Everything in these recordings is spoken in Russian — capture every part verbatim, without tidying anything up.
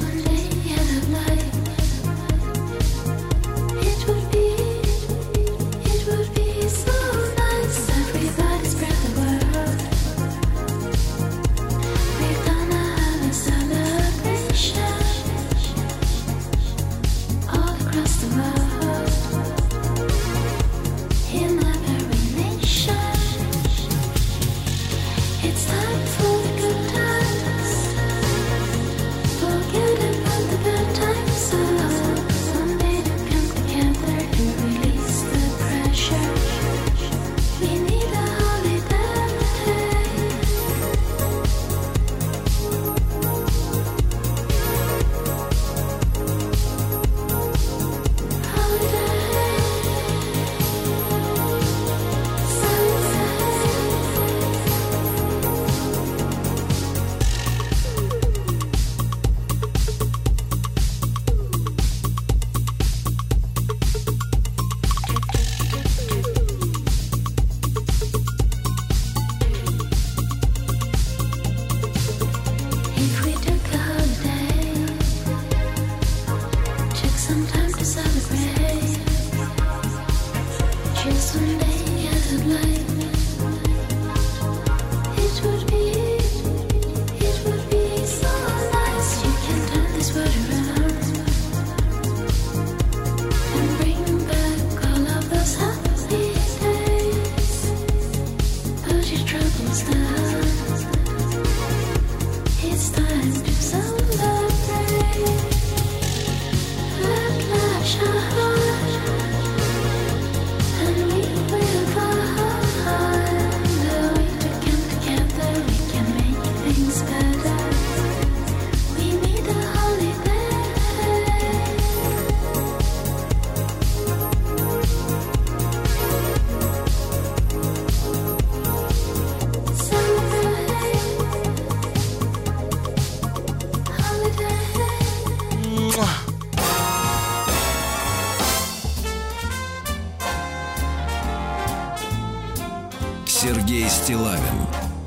Сергей Стиллавин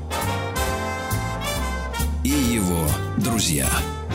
и его друзья.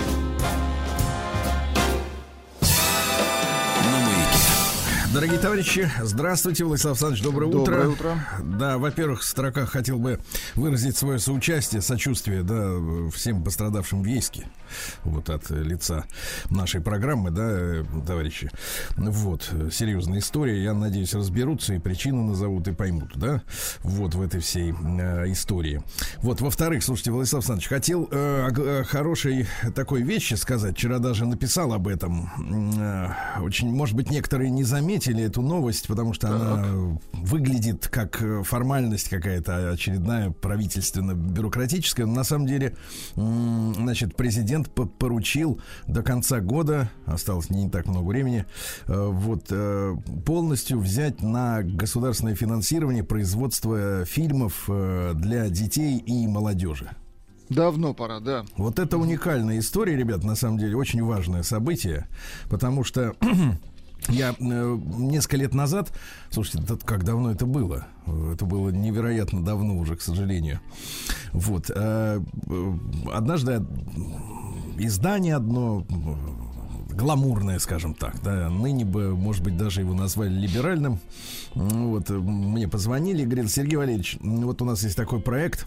Дорогие товарищи, здравствуйте, Владислав Александрович, доброе, доброе утро. утро. Да, во-первых, в строках хотел бы выразить свое соучастие, сочувствие, да, всем пострадавшим в Ейске, вот от лица нашей программы, да, товарищи. Вот, серьезная история, я надеюсь, разберутся и причину назовут, и поймут, да, вот в этой всей э, истории. Вот, во-вторых, слушайте, Владислав Александрович, хотел э, о, о хорошей такой вещи сказать, вчера даже написал об этом, э, очень, может быть, некоторые не заметили эту новость, потому что так. она выглядит как формальность какая-то очередная правительственно-бюрократическая. Но на самом деле, значит, президент поручил до конца года, осталось не так много времени, вот, полностью взять на государственное финансирование производство фильмов для детей и молодежи. Давно пора, да. Вот это уникальная история, ребят, на самом деле, очень важное событие, потому что я э, несколько лет назад, слушайте, это, как давно это было? Это было невероятно давно уже, к сожалению. Вот. Э, э, однажды издание одно, гламурное, скажем так, да, ныне бы, может быть, даже его назвали либеральным. Вот, мне позвонили и говорят: Сергей Валерьевич, вот у нас есть такой проект.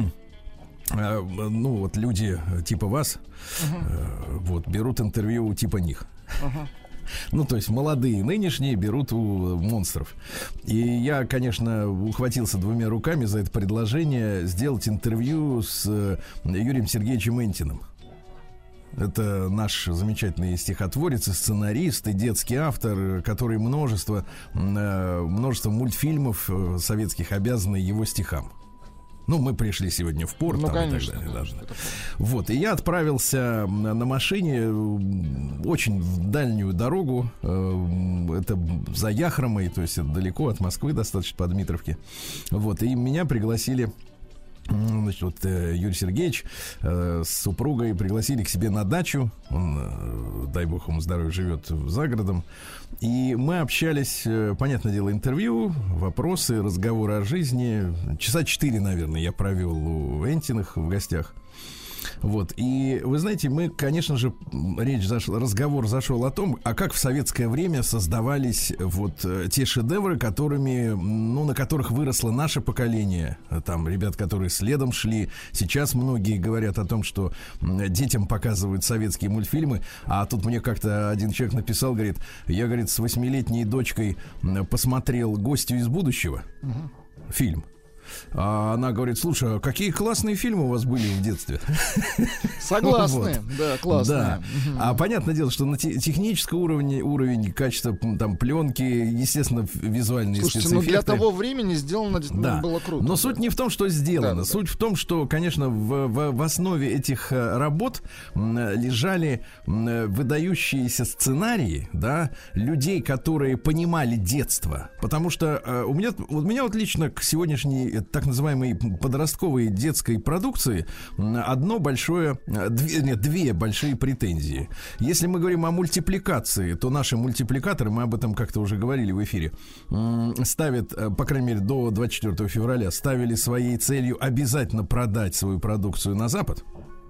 Ну, вот люди типа вас, uh-huh. вот, берут интервью у типа них. Uh-huh. Ну, то есть молодые нынешние берут у монстров. И я, конечно, ухватился двумя руками за это предложение сделать интервью с Юрием Сергеевичем Энтиным. Это наш замечательный стихотворец и сценарист, и детский автор, который множество, множество мультфильмов советских обязаны его стихам. Ну, мы пришли сегодня в порт. Ну, там, конечно, и так далее, конечно, да. Вот, и я отправился на, на машине очень в дальнюю дорогу. Это за Яхромой, то есть это далеко от Москвы, достаточно по Дмитровке. Вот, и меня пригласили. Значит, вот Юрий Сергеевич э, с супругой пригласили к себе на дачу. Он, э, дай бог ему здоровья, живет за городом. И мы общались, э, понятное дело, интервью, вопросы, разговоры о жизни. Часа четыре, наверное, я провел у Энтиных в гостях. Вот. И вы знаете, мы, конечно же, речь зашла, разговор зашел о том, а как в советское время создавались вот те шедевры, которыми, ну, на которых выросло наше поколение. Там ребят, которые следом шли. Сейчас многие говорят о том, что детям показывают советские мультфильмы. А тут мне как-то один человек написал, говорит, я, говорит, с восьмилетней дочкой посмотрел «Гостью из будущего». Угу. Фильм. А она говорит, слушай, а какие классные фильмы у вас были в детстве? Согласны, вот. Да, классные. Да. Угу. А понятное дело, что на те, техническом уровне, уровень качества там пленки, естественно, визуальные Слушайте, спецэффекты. ну для того времени сделано да. было круто. Но да. суть не в том, что сделано. Да, суть да. в том, что, конечно, в, в, в основе этих работ лежали выдающиеся сценарии, да, людей, которые понимали детство. Потому что у меня, у меня вот лично к сегодняшней так называемой подростковой детской продукции одно большое, две, нет, две большие претензии. Если мы говорим о мультипликации, то наши мультипликаторы, мы об этом как-то уже говорили в эфире, ставят, по крайней мере, до двадцать четвёртого февраля, ставили своей целью обязательно продать свою продукцию на Запад.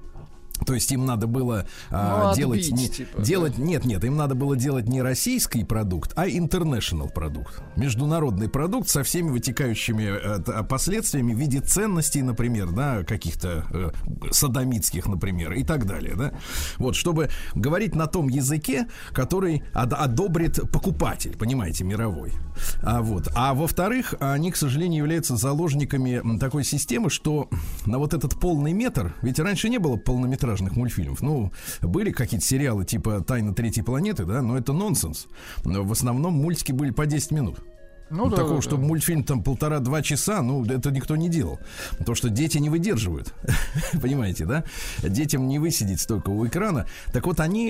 То есть им надо было а, ну, делать, отбить, не, типа, делать да? нет, нет, им надо было делать не российский продукт, а international продукт, международный продукт со всеми вытекающими а, последствиями в виде ценностей, например, да, каких-то а, содомитских, например, и так далее, да. Вот, чтобы говорить на том языке, который од- одобрит покупатель, понимаете, мировой. А вот, а во-вторых, они, к сожалению, являются заложниками такой системы, что на вот этот полный метр, ведь раньше не было полнометражных мультфильмов. Ну, были какие-то сериалы типа «Тайна третьей планеты», да, но это нонсенс. Но в основном мультики были по десять минут. Ну, да, такого, да, чтобы да. мультфильм там полтора-два часа, ну, это никто не делал. Потому что дети не выдерживают. Понимаете, да? Детям не высидеть столько у экрана. Так вот, они,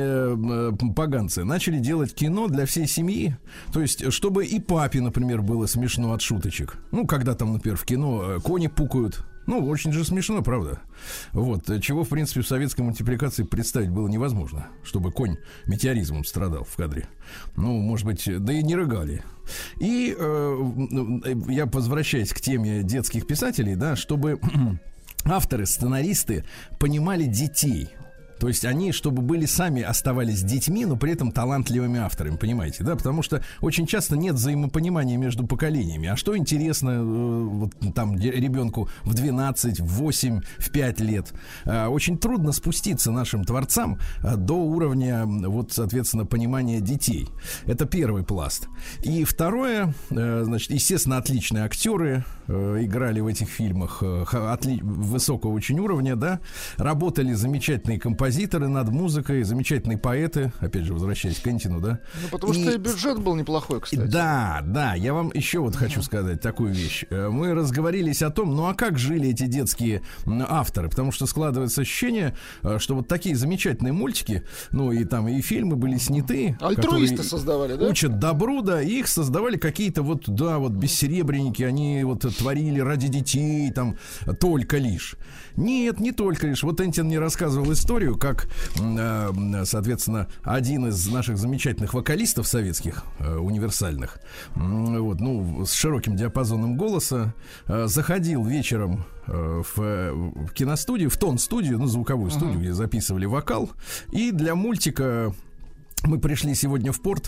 э, поганцы, начали делать кино для всей семьи. То есть, чтобы и папе, например, было смешно от шуточек. Ну, когда там, например, в кино кони пукают. Ну, очень же смешно, правда? Вот, чего, в принципе, в советской мультипликации представить было невозможно, чтобы конь метеоризмом страдал в кадре. Ну, может быть, да и не рыгали. И э, я возвращаюсь к теме детских писателей, да, чтобы авторы, сценаристы понимали детей. То есть они, чтобы были сами, оставались детьми, но при этом талантливыми авторами, понимаете, да? Потому что очень часто нет взаимопонимания между поколениями. А что интересно э, вот, там ребенку в двенадцать, в восемь, в пять лет? Э, очень трудно спуститься нашим творцам э, до уровня, вот, соответственно, понимания детей. Это первый пласт. И второе, э, значит, естественно, отличные актеры э, играли в этих фильмах э, отли- высокого очень уровня, да? Работали замечательные композиторы над музыкой, замечательные поэты, опять же, возвращаясь к Кентину, да. Ну, потому и... что и бюджет был неплохой, кстати. Да, да, я вам еще вот хочу сказать такую вещь. Мы разговорились о том, ну а как жили эти детские авторы, потому что складывается ощущение, что вот такие замечательные мультики, ну и там и фильмы были сняты. Альтруисты создавали, да? Учат добру, да, и их создавали какие-то вот, да, вот бессеребренники, они вот творили ради детей, там, только лишь. Нет, не только лишь. Вот Энтин мне рассказывал историю, как, соответственно, один из наших замечательных вокалистов советских, универсальных, вот, ну, с широким диапазоном голоса, заходил вечером в, в киностудию, в тон-студию, ну, звуковую uh-huh. студию, где записывали вокал, и для мультика мы пришли сегодня в порт.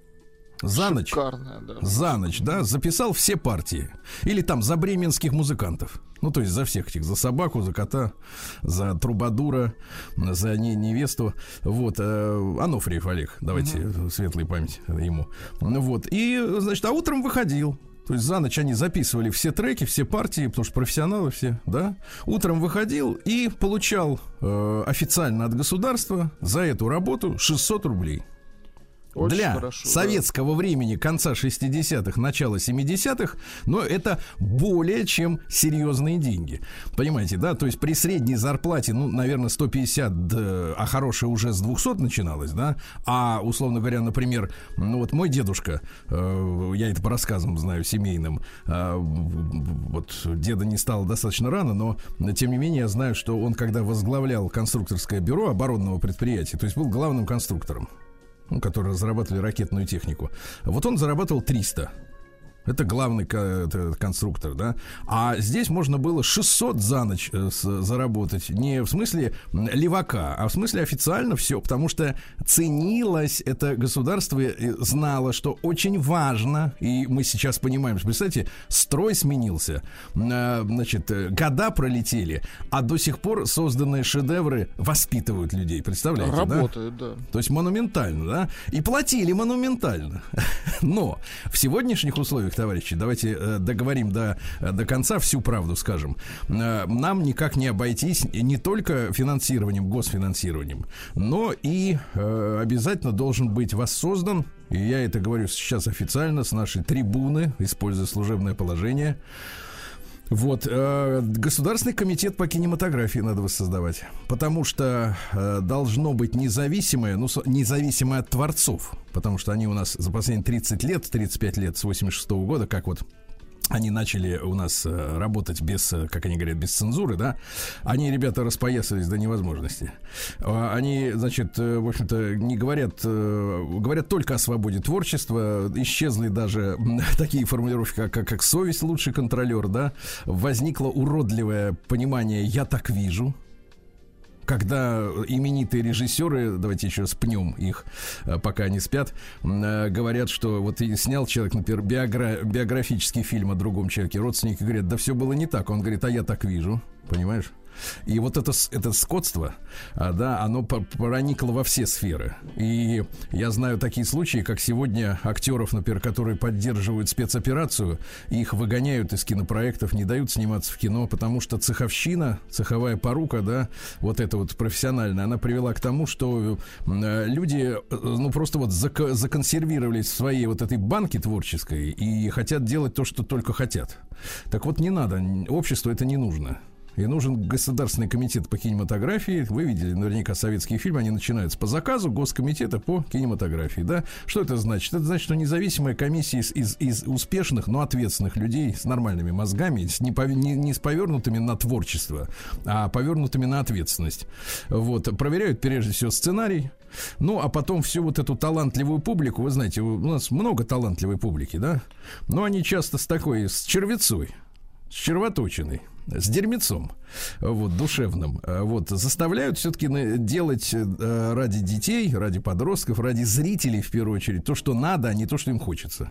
За ночь, Шикарно, да. за ночь, да, записал все партии. Или там за бременских музыкантов. Ну, то есть за всех этих, за собаку, за кота, за трубадура, за не, невесту. Вот, э, Анофриев Олег, давайте, uh-huh. светлая память ему. Вот, и, значит, а утром выходил. То есть за ночь они записывали все треки, все партии, потому что профессионалы все, да. Утром выходил и получал э, официально от государства за эту работу шестьсот рублей. Очень для хорошо, советского да. времени конца шестидесятых, начала семидесятых, но это более чем серьезные деньги. Понимаете, да? То есть при средней зарплате, ну, наверное, сто пятьдесят, а хорошая уже с двухсот начиналась, да? А, условно говоря, например, ну вот мой дедушка, э, я это по рассказам знаю семейным, э, вот деда не стало достаточно рано, но тем не менее я знаю, что он, когда возглавлял конструкторское бюро оборонного предприятия, то есть был главным конструктором, которые разрабатывали ракетную технику. Вот он зарабатывал триста. Это главный конструктор, да. А здесь можно было шестьсот за ночь заработать. Не в смысле левака, а в смысле официально все. Потому что ценилось это государство, знало, что очень важно. И мы сейчас понимаем, что, представьте, строй сменился. Значит, года пролетели, а до сих пор созданные шедевры воспитывают людей. Представляете, работают, да? да? То есть монументально, да? И платили монументально. Но в сегодняшних условиях, товарищи, давайте э, договорим до, до конца, всю правду скажем. Э, нам никак не обойтись не только финансированием, госфинансированием, но и э, обязательно должен быть воссоздан, и я это говорю сейчас официально с нашей трибуны, используя служебное положение. Вот, э, Государственный комитет по кинематографии надо воссоздавать, потому что э, должно быть независимое, ну, независимое от творцов, потому что они у нас за последние тридцать лет, тридцать пять лет, с восемьдесят шестого года, как вот они начали у нас э, работать без, как они говорят, без цензуры, да, они, ребята, распоясались до невозможности. Э, они, значит, э, в общем-то, не говорят, э, говорят только о свободе творчества, исчезли даже такие формулировки, как, как, как совесть лучший контролер, да, возникло уродливое понимание «я так вижу». Когда именитые режиссеры, давайте еще раз пнем их, пока они спят, говорят, что вот снял человек, например, биогра- биографический фильм о другом человеке, родственники говорят, да все было не так. Он говорит, а я так вижу, понимаешь? И вот это, это скотство, да, оно проникло во все сферы. И я знаю такие случаи, как сегодня актеров, например, которые поддерживают спецоперацию, их выгоняют из кинопроектов, не дают сниматься в кино, потому что цеховщина, цеховая порука, да, вот эта вот профессиональная, она привела к тому, что люди, ну, просто вот зак- законсервировались в своей вот этой банке творческой и хотят делать то, что только хотят. Так вот, не надо, обществу это не нужно. И нужен Государственный комитет по кинематографии. Вы видели наверняка советские фильмы, они начинаются по заказу Госкомитета по кинематографии, да? Что это значит? Это значит, что независимая комиссия из, из, из успешных, но ответственных людей с нормальными мозгами, с не, пов... не, не с повернутыми на творчество, а повернутыми на ответственность. Вот. Проверяют прежде всего сценарий. Ну, а потом всю вот эту талантливую публику, вы знаете, у нас много талантливой публики, да? Но они часто с такой, с червецой, с червоточиной, с дерьмецом, вот, душевным, вот, заставляют все-таки делать ради детей, ради подростков, ради зрителей, в первую очередь, то, что надо, а не то, что им хочется.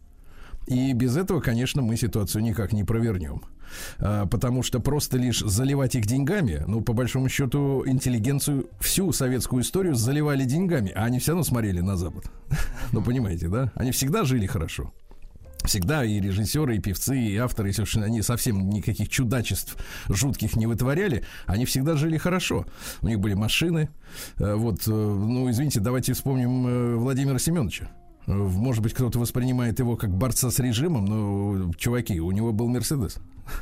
И без этого, конечно, мы ситуацию никак не провернем. Потому что просто лишь заливать их деньгами, ну, по большому счету, интеллигенцию всю советскую историю заливали деньгами, а они все равно смотрели на Запад. Ну, понимаете, да? Они всегда жили хорошо. Всегда и режиссеры, и певцы, и авторы, если они совсем никаких чудачеств жутких не вытворяли, они всегда жили хорошо. У них были машины. Вот, ну, извините, давайте вспомним Владимира Семеновича. Может быть, кто-то воспринимает его как борца с режимом, но, чуваки, у него был Мерседес.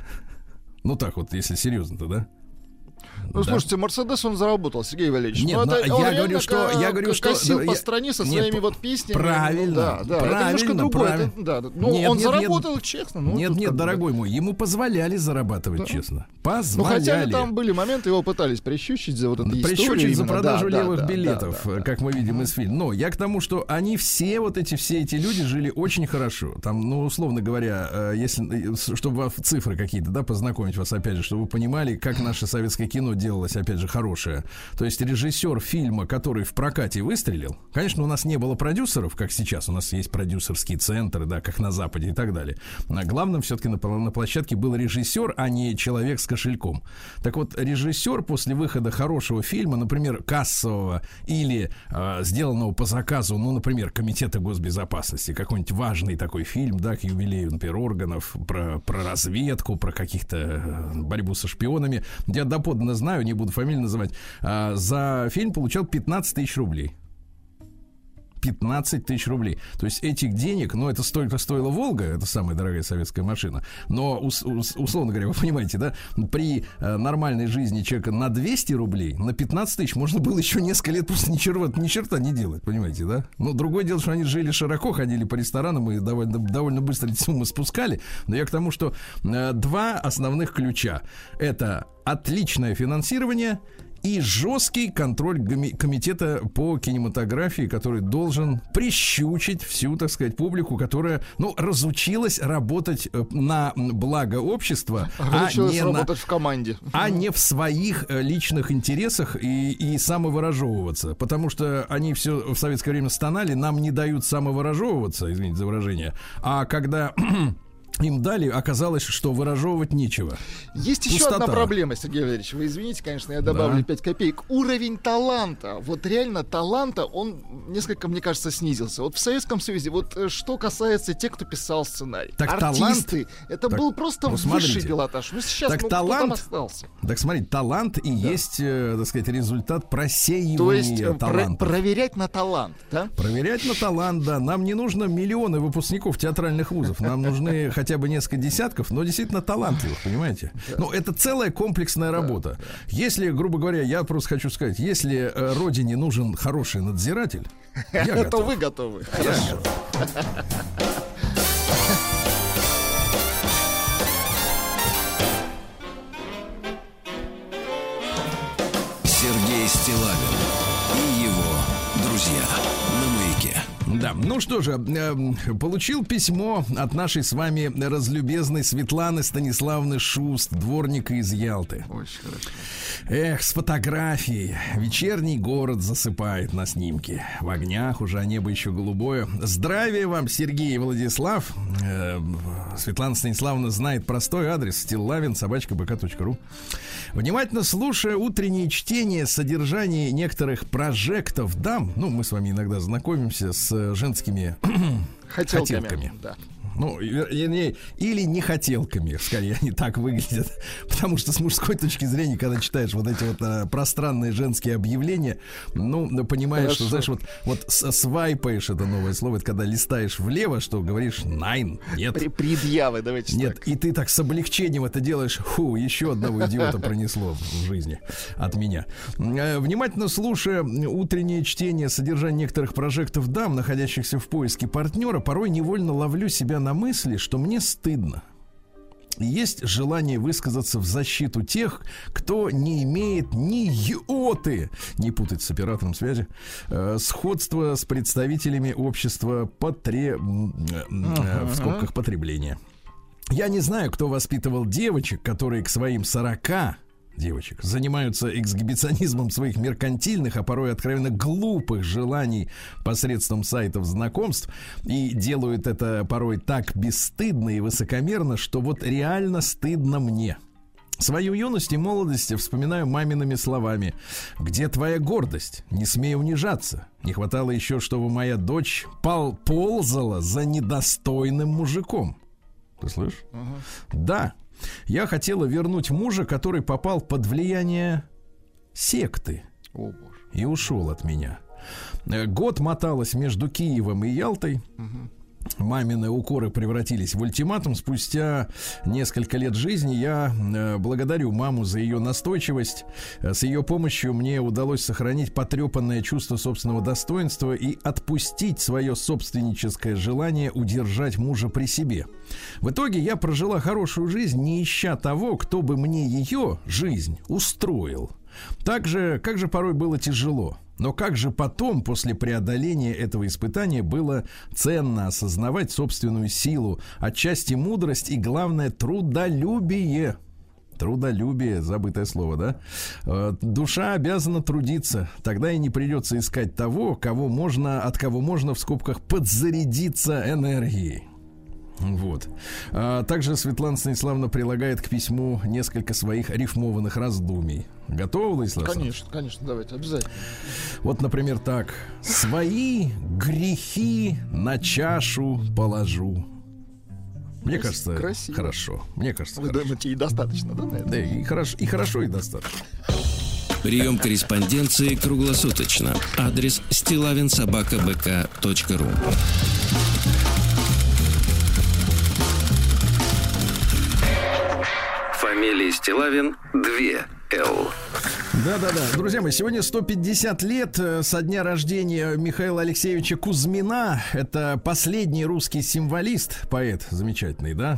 Ну, так вот, если серьезно-то, да? Ну, да. Слушайте, Мерседес он заработал, Сергей Валерьевич. Нет, это, я говорю, что... Я говорю, что косил да, по я, стране со нет, своими вот письмами. Правильно, ну, да, да, правильно, это немножко другое. правильно. Это, да, ну, нет, он нет, заработал нет, честно. Ну, нет, нет, как, дорогой да. мой, ему позволяли зарабатывать да. честно. Позволяли. Ну, хотя там были моменты, его пытались прищучить за вот эту историю. Прищучить за продажу да, левых да, билетов, да, да, да, как мы видим да. из фильма. Но я к тому, что они все, вот эти, все эти люди жили очень хорошо. Там, ну, условно говоря, если, чтобы цифры какие-то, да, познакомить вас, опять же, чтобы вы понимали, как наше советское кино делалось, опять же, хорошее. То есть режиссер фильма, который в прокате выстрелил, конечно, у нас не было продюсеров, как сейчас, у нас есть продюсерские центры, да, как на Западе и так далее. А главным все-таки на, на площадке был режиссер, а не человек с кошельком. Так вот, режиссер после выхода хорошего фильма, например, кассового или э, сделанного по заказу, ну, например, Комитета госбезопасности, какой-нибудь важный такой фильм, да, к юбилею, например, органов, про, про разведку, про каких-то борьбу со шпионами. Я доподлинно знаю, не буду фамилию называть, э, за фильм получал пятнадцать тысяч рублей. пятнадцать тысяч рублей. То есть этих денег, ну, это столько стоила «Волга», это самая дорогая советская машина, но, ус, ус, условно говоря, вы понимаете, да, при э, нормальной жизни человека на двести рублей, на пятнадцать тысяч можно было еще несколько лет просто ни черта, ни черта не делать, понимаете, да? Но другое дело, что они жили широко, ходили по ресторанам и довольно, довольно быстро эти суммы спускали. Но я к тому, что э, два основных ключа. Это отличное финансирование и жесткий контроль комитета по кинематографии, который должен прищучить всю, так сказать, публику, которая, ну, разучилась работать на благо общества, а не, работать на, в команде. а не в своих личных интересах и, и самовыражевываться. Потому что они все в советское время стонали, нам не дают самовыражевываться, извините за выражение, а когда... им дали, оказалось, что выражевывать нечего. Есть еще Пустота. одна проблема, Сергей Валерьевич. Вы извините, конечно, я добавлю да. пять копеек. Уровень таланта. Вот реально таланта, он несколько, мне кажется, снизился. Вот в Советском Союзе, вот что касается тех, кто писал сценарий. Так артисты, талант, это так, был просто ну, высший пилотаж. Ну сейчас так ну, талант, кто там остался? Так смотрите, талант и да. есть, э, так сказать, результат просеивания То есть талантов. Про- проверять на талант, да? Проверять на талант, да. Нам не нужно миллионы выпускников театральных вузов. Нам нужны хотя бы несколько десятков, но действительно талантливых, понимаете? Да. Ну, это целая комплексная работа. Да, да. Если, грубо говоря, я просто хочу сказать, если э, родине нужен хороший надзиратель, я готов. То вы готовы. Хорошо. Сергей Стиллавин и его друзья на Маяке. Да, ну что же, э, получил письмо от нашей с вами разлюбезной Светланы Станиславовны Шуст, дворника из Ялты. Очень хорошо. Эх, с фотографией. Вечерний город засыпает на снимке. В огнях уже, а небо еще голубое. Здравия вам, Сергей и Владислав. Э, Светлана Станиславовна знает простой адрес: стиллавин собака бэ ка точка ру. Внимательно слушая утреннее чтение содержания некоторых прожектов дам, ну, мы с вами иногда знакомимся с женскими хотелками, хотелками. Да. Ну, или, или не хотелками, скорее, они так выглядят. Потому что с мужской точки зрения, когда читаешь вот эти вот а, пространные женские объявления, ну, понимаешь, Хорошо. что, знаешь, вот, вот свайпаешь, это новое слово, это когда листаешь влево, что говоришь найн, нет. При, предъявы, давайте Нет, так. И ты так с облегчением это делаешь, фу, еще одного идиота пронесло в жизни от меня. Внимательно слушая утреннее чтение содержания некоторых прожектов дам, находящихся в поиске партнера, порой невольно ловлю себя на мысли, что мне стыдно. Есть желание высказаться в защиту тех, кто не имеет ни йоты, не путать с оператором связи, э, сходства с представителями общества потре... э, в скобках потребления. Я не знаю, кто воспитывал девочек, которые к своим сорока девочек занимаются эксгибиционизмом своих меркантильных, а порой откровенно глупых желаний посредством сайтов знакомств, и делают это порой так бесстыдно и высокомерно, что вот реально стыдно мне. Свою юность и молодость вспоминаю мамиными словами: «Где твоя гордость? Не смей унижаться. Не хватало еще, чтобы моя дочь пол- ползала за недостойным мужиком». Ты слышишь? Uh-huh. Да. Я хотела вернуть мужа, который попал под влияние секты О, боже. И ушел от меня. Год моталась между Киевом и Ялтой. Угу. Мамины укоры превратились в ультиматум. Спустя несколько лет жизни я э, благодарю маму за ее настойчивость. С ее помощью мне удалось сохранить потрепанное чувство собственного достоинства и отпустить свое собственническое желание удержать мужа при себе. В итоге я прожила хорошую жизнь, не ища того, кто бы мне ее жизнь устроил. Так же, как же порой было тяжело. Но как же потом, после преодоления этого испытания, было ценно осознавать собственную силу, отчасти мудрость и, главное, трудолюбие. Трудолюбие, забытое слово, да? Душа обязана трудиться, тогда и не придется искать того, кого можно, от кого можно, в скобках, подзарядиться энергией. Вот. А также Светлана Станиславовна прилагает к письму несколько своих рифмованных раздумий. Готовы, Владислав? Конечно, конечно, давайте, обязательно. Вот, например, так. «Свои грехи на чашу положу». Мне Крас- кажется, красиво. Хорошо. Мне кажется, Вы хорошо. думаете, и достаточно, да, на это? Да, и хорошо, и хорошо, и достаточно. Прием корреспонденции круглосуточно. Адрес стиллавин собака бэ ка точка ру. Фамилия Стиллавин два эл. Да-да-да, друзья мои, сегодня сто пятьдесят лет со дня рождения Михаила Алексеевича Кузьмина. Это последний русский символист, поэт замечательный, да?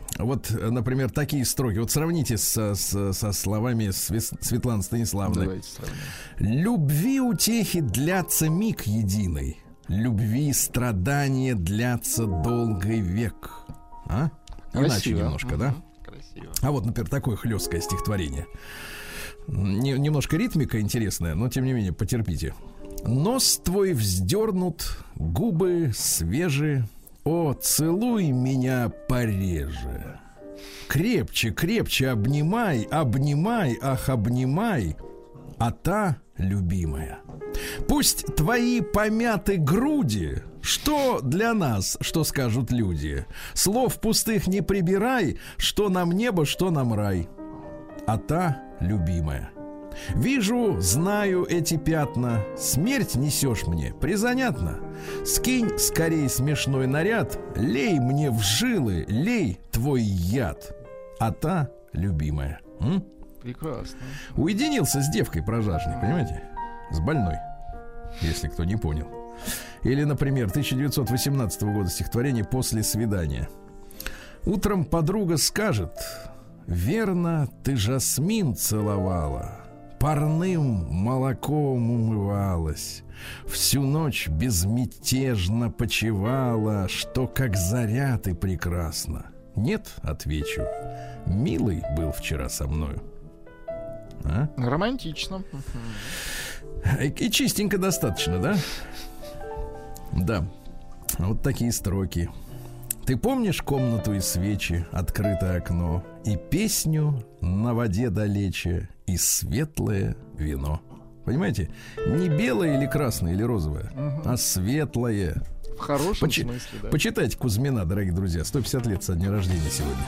Вот, например, такие строки. Вот сравните со, со, со словами Светланы Станиславовны. Давайте сравним. Любви утехи длятся миг единый, любви страдания длятся долгий век. А? Красиво. Иначе немножко, угу. да? Красиво. А вот, например, такое хлесткое стихотворение. Не, немножко ритмика интересная, но тем не менее, потерпите. Нос твой вздернут, губы свежие. О, целуй меня пореже. Крепче, крепче обнимай, обнимай, ах, обнимай. А та, любимая, пусть твои помяты груди. Что для нас, что скажут люди? Слов пустых не прибирай. Что нам небо, что нам рай. А та, любимая, вижу, знаю эти пятна. Смерть несешь мне, призанятно. Скинь скорей смешной наряд. Лей мне в жилы, лей твой яд. А та, любимая, м? Прекрасно. Уединился с девкой прожажной, понимаете? С больной, если кто не понял. Или, например, тысяча девятьсот восемнадцатого года стихотворение «После свидания». Утром подруга скажет: верно, ты жасмин целовала, парным молоком умывалась, всю ночь безмятежно почивала, что как заря ты прекрасна. Нет, отвечу, милый был вчера со мною. А? Романтично. И, и чистенько достаточно, да? Да. Вот такие строки. Ты помнишь комнату и свечи, открытое окно, и песню на воде далече, и светлое вино? Понимаете? Не белое или красное или розовое, угу. а светлое. В хорошем Почи- смысле, да. Почитайте Кузьмина, дорогие друзья. сто пятьдесят лет со дня рождения сегодня.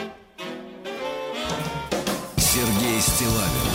Сергей Стиллавин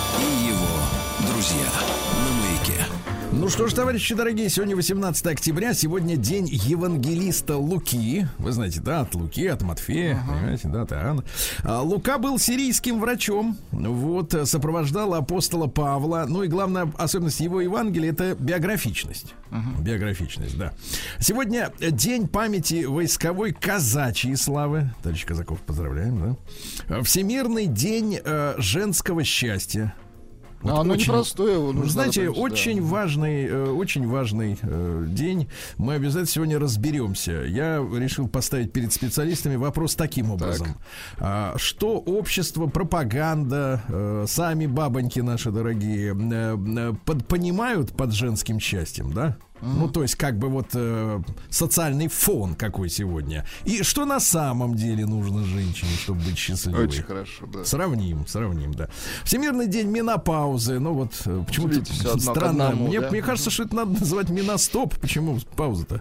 и его друзья на Маяке. Ну что ж, товарищи дорогие, сегодня восемнадцатое октября, сегодня день евангелиста Луки. Вы знаете, да, от Луки, от Матфея, uh-huh. понимаете, да, от Иоанна. А, Лука был сирийским врачом, вот, сопровождал апостола Павла. Ну и главная особенность его Евангелия — это биографичность. Uh-huh. Биографичность, да. Сегодня день памяти войсковой казачьей славы. Товарищ казаков, поздравляем, да. Всемирный день э, женского счастья. Вот оно очень, непростое, его нужно. Знаете, понять, очень да. важный, э, очень важный э, день. Мы обязательно сегодня разберемся. Я решил поставить перед специалистами вопрос таким образом: так. а, что общество, пропаганда, э, сами бабоньки наши дорогие э, под, понимают под женским счастьем, да? Mm-hmm. Ну, то есть, как бы вот э, социальный фон какой сегодня. И что на самом деле нужно женщине, чтобы быть счастливой. Очень хорошо, да. Сравним, сравним, да. Всемирный день менопаузы. Ну вот, почему-то странно. Одному, мне, да? мне кажется, что это надо называть меностоп. Почему пауза-то?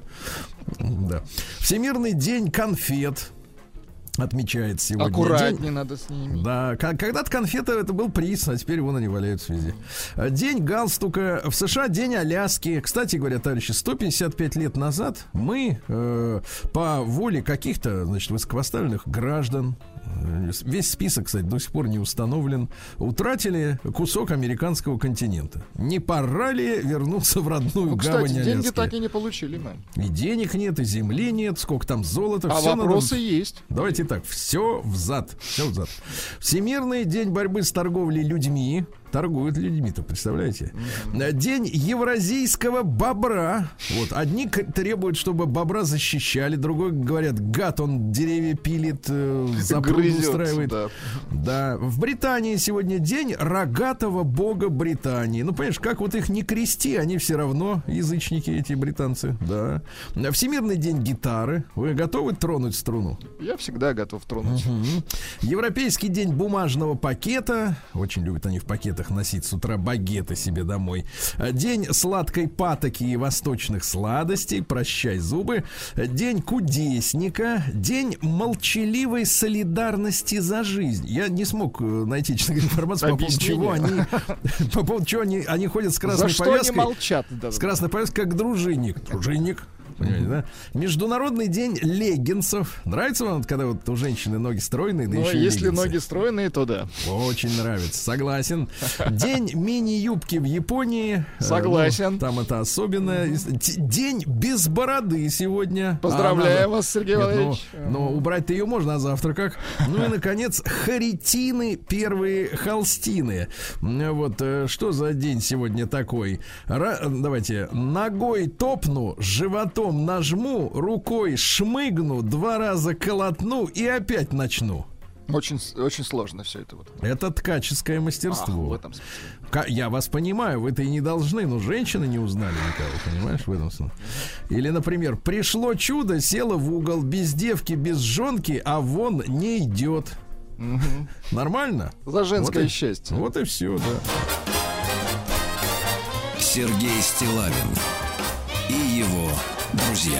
Да. Всемирный день конфет отмечается сегодня. Аккуратнее день... надо с ними. Да, когда-то конфеты это был приз, а теперь вон они валяются везде. День галстука. В США день Аляски. Кстати говоря, товарищи, сто пятьдесят пять лет назад мы э, по воле каких-то, значит, высокопоставленных граждан, весь список, кстати, до сих пор не установлен, утратили кусок американского континента. Не пора ли вернуться в родную ну, гавань кстати, Аляски? деньги так и не получили мы. И денег нет, и земли нет, сколько там золота. А все вопросы надо... есть. Давайте так, все взад, все взад. Всемирный день борьбы с торговлей людьми. Торгуют людьми-то, представляете? Mm-hmm. День евразийского бобра. Вот, одни требуют, чтобы бобра защищали, другой говорят, гад, он деревья пилит, э, запруд устраивает. Да. Да. В Британии сегодня день рогатого бога Британии. Ну, понимаешь, как вот их не крести, они все равно язычники, эти британцы. Да. Всемирный день гитары. Вы готовы тронуть струну? Я всегда готов тронуть. Uh-huh. Европейский день бумажного пакета. Очень любят они в пакетах носить с утра багеты себе домой. День сладкой патоки и восточных сладостей. Прощай, зубы. День кудесника. День молчаливой солидарности за жизнь. Я не смог найти, честно говоря, информацию по поводу чего они, по поводу чего они, они ходят с красной за повязкой. Что они молчат, да, с красной повязкой, как дружинник. Дружинник. Понимаете, да? Международный день леггинсов. Нравится вам, когда вот у женщины ноги стройные, да Но еще и если леггинсы? ноги стройные, то да. Очень нравится, согласен. День мини-юбки в Японии. Согласен. Ну, там это особенно. День без бороды сегодня. Поздравляем а, вас, Сергей Нет, Валерьевич. Но, но убрать-то ее можно, а завтра как? Ну и, наконец, харитины, первые холстины. Вот что за день сегодня такой? Ра- давайте. Ногой топну, животом нажму, рукой шмыгну, два раза колотну и опять начну. Очень, очень сложно все это. Вот. Это ткаческое мастерство. А, в этом смысле. Я вас понимаю, вы-то и не должны, но женщины не узнали никого, понимаешь, в этом смысле. Или, например, пришло чудо, села в угол, без девки, без жонки, а вон не идет. Угу. Нормально? За женское вот и, счастье. Вот и все, да. Сергей Стиллавин и его друзья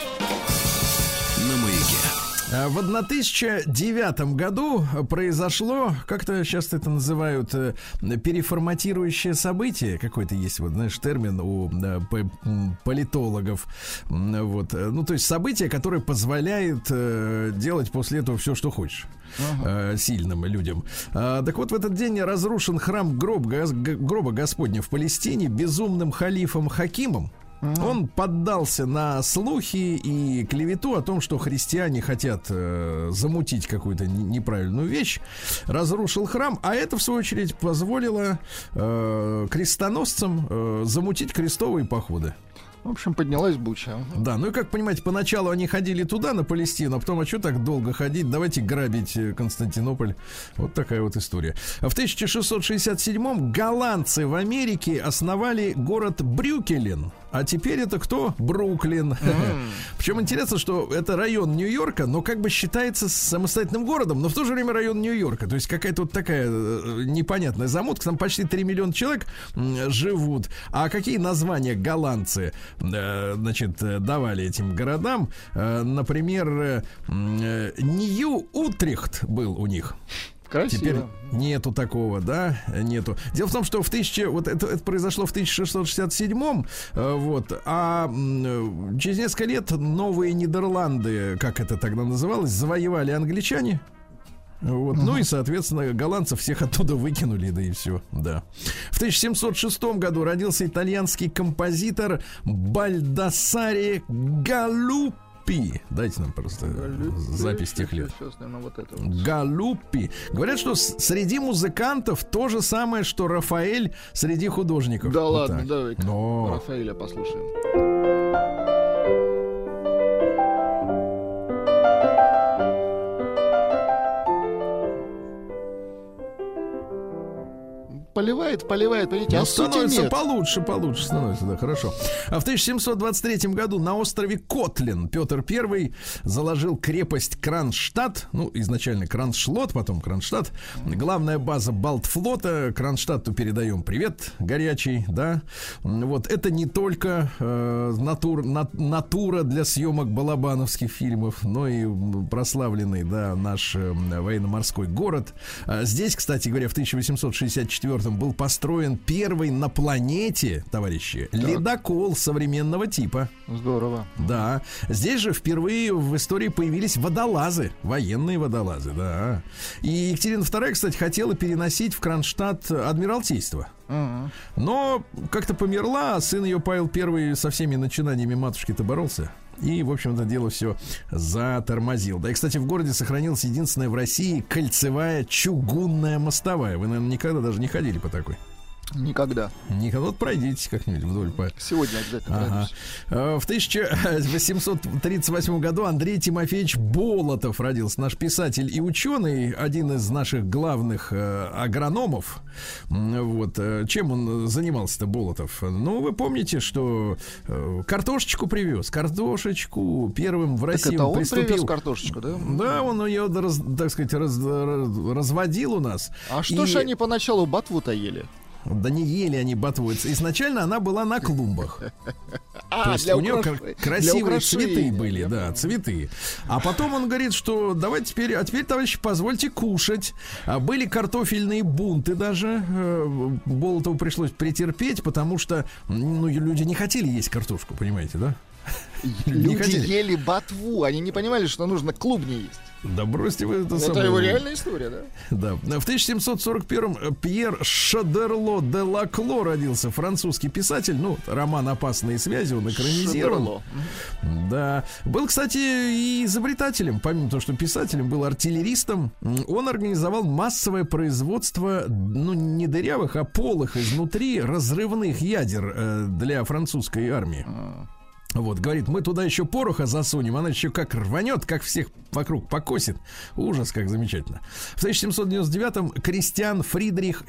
на Маяке. В тысяча девятьсот девятом году произошло, как-то сейчас это называют, переформатирующее событие. Какой-то есть, вот, знаешь, термин у политологов. Вот. Ну, то есть событие, которое позволяет делать после этого все, что хочешь. Ага. Сильным людям. А, так вот, в этот день разрушен храм гроб, гроба Господня в Палестине безумным халифом Хакимом. Uh-huh. Он поддался на слухи и клевету о том, что христиане хотят э, замутить какую-то неправильную вещь, разрушил храм, а это, в свою очередь, позволило э, крестоносцам э, замутить крестовые походы. В общем, поднялась буча. Да, ну и как понимаете, поначалу они ходили туда, на Палестину, а потом, а что так долго ходить? Давайте грабить Константинополь. Вот такая вот история. В тысяча шестьсот шестьдесят седьмом голландцы в Америке основали город Брюкелен. А теперь это кто? Бруклин. Mm. Причем интересно, что это район Нью-Йорка, но как бы считается самостоятельным городом, но в то же время район Нью-Йорка. То есть какая-то вот такая непонятная замутка. Там почти три миллиона человек живут. А какие названия голландцы, значит, давали этим городам? Например, Нью-Утрехт был у них. Красиво. Теперь нету такого, да, нету. Дело в том, что в тысяче, вот это, это произошло в тысяча шестьсот шестьдесят седьмом, вот, а через несколько лет Новые Нидерланды, как это тогда называлось, завоевали англичане. Вот. Uh-huh. Ну и, соответственно, голландцев всех оттуда выкинули, да и все, да. В тысяча семьсот шестом году родился итальянский композитор Бальдасаре Галуппи. Дайте нам просто Галуппи, запись тех лет. Вот вот. Галуппи. Говорят, что с- среди музыкантов то же самое, что Рафаэль среди художников. Да вот ладно, давай-ка Но... Рафаэля послушаем. Поливает, поливает, понимаете, ну, а становится нет. получше, получше становится, да, хорошо. А в тысяча семьсот двадцать третьем году на острове Котлин Петр Первый заложил крепость Кронштадт, ну, изначально Кроншлот, потом Кронштадт, главная база Балтфлота. Кронштадту передаем привет горячий, да. Вот, это не только э, натур, на, натура для съемок балабановских фильмов, но и прославленный, да, наш э, военно-морской город. А здесь, кстати говоря, в тысяча восемьсот шестьдесят четвёртом был построен первый на планете, товарищи, так. ледокол современного типа. Здорово. Да. Здесь же впервые в истории появились водолазы, военные водолазы, да. И Екатерина вторая, кстати, хотела переносить в Кронштадт Адмиралтейство. Uh-huh. Но как-то померла, а сын ее Павел Первый со всеми начинаниями матушки-то боролся. И, в общем-то, дело все затормозил. Да и, кстати, в городе сохранилась единственная в России кольцевая чугунная мостовая. Вы, наверное, никогда даже не ходили по такой. Никогда. Никогда. Вот пройдитесь как-нибудь вдоль по... Сегодня обязательно пройдусь. Ага. В тысяча восемьсот тридцать восьмом году Андрей Тимофеевич Болотов родился. Наш писатель и ученый, один из наших главных э, агрономов. Вот. Чем он занимался-то, Болотов? Ну, вы помните, что э, картошечку привез. Картошечку первым в России так это он приступил. привез картошечку, да? Да, он ее, раз, так сказать, раз, раз, разводил у нас. А что и... ж они поначалу ботву-то ели? Да не ели они ботву. Изначально она была на клумбах. А, то есть для у нее украш... красивые цветы были, да, цветы. А потом он говорит, что давайте теперь, а теперь, товарищи, позвольте кушать. А были картофельные бунты даже. Болотову пришлось претерпеть, потому что ну, люди не хотели есть картошку, понимаете, да? Люди ели ботву, они не понимали, что нужно клубни есть. Да бросьте вы это самое. Это его реальная история, да? Да. В тысяча семьсот сорок первом Пьер Шодерло де Лакло родился, французский писатель. Ну, роман «Опасные связи» он экранизировал. Шодерло. Да. Был, кстати, и изобретателем. Помимо того, что писателем, был артиллеристом. Он организовал массовое производство, ну, не дырявых, а полых изнутри разрывных ядер э, для французской армии. Вот, говорит, мы туда еще пороха засунем, она еще как рванет, как всех вокруг покосит. Ужас, как замечательно. В тысяча семьсот девяносто девятом Кристиан Фридрих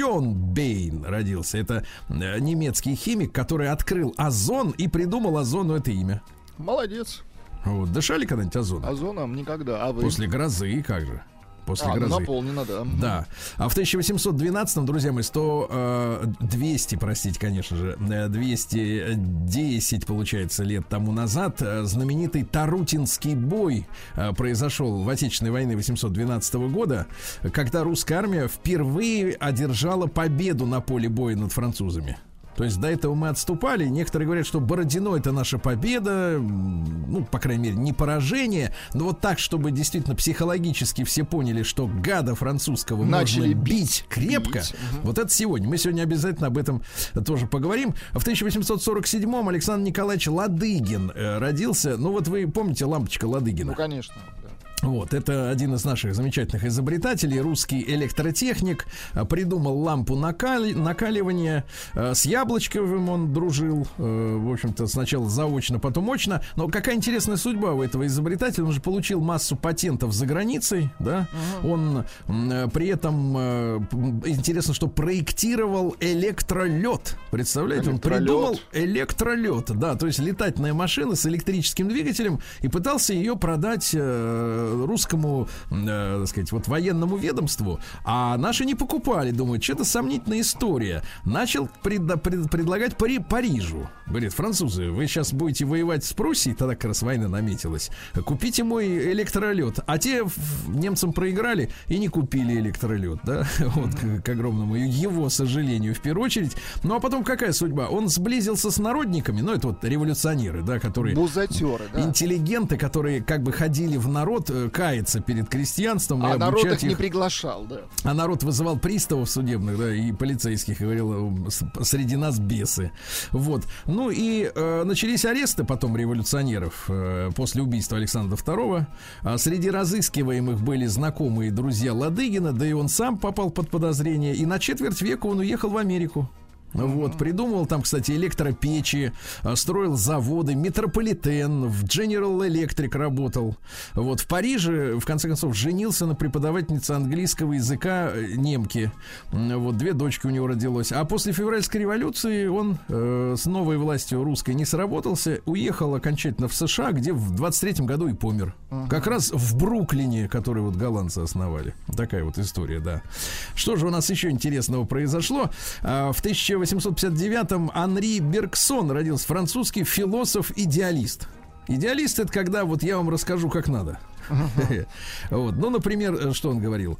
Шонбейн родился. Это немецкий химик, который открыл озон и придумал озону это имя. Молодец. Вот, дышали когда-нибудь озоном? Озоном никогда. А вы? После грозы, как же? После а, грозы. Наполнено, да. Да. А в тысяча восемьсот двенадцатом, друзья мои, сто, двести, простите, конечно же, двести десять, получается, лет тому назад, знаменитый Тарутинский бой произошел в Отечественной войне восемьсот двенадцатого года, когда русская армия впервые одержала победу на поле боя над французами. То есть до этого мы отступали. Некоторые говорят, что Бородино — это наша победа. Ну, по крайней мере, не поражение. Но вот так, чтобы действительно психологически все поняли, что гада французского начали можно бить крепко. Бить. Вот это сегодня. Мы сегодня обязательно об этом тоже поговорим. В тысяча восемьсот сорок седьмом Александр Николаевич Ладыгин родился. Ну вот вы помните лампочка Ладыгина? Ну, конечно. Вот, это один из наших замечательных изобретателей, русский электротехник, придумал лампу накали, накаливания, с Яблочковым он дружил, в общем-то, сначала заочно, потом очно. Но какая интересная судьба у этого изобретателя, он же получил массу патентов за границей, да, uh-huh. он при этом, интересно, что проектировал электролет, представляете, электролет. Он придумал электролет, да, то есть летательная машина с электрическим двигателем, и пытался ее продать русскому, э, так сказать, вот военному ведомству, а наши не покупали, думают, что-то сомнительная история. Начал пред, пред, предлагать Пари, Парижу. Говорит, французы, вы сейчас будете воевать с Пруссией, тогда как раз война наметилась, купите мой электролет. А те немцам проиграли и не купили электролет, да, вот к, к огромному его сожалению в первую очередь. Ну а потом какая судьба? Он сблизился с народниками, ну это вот революционеры, да, которые... Бузатеры, да. Интеллигенты, которые как бы ходили в народ каяться перед крестьянством. А народ их не приглашал, да. А народ вызывал приставов судебных, да, и полицейских, и говорил, среди нас бесы. Вот. Ну и э, начались аресты потом революционеров э, после убийства Александра второго. А среди разыскиваемых были знакомые друзья Ладыгина, да и он сам попал под подозрение. И на четверть века он уехал в Америку. Вот, придумал там, кстати, электропечи, строил заводы, Метрополитен, в General Electric работал. Вот, в Париже, в конце концов, женился на преподавательнице английского языка немки. Вот, две дочки у него родилось. А после февральской революции он э, с новой властью русской не сработался, уехал окончательно в США, где в двадцать третьем году и помер. Uh-huh. Как раз в Бруклине, который вот голландцы основали. Такая вот история, да. Что же у нас еще интересного произошло? В тысяча восемьсот пятьдесят девятом Анри Бергсон родился, французский философ-идеалист. Идеалист — это когда вот я вам расскажу, как надо. Uh-huh. Вот. Ну, например, что он говорил?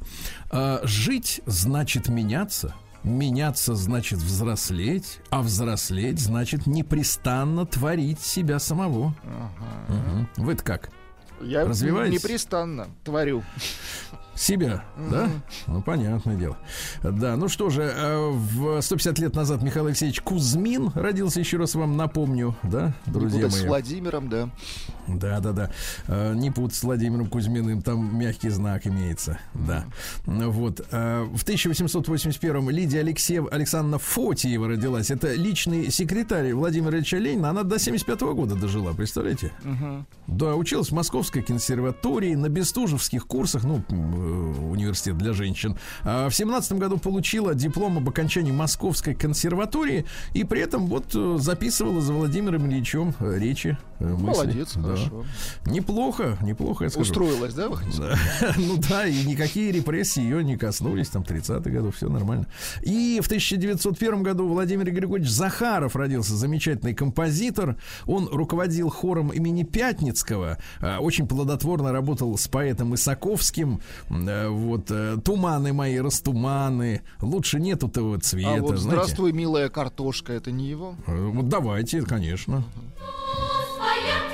Жить значит меняться. Меняться значит взрослеть, а взрослеть значит непрестанно творить себя самого. Uh-huh. Угу. Вы-то как? Я непрестанно творю себя, mm-hmm. да? Ну, понятное дело. Да, ну что же, в сто пятьдесят лет назад Михаил Алексеевич Кузьмин родился, еще раз вам напомню, да, друзья мои. Не путать с Владимиром, да. Да, да, да. Не путать с Владимиром Кузьминым, там мягкий знак имеется, да. Вот. В тысяча восемьсот восемьдесят первом Лидия Алексеева Александровна Фотиева родилась. Это личный секретарь Владимира Ильича Ленина. Она до семьдесят пятого года дожила, представляете? Mm-hmm. Да, училась в Московской консерватории, на бестужевских курсах, ну, университет для женщин. В семнадцатом году получила диплом об окончании Московской консерватории и при этом вот записывала за Владимиром Ильичем речи. Мысли. Молодец, да. Хорошо. Неплохо, неплохо, я скажу. Устроилась, да, вы хотите сказать? Ну да, и никакие репрессии ее не коснулись, там, тридцатых годов, все нормально. И в тысяча девятьсот первом году Владимир Григорьевич Захаров родился, замечательный композитор. Он руководил хором имени Пятницкого, очень плодотворно работал с поэтом Исаковским. Вот, «Туманы мои, растуманы», «Лучше нету того цвета». А вот знаете? «Здравствуй, милая картошка» — это не его? Вот давайте, конечно. Своя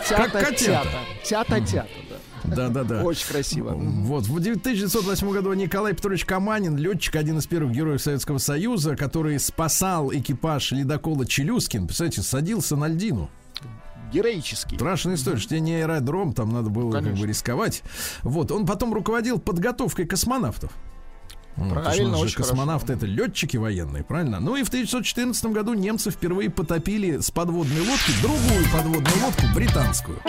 Тята-тята. Тята-тята, да. Да-да-да. Очень красиво. Вот. В тысяча девятьсот восьмом году Николай Петрович Каманин, летчик, один из первых героев Советского Союза, который спасал экипаж ледокола «Челюскин». Представляете, садился на льдину. Героический. Страшная история, что не аэродром, там надо было как бы рисковать. Вот. Он потом руководил подготовкой космонавтов. Правильно, ну, очень космонавты хорошо. — это летчики военные, правильно? Ну и в тысяча девятьсот четырнадцатом году немцы впервые потопили с подводной лодки другую подводную лодку, британскую.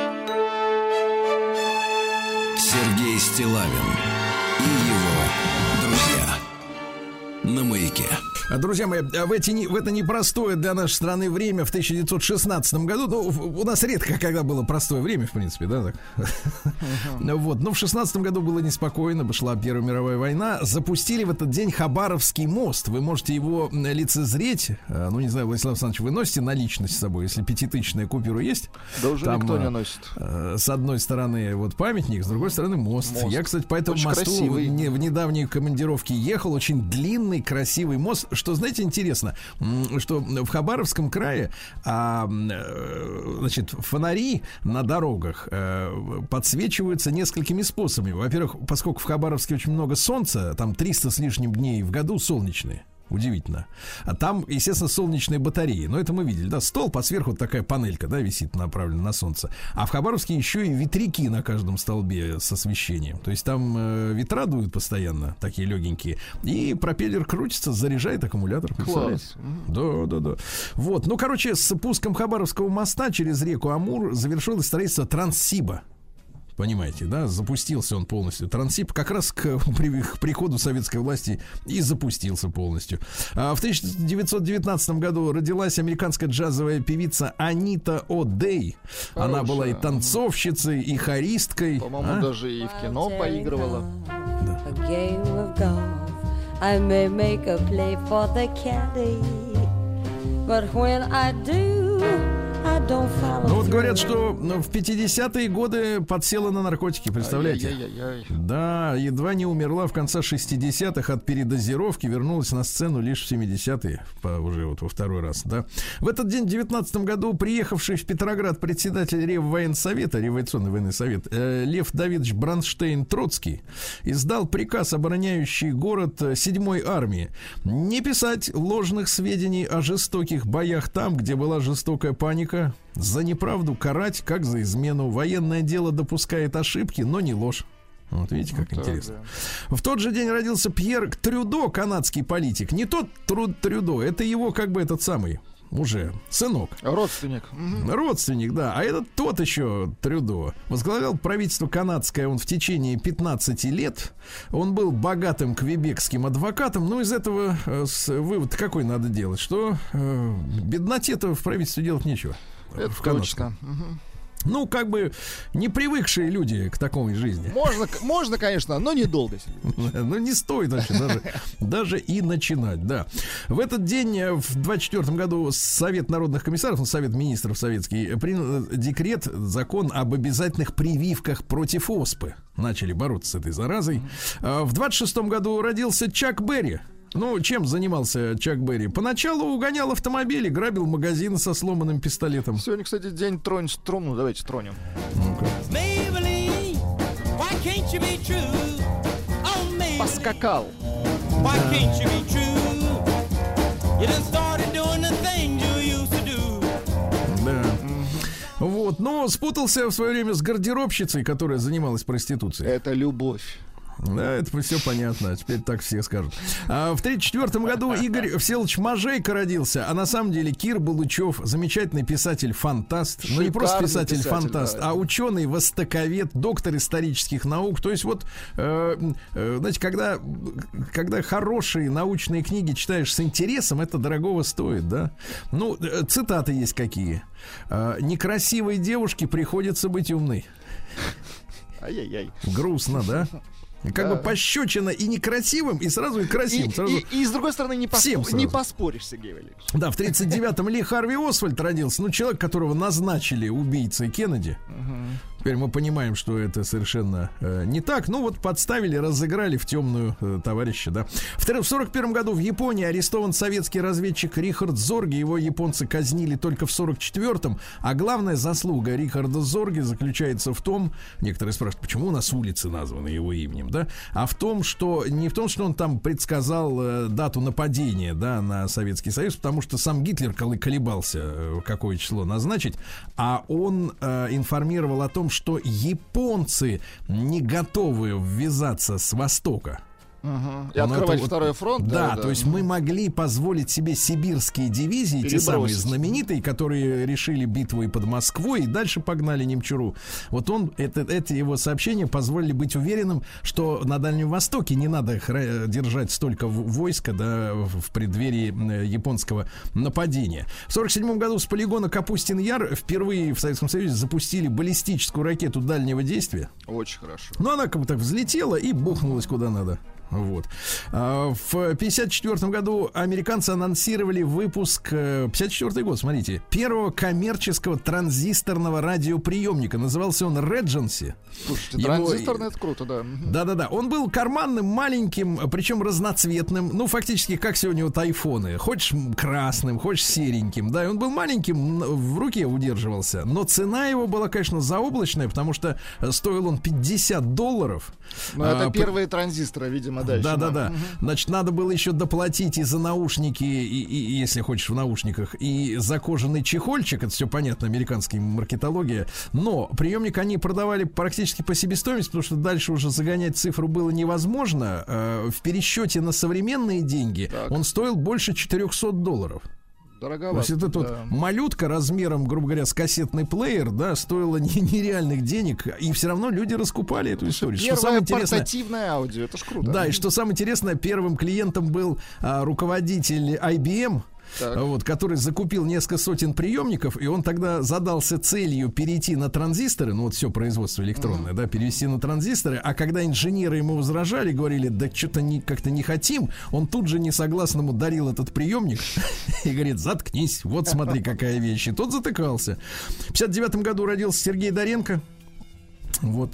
Сергей Стиллавин и его друзья на Маяке. Друзья мои, в, эти, в это непростое для нашей страны время в тысяча девятьсот шестнадцатом году, ну, у нас редко когда было простое время, в принципе, да, так? Uh-huh. Вот, но в шестнадцатом году было неспокойно, шла Первая мировая война, запустили в этот день Хабаровский мост, вы можете его лицезреть, ну, не знаю, Владислав Александрович, вы носите наличность с собой, если пятитысячная купюра есть? Да уже там, никто не носит. С одной стороны вот памятник, с другой стороны мост. мост. Я, кстати, по этому очень мосту красивый. Не, в недавней командировке ехал, очень длинный, красивый мост. Что, знаете, интересно, что в Хабаровском крае а, значит, фонари на дорогах а, подсвечиваются несколькими способами. Во-первых, поскольку в Хабаровске очень много солнца, там триста с лишним дней в году солнечные. Удивительно. А там, естественно, солнечные батареи. Но это мы видели, да, столб, а сверху вот такая панелька, да, висит, направлена на солнце. А в Хабаровске еще и ветряки на каждом столбе с освещением. То есть там э, ветра дуют постоянно, такие легенькие. И пропеллер крутится, заряжает аккумулятор. Класс. Да, да, да. Вот, ну, короче, с пуском Хабаровского моста через реку Амур завершилось строительство Транссиба. Понимаете, да, запустился он полностью. Транссиб как раз к, к приходу советской власти и запустился полностью. А в тысяча девятьсот девятнадцатом году родилась американская джазовая певица Анита О'Дей. Она была и танцовщицей, и хористкой. По-моему, а? даже и в кино поигрывала. Да. Ну вот говорят, что в пятидесятые годы подсела на наркотики, представляете? Ай-яй-яй-яй. Да, едва не умерла в конце шестидесятых от передозировки, вернулась на сцену лишь в семидесятые, уже вот во второй раз, да. В этот день, в девятнадцатом году, приехавший в Петроград председатель Реввоенсовета, Революционный военный совет, э, Лев Давидович Бронштейн-Троцкий издал приказ, обороняющий город седьмой армии, не писать ложных сведений о жестоких боях там, где была жестокая паника. За неправду карать, как за измену. Военное дело допускает ошибки, но не ложь. Вот видите, как ну, интересно. Да. В тот же день родился Пьер Трюдо, канадский политик. Не тот Труд Трюдо, это его как бы этот самый уже сынок. Родственник. Родственник, да. А этот тот еще Трюдо. Возглавлял правительство канадское он в течение пятнадцати лет. Он был богатым квебекским адвокатом. Но из этого э, с, вывод какой надо делать? Что э, бедноте-то в правительстве делать нечего. Это в точно. Ну, как бы не привыкшие люди к такой жизни. Можно, можно, конечно, но недолго. Ну, не стоит вообще даже, даже и начинать, да. В этот день, в двадцать четвёртом году, Совет народных комиссаров, ну, Совет министров советский, принял декрет, закон об обязательных прививках против оспы. Начали бороться с этой заразой. В двадцать шестом году родился Чак Берри. Ну, чем занимался Чак Берри? Поначалу угонял автомобили, грабил магазины со сломанным пистолетом. Сегодня, кстати, день тронь струну. Давайте тронем. Ну-ка. Поскакал. Да. Вот, но спутался в свое время с гардеробщицей, которая занималась проституцией. Это любовь. Да, это все понятно, теперь так все скажут. А в тридцать четвёртом году Игорь Всеволодович Можейко родился. А на самом деле Кир Булычев, замечательный писатель-фантаст. Ну не просто писатель-фантаст, да, а ученый-востоковед, доктор исторических наук. То есть вот, э, э, знаете, когда, когда хорошие научные книги читаешь с интересом, это дорогого стоит, да? Ну, цитаты есть какие. «Некрасивой девушке приходится быть умной». Ай-яй-яй. Грустно, да? Как да. бы пощечина и некрасивым, и сразу и красивым. И, сразу... и, и с другой стороны, не, поспор... не поспоришь, Сергей Валерьевич. Да, в тридцать девятом Ли Харви Освальд родился. Ну, человек, которого назначили убийцей Кеннеди. Угу. Теперь мы понимаем, что это совершенно э, не так. Ну, вот подставили, разыграли в темную э, товарища, да. В сорок первом году в Японии арестован советский разведчик Рихард Зорге. Его японцы казнили только в сорок четвёртом. А главная заслуга Рихарда Зорге заключается в том, некоторые спрашивают, почему у нас улицы названы его именем, да, а в том, что не в том, что он там предсказал э, дату нападения, да, на Советский Союз, потому что сам Гитлер колебался, э, какое число назначить, а он э, информировал о том, что японцы не готовы ввязаться с Востока. Угу. И открывать вот, второй фронт. Да, да, да, то есть мы могли позволить себе сибирские дивизии, те самые знаменитые, которые решили битву и под Москвой, и дальше погнали немчуру. Вот он, это, эти его сообщения позволили быть уверенным, что на Дальнем Востоке не надо хра- держать столько войска, да, в преддверии японского нападения. В сорок седьмом году с полигона Капустин-Яр впервые в Советском Союзе запустили баллистическую ракету дальнего действия. Очень хорошо. Но она как бы так взлетела и бухнулась куда надо. Вот. В пятьдесят четвёртом году американцы анонсировали выпуск, пятьдесят четвёртый год, смотрите, первого коммерческого транзисторного радиоприемника. Назывался он Regency. Слушайте, Его... транзисторный — это круто, да. Да-да-да. Он был карманным, маленьким, причем разноцветным. Ну, фактически, как сегодня вот айфоны. Хочешь красным, хочешь сереньким. Да, и он был маленьким, в руке удерживался. Но цена его была, конечно, заоблачная, потому что стоил он пятьдесят долларов. Ну, это а, первые по... транзисторы, видимо. Да, да, да. Угу. Значит, надо было еще доплатить и за наушники, и, и, если хочешь, в наушниках, и за кожаный чехольчик. Это все понятно, американская маркетология. Но приемник они продавали практически по себестоимости, потому что дальше уже загонять цифру было невозможно. В пересчете на современные деньги так. он стоил больше четыреста долларов. Дороговато. То есть это да. вот малютка размером, грубо говоря, с кассетный плеер, да, стоила нереальных денег, и все равно люди раскупали эту историю. Первое что самое интересное, портативное аудио, это ж круто. Да, и что самое интересное, первым клиентом был а, руководитель ай би эм, вот, который закупил несколько сотен приемников, и он тогда задался целью перейти на транзисторы, ну вот все производство электронное, uh-huh. да, перевести на транзисторы, а когда инженеры ему возражали, говорили, да что-то не, как-то не хотим, он тут же несогласному дарил этот приемник и говорит, заткнись, вот смотри, какая вещь, и тот затыкался. В пятьдесят девятом году родился Сергей Доренко, вот.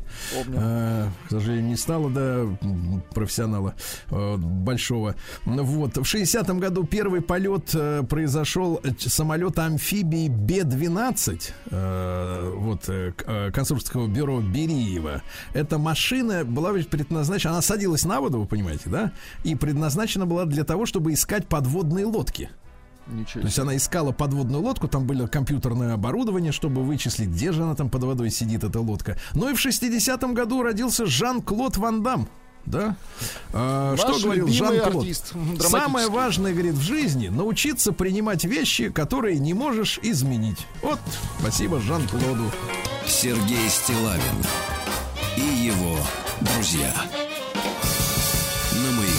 А, к сожалению, не стало, да, профессионала а, большого. Вот. В шестидесятом году первый полет а, произошел самолета амфибии Б двенадцать а, вот, а, конструкторского бюро Бериева. Эта машина была предназначена, она садилась на воду, вы понимаете, да, и предназначена была для того, чтобы искать подводные лодки. Ничего. То есть она искала подводную лодку, там было компьютерное оборудование, чтобы вычислить, где же она там под водой сидит, эта лодка. Ну и в шестидесятом году родился Жан-Клод Ван Дамм. Да? А, что говорил Жан-Клод? Самое важное, говорит, в жизни — научиться принимать вещи, которые не можешь изменить. Вот, спасибо Жан-Клоду. Сергей Стиллавин и его друзья. На Маяке.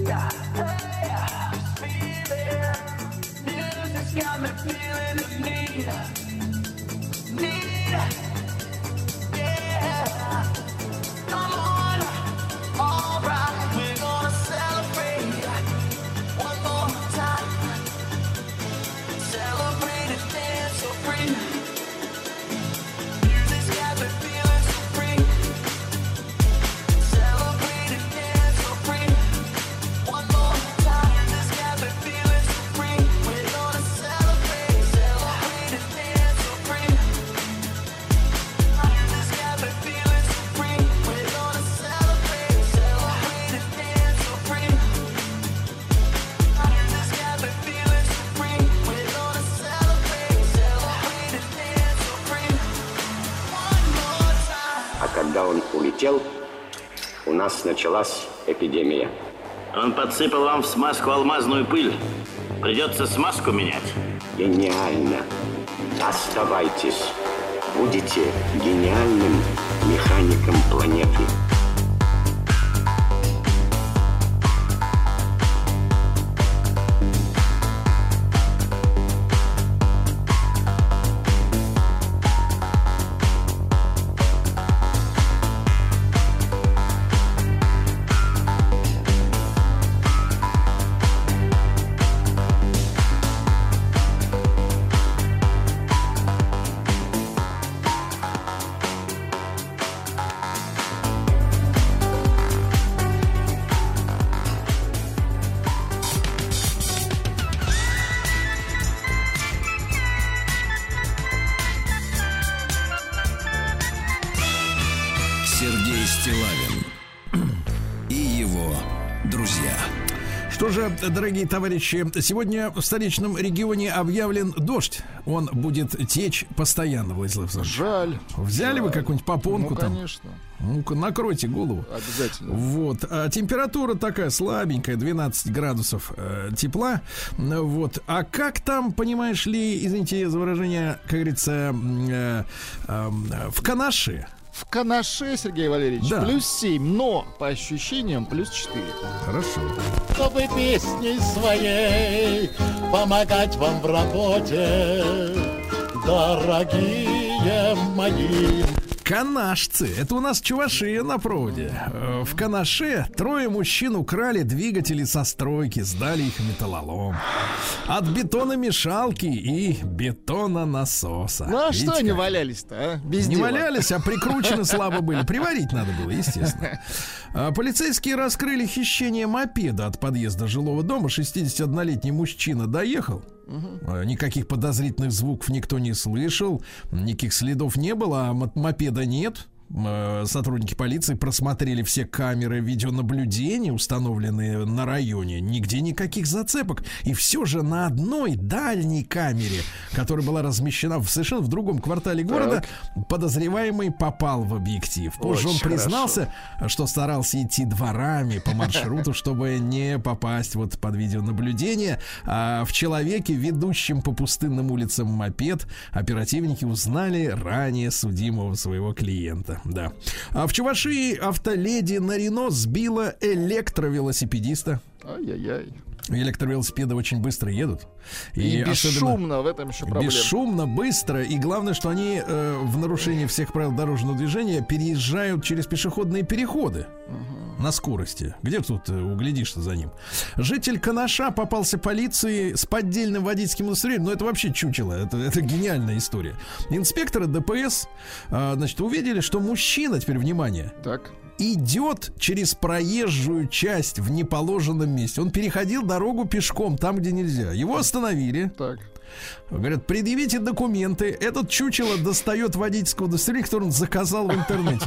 У нас началась эпидемия. Он подсыпал вам в смазку алмазную пыль. Придется смазку менять. Гениально. Оставайтесь. Будете гениальным механиком планеты. Сергей Стиллавин и его друзья. Что же, дорогие товарищи, сегодня в столичном регионе объявлен дождь. Он будет течь постоянно, Владислав Александрович. Жаль. Взяли жаль. вы какую-нибудь попонку ну, там? конечно. Ну-ка, накройте голову. Обязательно. Вот. А температура такая слабенькая, двенадцать градусов э, тепла. Вот. А как там, понимаешь ли, извините за выражение, как говорится, э, э, в Канаше? В Канаше, Сергей Валерьевич, да. плюс семь, но по ощущениям плюс четыре. Хорошо. Чтобы песней своей помогать вам в работе, дорогие мои. Канашцы. Это у нас чувашия на проводе. В Канаше трое мужчин украли двигатели со стройки, сдали их металлолом. От бетономешалки и бетононасоса. Ну а Видите, что они как? валялись-то, а? Без Не дела. валялись, а прикручены слабо были. Приварить надо было, естественно. Полицейские раскрыли хищение мопеда от подъезда жилого дома. шестидесятиоднолетний мужчина доехал. Угу. Никаких подозрительных звуков никто не слышал, никаких следов не было, а мопеда нет. Сотрудники полиции просмотрели все камеры видеонаблюдения, установленные на районе. Нигде никаких зацепок. И все же на одной дальней камере, которая была размещена в совершенно в другом квартале города, так. подозреваемый попал в объектив. Позже Очень он признался, хорошо. что старался идти дворами по маршруту, чтобы не попасть вот под видеонаблюдение. А в человеке, ведущем по пустынным улицам мопед, оперативники узнали ранее судимого своего клиента. Да. А в Чувашии автоледи на Рено сбила электровелосипедиста. Ай-яй-яй. Электровелосипеды очень быстро едут. И, и бесшумно, в этом еще проблема. Бесшумно, быстро. И главное, что они э, в нарушении всех правил дорожного движения переезжают через пешеходные переходы. Угу. На скорости. Где тут углядишься за ним? Житель Канаша попался полиции с поддельным водительским удостоверением. Но это вообще чучело. Это, это гениальная история. Инспекторы ДПС э, значит, увидели, что мужчина, теперь внимание, так. идет через проезжую часть в неположенном месте. Он переходил дорогу пешком там, где нельзя. Его остановили. Так. Говорят, предъявите документы. Этот чучело достает водительское удостоверение, которое он заказал в интернете.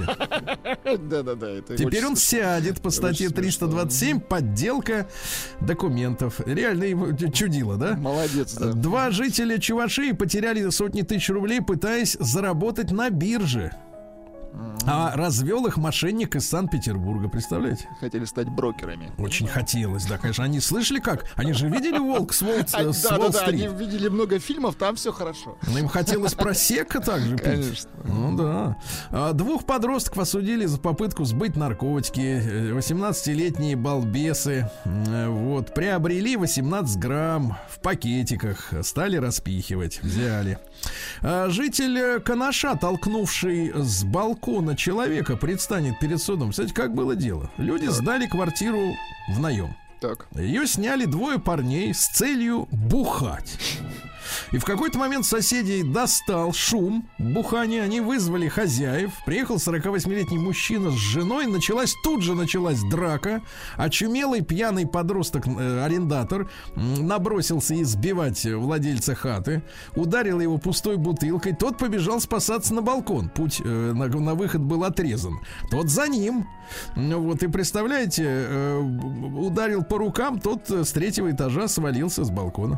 Да-да-да. Теперь он сядет по статье триста двадцать семь подделка документов. Реально чудило, да? Молодец, да. Два жителя Чувашии потеряли сотни тысяч рублей, пытаясь заработать на бирже. А развел их мошенник из Санкт-Петербурга, представляете? Хотели стать брокерами. Очень хотелось, да, конечно. Они слышали как? Они же видели «Волк с Уолл-стрит». Да, да, да, они видели много фильмов, там все хорошо. Но им хотелось просекко также пить. Конечно. Ну да. А, двух подростков осудили за попытку сбыть наркотики. восемнадцатилетние балбесы. Вот. Приобрели восемнадцать грамм в пакетиках. Стали распихивать. Взяли. А, житель Канаша, толкнувший с балкона человека, предстанет перед судом. Кстати, как было дело? Люди сдали квартиру в наем. Так. Ее сняли двое парней с целью бухать. И в какой-то момент соседей достал шум бухания. Они вызвали хозяев. Приехал сорокавосьмилетний мужчина с женой. Началась, тут же началась драка. Очумелый пьяный подросток, э, арендатор, э, набросился избивать владельца хаты. Ударил его пустой бутылкой. Тот побежал спасаться на балкон. Путь э, на, на выход был отрезан. Тот за ним. Ну вот, и представляете, э, ударил по рукам. Тот с третьего этажа свалился с балкона.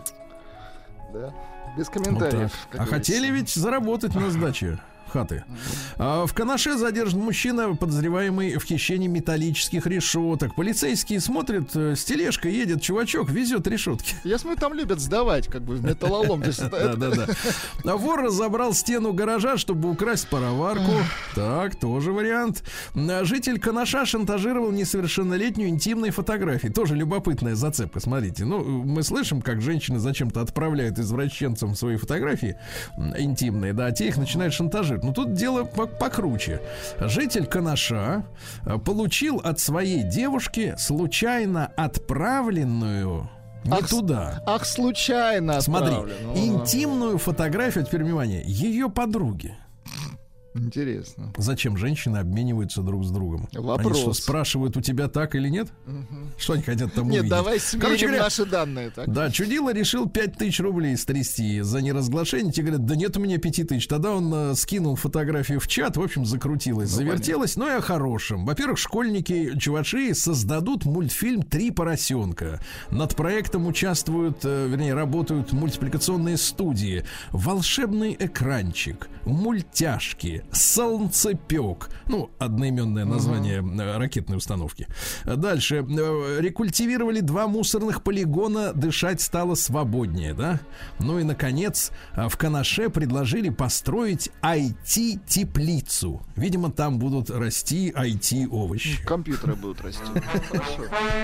Да. Без комментариев. Вот а хотели ведь заработать на сдаче хаты. А в Канаше задержан мужчина, подозреваемый в хищении металлических решеток. Полицейские смотрят, с тележкой едет чувачок, везет решетки. Я смотрю, там любят сдавать, как бы, в металлолом. Да, да, да. Вор разобрал стену гаража, чтобы украсть пароварку. Так, тоже вариант. Житель Канаша шантажировал несовершеннолетнюю интимной фотографией. Тоже любопытная зацепка, смотрите. Ну, мы слышим, как женщины зачем-то отправляют извращенцам свои фотографии интимные, да, а те их начинают шантажировать. Но тут дело покруче. Житель Канаша получил от своей девушки случайно отправленную не ах, туда. Ах, случайно. Смотри, интимную фотографию, теперь внимание, ее подруги. Интересно. Зачем женщины обмениваются друг с другом? Вопрос. Они что, спрашивают у тебя так или нет? Угу. Что они хотят там нет, увидеть? Нет, давай сменим наши данные. Так? Да, чудило решил пять тысяч рублей стрясти за неразглашение. Те говорят, да нет у меня пяти тысяч. Тогда он э, скинул фотографию в чат. В общем, закрутилось, ну, завертелось. Понятно. Но и о хорошем. Во-первых, школьники, чуваши создадут мультфильм «Три поросенка». Над проектом участвуют, э, вернее, работают мультипликационные студии. Волшебный экранчик, мультяшки, солнцепек. Ну, одноименное название uh-huh. ракетной установки. Дальше. Рекультивировали два мусорных полигона. Дышать стало свободнее, да? Ну и, наконец, в Канаше предложили построить ай ти-теплицу. Видимо, там будут расти ай ти-овощи. Компьютеры будут расти. Хорошо.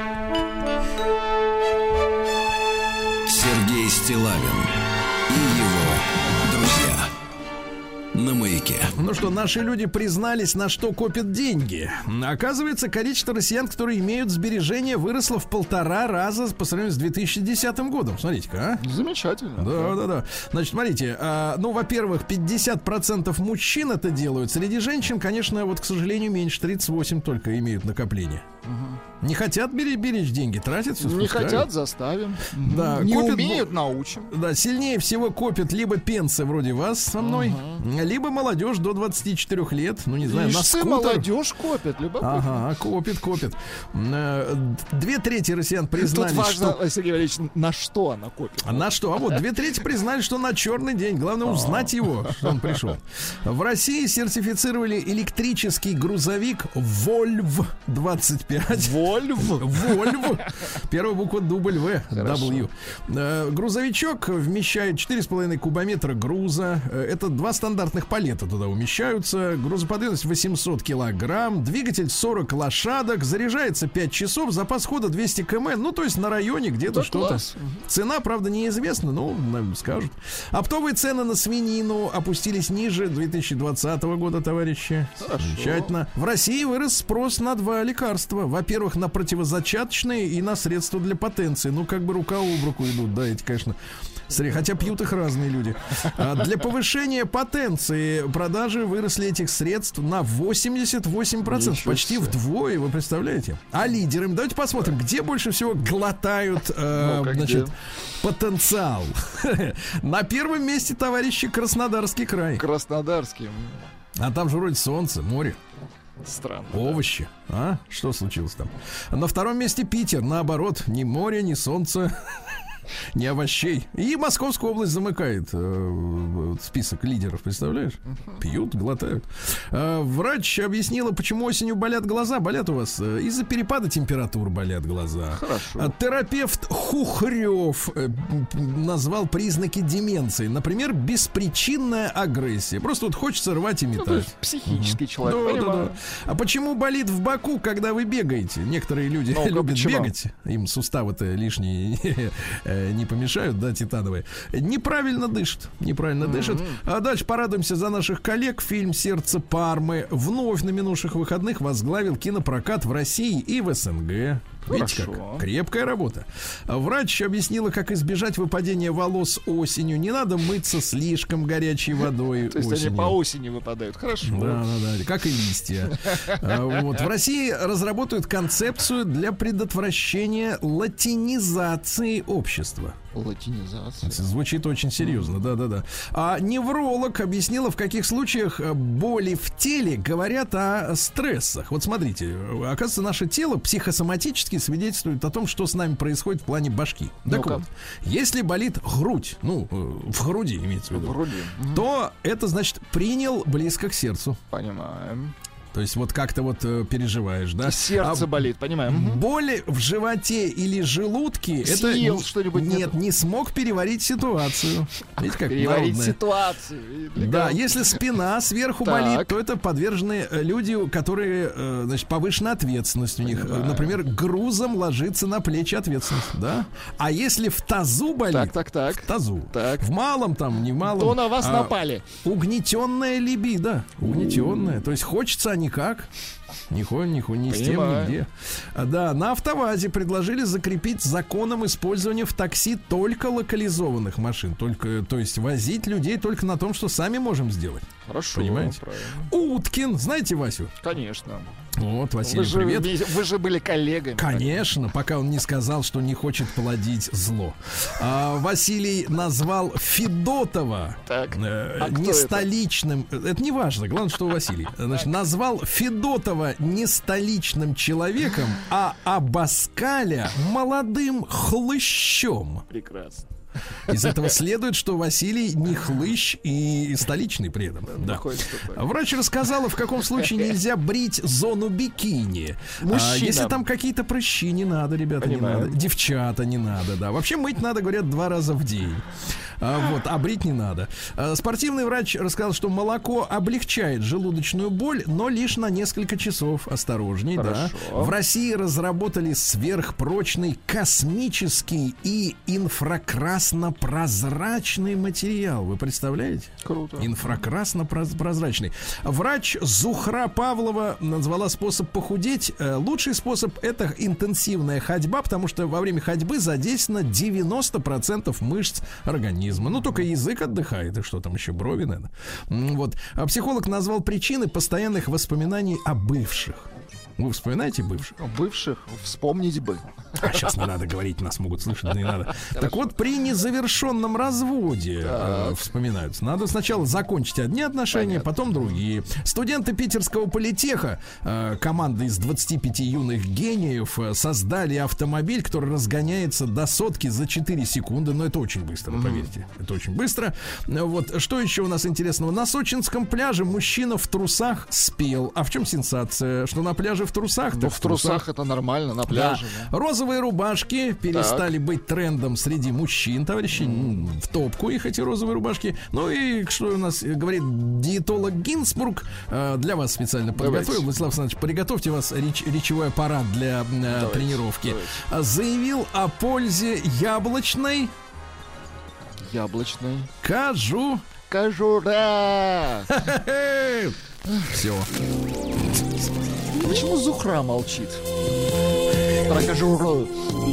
Сергей Стиллавин и его друзья. На Маяке. Ну что, наши люди признались, на что копят деньги. Оказывается, количество россиян, которые имеют сбережения, выросло в полтора раза по сравнению с две тысячи десятым годом. Смотрите-ка, а? Замечательно. Да, да, да. Значит, смотрите, а, ну, во-первых, пятьдесят процентов мужчин это делают. Среди женщин, конечно, вот, к сожалению, меньше, тридцать восемь только имеют накопление. Угу. Не хотят беречь, беречь деньги, тратят все. Не спускают. Хотят, заставим. Да, не копят, умеют, научим. Да, сильнее всего копят либо пенсы вроде вас со мной, угу. либо молодежь до двадцати четырёх лет. Ну, не знаю, Ишь на скутер. молодежь копит, любопытно. Ага, копит, копит. Две трети россиян признались, тут важно, что... Сергей Валерьевич, на что она копит. А на что? А вот две трети признали, что на черный день. Главное узнать его, что он пришел. В России сертифицировали электрический грузовик Вольв двадцать пять. Вольв? Вольв. Первая буква дубль В. W. Грузовичок вмещает четыре с половиной кубометра груза. Это два стандартных палета туда умещаются. Грузоподъемность восемьсот килограмм. Двигатель сорок лошадок. Заряжается пять часов. Запас хода двести километров. Ну, то есть на районе где-то да, что-то. Класс. Цена, правда, неизвестна, но скажут. Оптовые цены на свинину опустились ниже две тысячи двадцатого года, товарищи. Хорошо. Замечательно. В России вырос спрос на два лекарства. Во-первых, на противозачаточные и на средства для потенции. Ну, как бы рука об руку идут, да, эти, конечно... Хотя пьют их разные люди. А для повышения потенции продажи выросли этих средств на восемьдесят восемь процентов. Почти вдвое, вы представляете? А лидерами, давайте посмотрим, где больше всего глотают э, ну, значит, потенциал. На первом месте, товарищи, Краснодарский край. Краснодарский. А там же вроде солнце, море. Странно. Овощи. Да? А? Что случилось там? На втором месте Питер. Наоборот, ни море, ни солнце. не овощей. И Московская область замыкает э, список лидеров, представляешь? Пьют, глотают. Э, врач объяснила, почему осенью болят глаза. Болят у вас э, из-за перепада температур болят глаза. Хорошо. А терапевт Хухрев э, назвал признаки деменции. Например, беспричинная агрессия. Просто вот хочется рвать и метать. Ну, то есть психический человек, Да, понимаю. да, да. А почему болит в боку, когда вы бегаете? Некоторые люди Ну-ка, любят почему? бегать. Им суставы-то лишние не помешают, да, титановые. Неправильно дышат. Неправильно дышат. А дальше порадуемся за наших коллег. Фильм «Сердце Пармы» вновь на минувших выходных возглавил кинопрокат в России и в СНГ. Видите, Хорошо. как крепкая работа. Врач объяснила, как избежать выпадения волос осенью. Не надо мыться слишком горячей водой. То есть осенью. они по осени выпадают. Хорошо. Да, да, да, как и листья. А, вот. В России разработают концепцию для предотвращения латинизации общества. Латинизация. Звучит очень серьезно, да-да-да. А невролог объяснила, в каких случаях боли в теле говорят о стрессах. Вот смотрите, оказывается, наше тело психосоматически свидетельствует о том, что с нами происходит в плане башки. Так Ну-ка. вот, если болит грудь, ну, в груди имеется в виду, Вроде. то это значит принял близко к сердцу. Понимаем. То есть вот как-то вот э, переживаешь, да? Сердце А болит, понимаем. боли в животе или желудке это Съел не- что-нибудь не нет, то. не смог переварить ситуацию. Видите, как Переварить народная. ситуацию. Да, если спина сверху Так. болит, то это подвержены э, люди, которые, э, значит, повышенная ответственность у них. Э, Например, грузом ложится на плечи ответственность, да? А если в тазу болит, Так, так, так. в тазу, Так. в малом там, не малом, То на вас а, напали. угнетенная либидо, угнетенная. То есть хочется, а никак. Ни хо, ни хо, ни с тем, Понимаю. нигде. А, Да, на АвтоВАЗе предложили закрепить законом использование в такси только локализованных машин. Только, то есть возить людей только на том, что сами можем сделать. Хорошо. Понимаете? Правильно. Уткин, знаете Васю? Конечно. Вот, Василий, Вы же, привет. вместе- вы же были коллегами. Конечно, пока он не сказал, что не хочет плодить зло. А, Василий назвал Федотова Так. э, А кто не это? столичным. Это не важно, главное, что Василий. Значит, назвал Федотова не столичным человеком, а Абаскаля молодым хлыщом. Прекрасно. Из этого следует, что Василий не хлыщ и столичный при этом. Да. Находится такое. Врач рассказала, в каком случае нельзя брить зону бикини. А, Мужчинам. если там какие-то прыщи, не надо, ребята, Понимаю. не надо. Девчата, не надо, да. Вообще мыть надо, говорят, два раза в день. А, вот, а брить не надо. А, спортивный врач рассказал, что молоко облегчает желудочную боль, но лишь на несколько часов. Осторожней, да. Хорошо. В России разработали сверхпрочный космический и инфракрасно-прозрачный материал. Вы представляете? Круто. Инфракрасно-прозрачный. Врач Зухра Павлова назвала способ похудеть. Э, Лучший способ — это интенсивная ходьба, потому что во время ходьбы задействовано девяносто процентов мышц организма. Ну, только язык отдыхает, и что там еще, брови, наверное. М, Вот. А психолог назвал причины постоянных воспоминаний о бывших. Вы вспоминаете бывших? Бывших вспомнить бы. А сейчас не надо говорить, нас могут слышать, да не надо. Так вот, при незавершенном разводе э, вспоминаются. Надо сначала закончить одни отношения, потом другие. Студенты Питерского политеха, э, команда из двадцати пяти юных гениев, э, создали автомобиль, который разгоняется до сотки за четыре секунды. Но это очень быстро, поверьте. Это очень быстро. Вот, что еще у нас интересного? На сочинском пляже мужчина в трусах спел. А в чем сенсация? Что на пляже в трусах? Ну, так в трусах это нормально, на пляже. Да. Розовые рубашки перестали быть трендом среди мужчин, товарищи. М, В топку их эти розовые рубашки. Ну и что у нас говорит диетолог Гинзбург, э, для вас специально Давайте. подготовил. Владислав Александрович, приготовьте у вас реч- речевой аппарат для э, тренировки. давайте. Заявил о пользе яблочной Яблочный. кажу. Кожура. Все. Почему Зухра молчит? Про кожуру.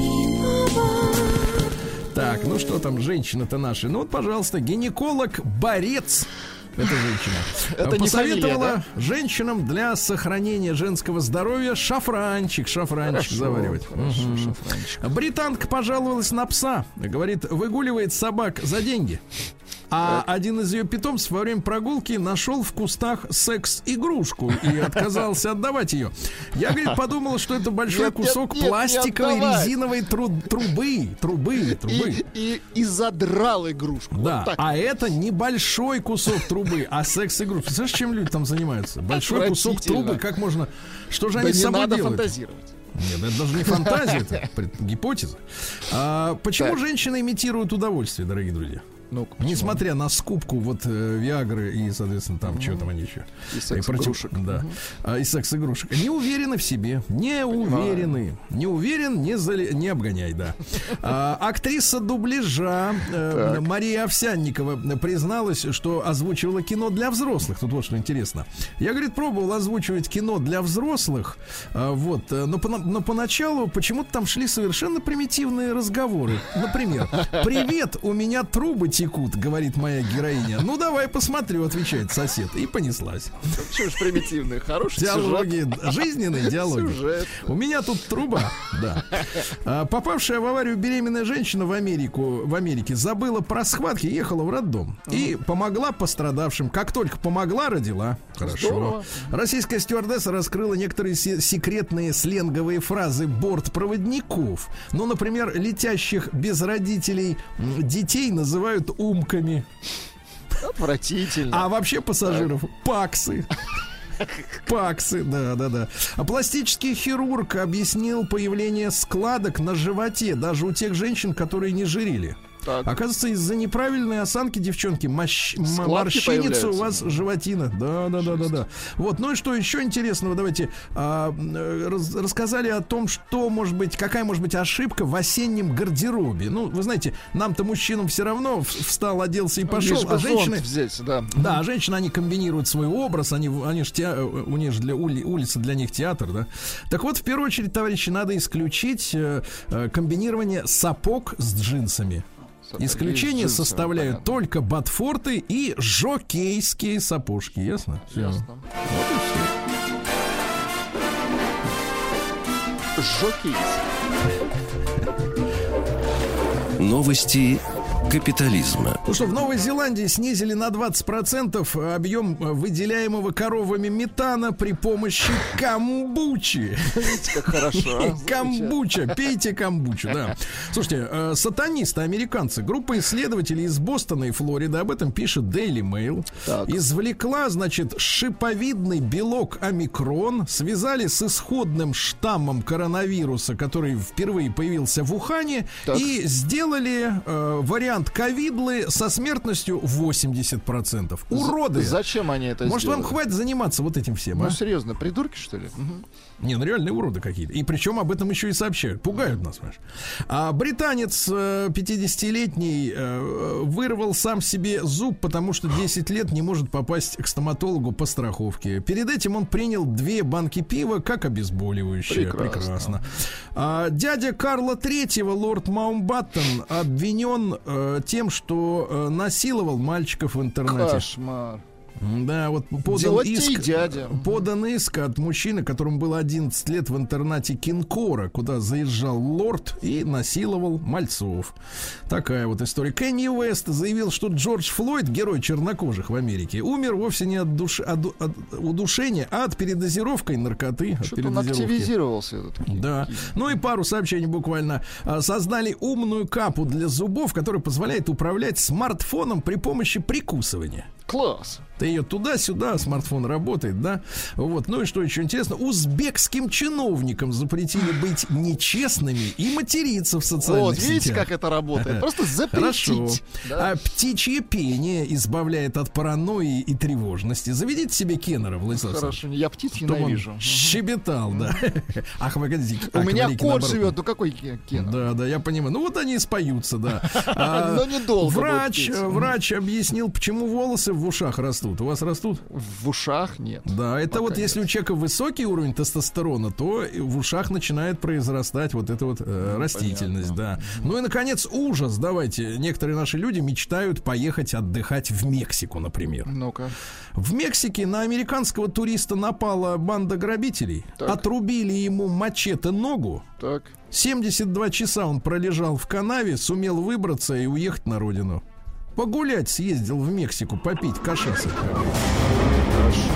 Так, ну что там, женщина-то наша? Ну вот, пожалуйста, гинеколог-борец. Это женщина. Это не Посоветовала фамилия, женщинам для сохранения женского здоровья шафранчик, шафранчик Хорошо, заваривать. хорошо, Мгм. шафранчик. Британка пожаловалась на пса. Говорит, выгуливает собак за деньги. А один из ее питомцев во время прогулки нашел в кустах секс-игрушку и отказался отдавать ее. Я, говорит, подумал, что это большой Нет, кусок нет, нет, пластиковой не отдавай. резиновой тру- трубы. Трубы, трубы. И, и, и задрал игрушку. Да, Вот так. а это небольшой кусок трубы, а секс-игрушка. Представляешь, чем люди там занимаются? Большой кусок трубы, как можно... Что же Да они не с собой надо делают? фантазировать. Нет, это даже не фантазия, это пред- гипотеза. А, почему Так. женщины имитируют удовольствие, дорогие друзья? Ну, Несмотря на скупку вот э, Виагры и, соответственно, там mm-hmm. что там они еще. И секс-игрушек. Да. Mm-hmm. А, и секс-игрушек. Не уверены в себе. Не уверены. Не уверен, не, зали... не обгоняй, да. А, актриса дубляжа э, Мария Овсянникова призналась, что озвучивала кино для взрослых. Тут вот что интересно. Я, говорит, пробовал озвучивать кино для взрослых. А, вот, но, по, но поначалу почему-то там шли совершенно примитивные разговоры. Например, «Привет, у меня трубы текут», говорит моя героиня. «Ну, давай посмотрю», отвечает сосед. И понеслась. Чего ж примитивные, хорошие диалоги, сюжет. жизненные диалоги. Сюжет. У меня тут труба. Да. А, попавшая в аварию беременная женщина в Америку, в Америке забыла про схватки, ехала в роддом и помогла пострадавшим. Как только помогла, родила. Хорошо. Здорово. Российская стюардесса раскрыла некоторые се- секретные сленговые фразы бортпроводников. Ну, например, летящих без родителей м, детей называют умками. Отвратительно. А вообще пассажиров паксы. Паксы, да, да, да. А пластический хирург объяснил появление складок на животе даже у тех женщин, которые не жирили. Так. Оказывается, из-за неправильной осанки, девчонки, мощ... морщинится появляются. у вас животина. Да, да, да, да, да. Вот, ну и что еще интересного? Давайте а, раз, рассказали о том, что может быть, какая может быть ошибка в осеннем гардеробе. Ну, вы знаете, нам-то мужчинам все равно встал, оделся и пошел, Лишь бы а женщины. зонт взять, да. Да, женщины, они комбинируют свой образ, они, они ж те, у них же для ули, улица для них театр, да. Так вот, в первую очередь, товарищи, надо исключить э, э, комбинирование сапог с джинсами. Исключение джинсы, составляют понятно. только ботфорты и жокейские сапожки, ясно? Всё. Ясно. Жокей. Новости капитализма. Ну что, в Новой Зеландии снизили на двадцать процентов объем выделяемого коровами метана при помощи камбучи. Видите, как хорошо. Камбуча, пейте камбучу, да. Слушайте, э, сатанисты, американцы, группа исследователей из Бостона и Флориды, об этом пишет Daily Mail, Так. извлекла, значит, шиповидный белок омикрон, связали с исходным штаммом коронавируса, который впервые появился в Ухане, Так. и сделали э, вариант ковидлы со смертностью восемьдесят процентов. Уроды! Зачем они это Может, сделали? вам хватит заниматься вот этим всем, Ну, а? серьезно, придурки, что ли? Мгм. Не, ну реальные уроды какие-то. И причем об этом еще и сообщают. Пугают нас, понимаешь. А британец э, пятидесятилетний э, вырвал сам себе зуб, потому что десять лет не может попасть к стоматологу по страховке. Перед этим он принял две банки пива как обезболивающее. Прекрасно. Прекрасно. А, дядя Карла третьего, лорд Маунтбаттен, обвинен э, тем, что э, насиловал мальчиков в интернете. Кошмар. Да, вот подан Делать-те иск, и дядя. подан иск от мужчины, которому было одиннадцать лет в интернате Кинкора, куда заезжал лорд и насиловал мальцов. Такая вот история. Кенни Уэст заявил, что Джордж Флойд, герой чернокожих в Америке, умер вовсе не от, душ... от... от удушения, а от передозировки наркоты. От Что-то он передозировки. активизировался. Этот. Да. Ну и пару сообщений буквально. А, Создали умную капу для зубов, которая позволяет управлять смартфоном при помощи прикусывания. Класс. Ты ее туда-сюда, смартфон работает, да? Вот. Ну и что еще интересно? Узбекским чиновникам запретили быть нечестными и материться в социальных Вот, сетях. видите, как это работает? Просто запретить. Хорошо. Да? А птичье пение избавляет от паранойи и тревожности. Заведите себе Кеннера, Владислав Хорошо, я птиц Чтобы ненавижу. он щебетал, да. Ах, погодите. У ах, меня великий, кот наоборот. живет, ну какой Кен? Да, да, я понимаю. Ну вот они и споются, да. А, Но недолго Врач, будут петь. врач объяснил, почему волосы в ушах растут. У вас растут? В ушах нет. Да, это Пока вот если нет. у человека высокий уровень тестостерона, то в ушах начинает произрастать вот эта вот э, растительность, да. Ну и, наконец, ужас. Давайте. Некоторые наши люди мечтают поехать отдыхать в Мексику, например. Ну-ка. В Мексике на американского туриста напала банда грабителей. Так. Отрубили ему мачете ногу. Так. семьдесят два часа он пролежал в канаве, сумел выбраться и уехать на родину. погулять съездил в Мексику, попить кашицы. Хорошо.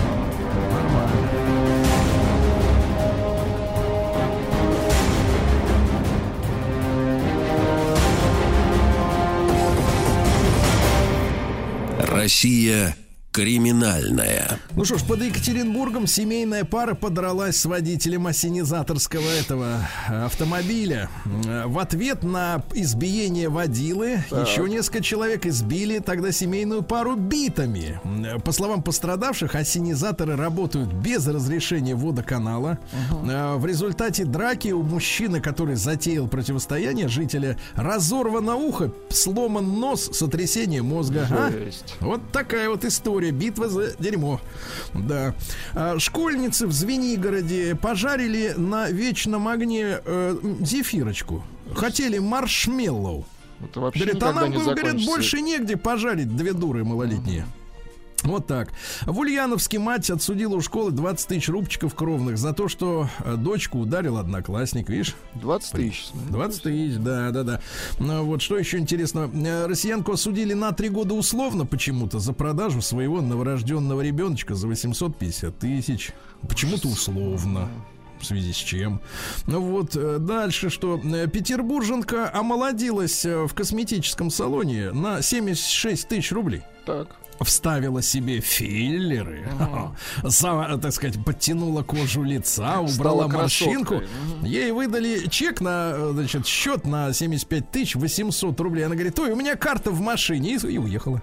Россия криминальная. Ну что ж, под Екатеринбургом семейная пара подралась с водителем ассенизаторского этого автомобиля. В ответ на избиение водилы так. еще несколько человек избили тогда семейную пару битами. По словам пострадавших, ассенизаторы работают без разрешения водоканала. Угу. В результате драки у мужчины, который затеял противостояние, жителя разорвано ухо, сломан нос, сотрясение мозга. А? Вот такая вот история. Битва за дерьмо. Да. А, школьницы в Звенигороде пожарили на вечном огне э, зефирочку. Хотели маршмеллоу. Это вообще говорит, а нам, говорят, закончится. больше негде пожарить, две дуры малолетние. Вот так. В Ульяновске мать отсудила у школы двадцать тысяч рубчиков кровных за то, что дочку ударил одноклассник, видишь? двадцать тысяч. двадцать тысяч, да, да, да. Ну, вот что еще интересно. Россиянку осудили на три года условно почему-то за продажу своего новорожденного ребеночка за восемьсот пятьдесят тысяч. Почему-то условно. В связи с чем? Ну вот, дальше что? Петербурженка омолодилась в косметическом салоне на семьдесят шесть тысяч рублей. Так. Вставила себе филлеры, uh-huh. за, так сказать, подтянула кожу лица, убрала морщинку. Uh-huh. Ей выдали чек на, значит, счет на семьдесят пять тысяч восемьсот рублей. Она говорит: ой, у меня карта в машине. И, и уехала.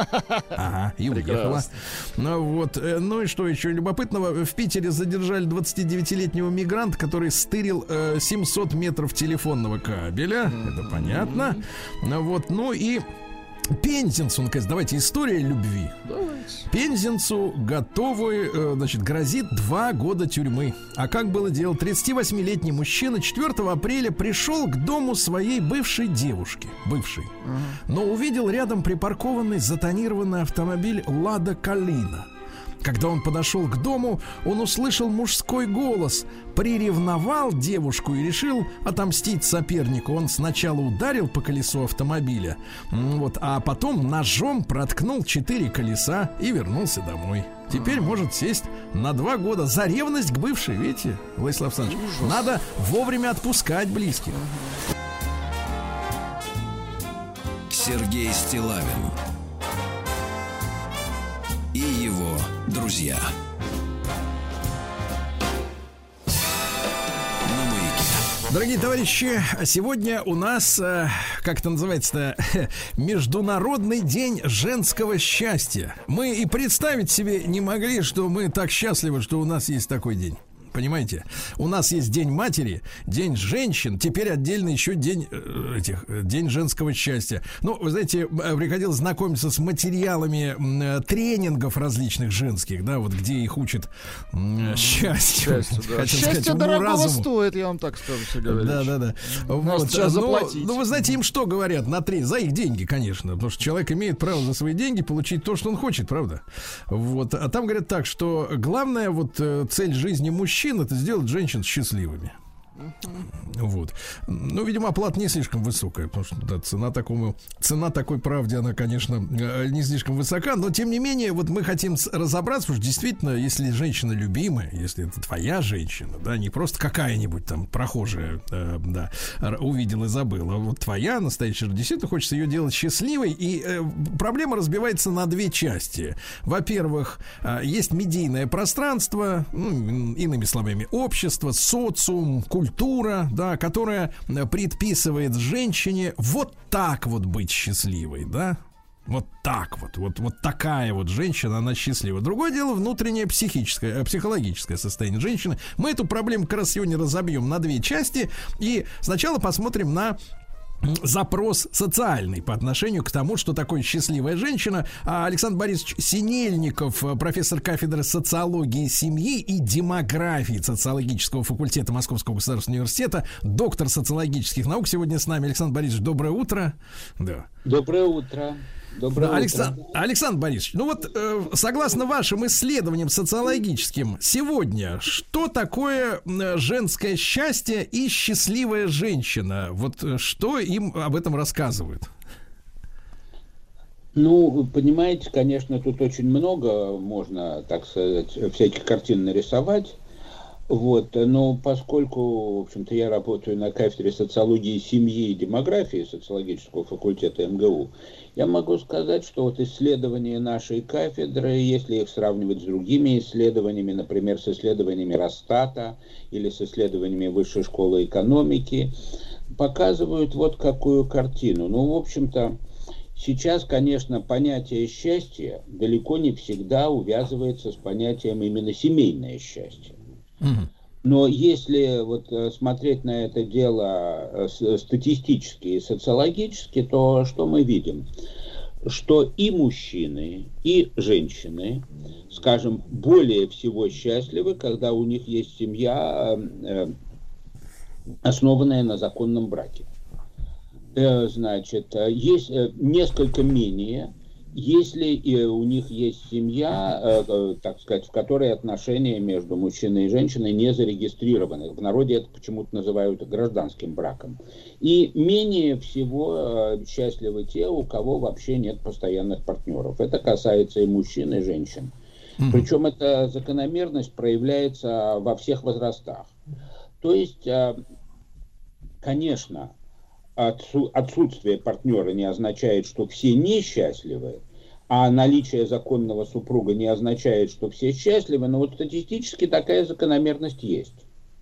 Ага, и уехала. Ну вот, ну и что еще любопытного? В Питере задержали двадцатидевятилетнего мигранта, который стырил э, семьсот метров телефонного кабеля. Uh-huh. Это понятно. Ну вот, ну и пензенцу, наконец, давайте, история любви. Давайте. Пензенцу готовы, э, значит, грозит два года тюрьмы. А как было дело? тридцативосьмилетний мужчина четвёртого апреля пришел к дому своей бывшей девушки, бывшей, uh-huh. но увидел рядом припаркованный затонированный автомобиль «Лада Калина». Когда он подошел к дому, он услышал мужской голос, приревновал девушку и решил отомстить сопернику. Он сначала ударил по колесу автомобиля, вот, а потом ножом проткнул четыре колеса и вернулся домой. Теперь может сесть на два года за ревность к бывшей. Видите, Владислав Александрович, надо вовремя отпускать близких. Сергей Стиллавин и его друзья. Дорогие товарищи, сегодня у нас, как это называется-то, Международный день женского счастья. Мы и представить себе не могли, что мы так счастливы, что у нас есть такой день. Понимаете? У нас есть День матери, День женщин, теперь отдельно еще день э, этих, День женского счастья. Ну, вы знаете, приходилось знакомиться с материалами э, тренингов различных женских, да, вот где их учат э, счастью. Счастье, да. Счастье дорогого стоит, я вам так скажу, Сергей. Да, да, да. Вот. Сейчас заплатить. Ну, вы знаете, им что говорят на тренинг? За их деньги, конечно, потому что человек имеет право за свои деньги получить то, что он хочет, правда? Вот. А там говорят так, что главная вот цель жизни мужчин — это сделать женщин счастливыми. Вот. Ну, видимо, оплата не слишком высокая, потому что да, цена такому, цена такой правде, она, конечно, не слишком высока, но тем не менее, вот мы хотим разобраться, потому что действительно, если женщина любимая, если это твоя женщина, да, не просто какая-нибудь там прохожая, э, да, увидела и забыла, а вот твоя настоящая, действительно хочется ее делать счастливой, и э, проблема разбивается на две части. Во-первых, э, есть медийное пространство, ну, иными словами, общество, социум, культура, Культура, да, которая предписывает женщине вот так вот быть счастливой, да, вот так вот, вот, вот такая вот женщина, она счастлива. Другое дело внутреннее психическое, психологическое состояние женщины. Мы эту проблему как раз сегодня разобьем на две части, и сначала посмотрим на запрос социальный по отношению к тому, что такое счастливая женщина. Александр Борисович Синельников, профессор кафедры социологии семьи и демографии социологического факультета Московского государственного университета, доктор социологических наук, сегодня с нами. Александр Борисович, доброе утро. Да. Доброе утро. Доброе да, утро. Александр, Александр Борисович, ну вот, э, согласно вашим исследованиям социологическим, сегодня что такое женское счастье и счастливая женщина? Вот что им об этом рассказывают? Ну, понимаете, конечно, тут очень много можно, так сказать, всяких картин нарисовать. Вот, но поскольку, в общем-то, я работаю на кафедре социологии семьи и демографии социологического факультета эм гэ у, я могу сказать, что вот исследования нашей кафедры, если их сравнивать с другими исследованиями, например, с исследованиями Росстата или с исследованиями Высшей школы экономики, показывают вот какую картину. Ну, в общем-то, сейчас, конечно, понятие счастья далеко не всегда увязывается с понятием именно семейное счастье. Но если вот смотреть на это дело статистически и социологически, то что мы видим? Что и мужчины, и женщины, скажем, более всего счастливы, когда у них есть семья, основанная на законном браке. Значит, есть несколько менее, если у них есть семья, так сказать, в которой отношения между мужчиной и женщиной не зарегистрированы. В народе это почему-то называют гражданским браком. И менее всего счастливы те, у кого вообще нет постоянных партнеров. Это касается и мужчин, и женщин. Mm-hmm. Причем эта закономерность проявляется во всех возрастах. То есть, конечно, отсутствие партнера не означает, что все несчастливы, а наличие законного супруга не означает, что все счастливы, но вот статистически такая закономерность есть.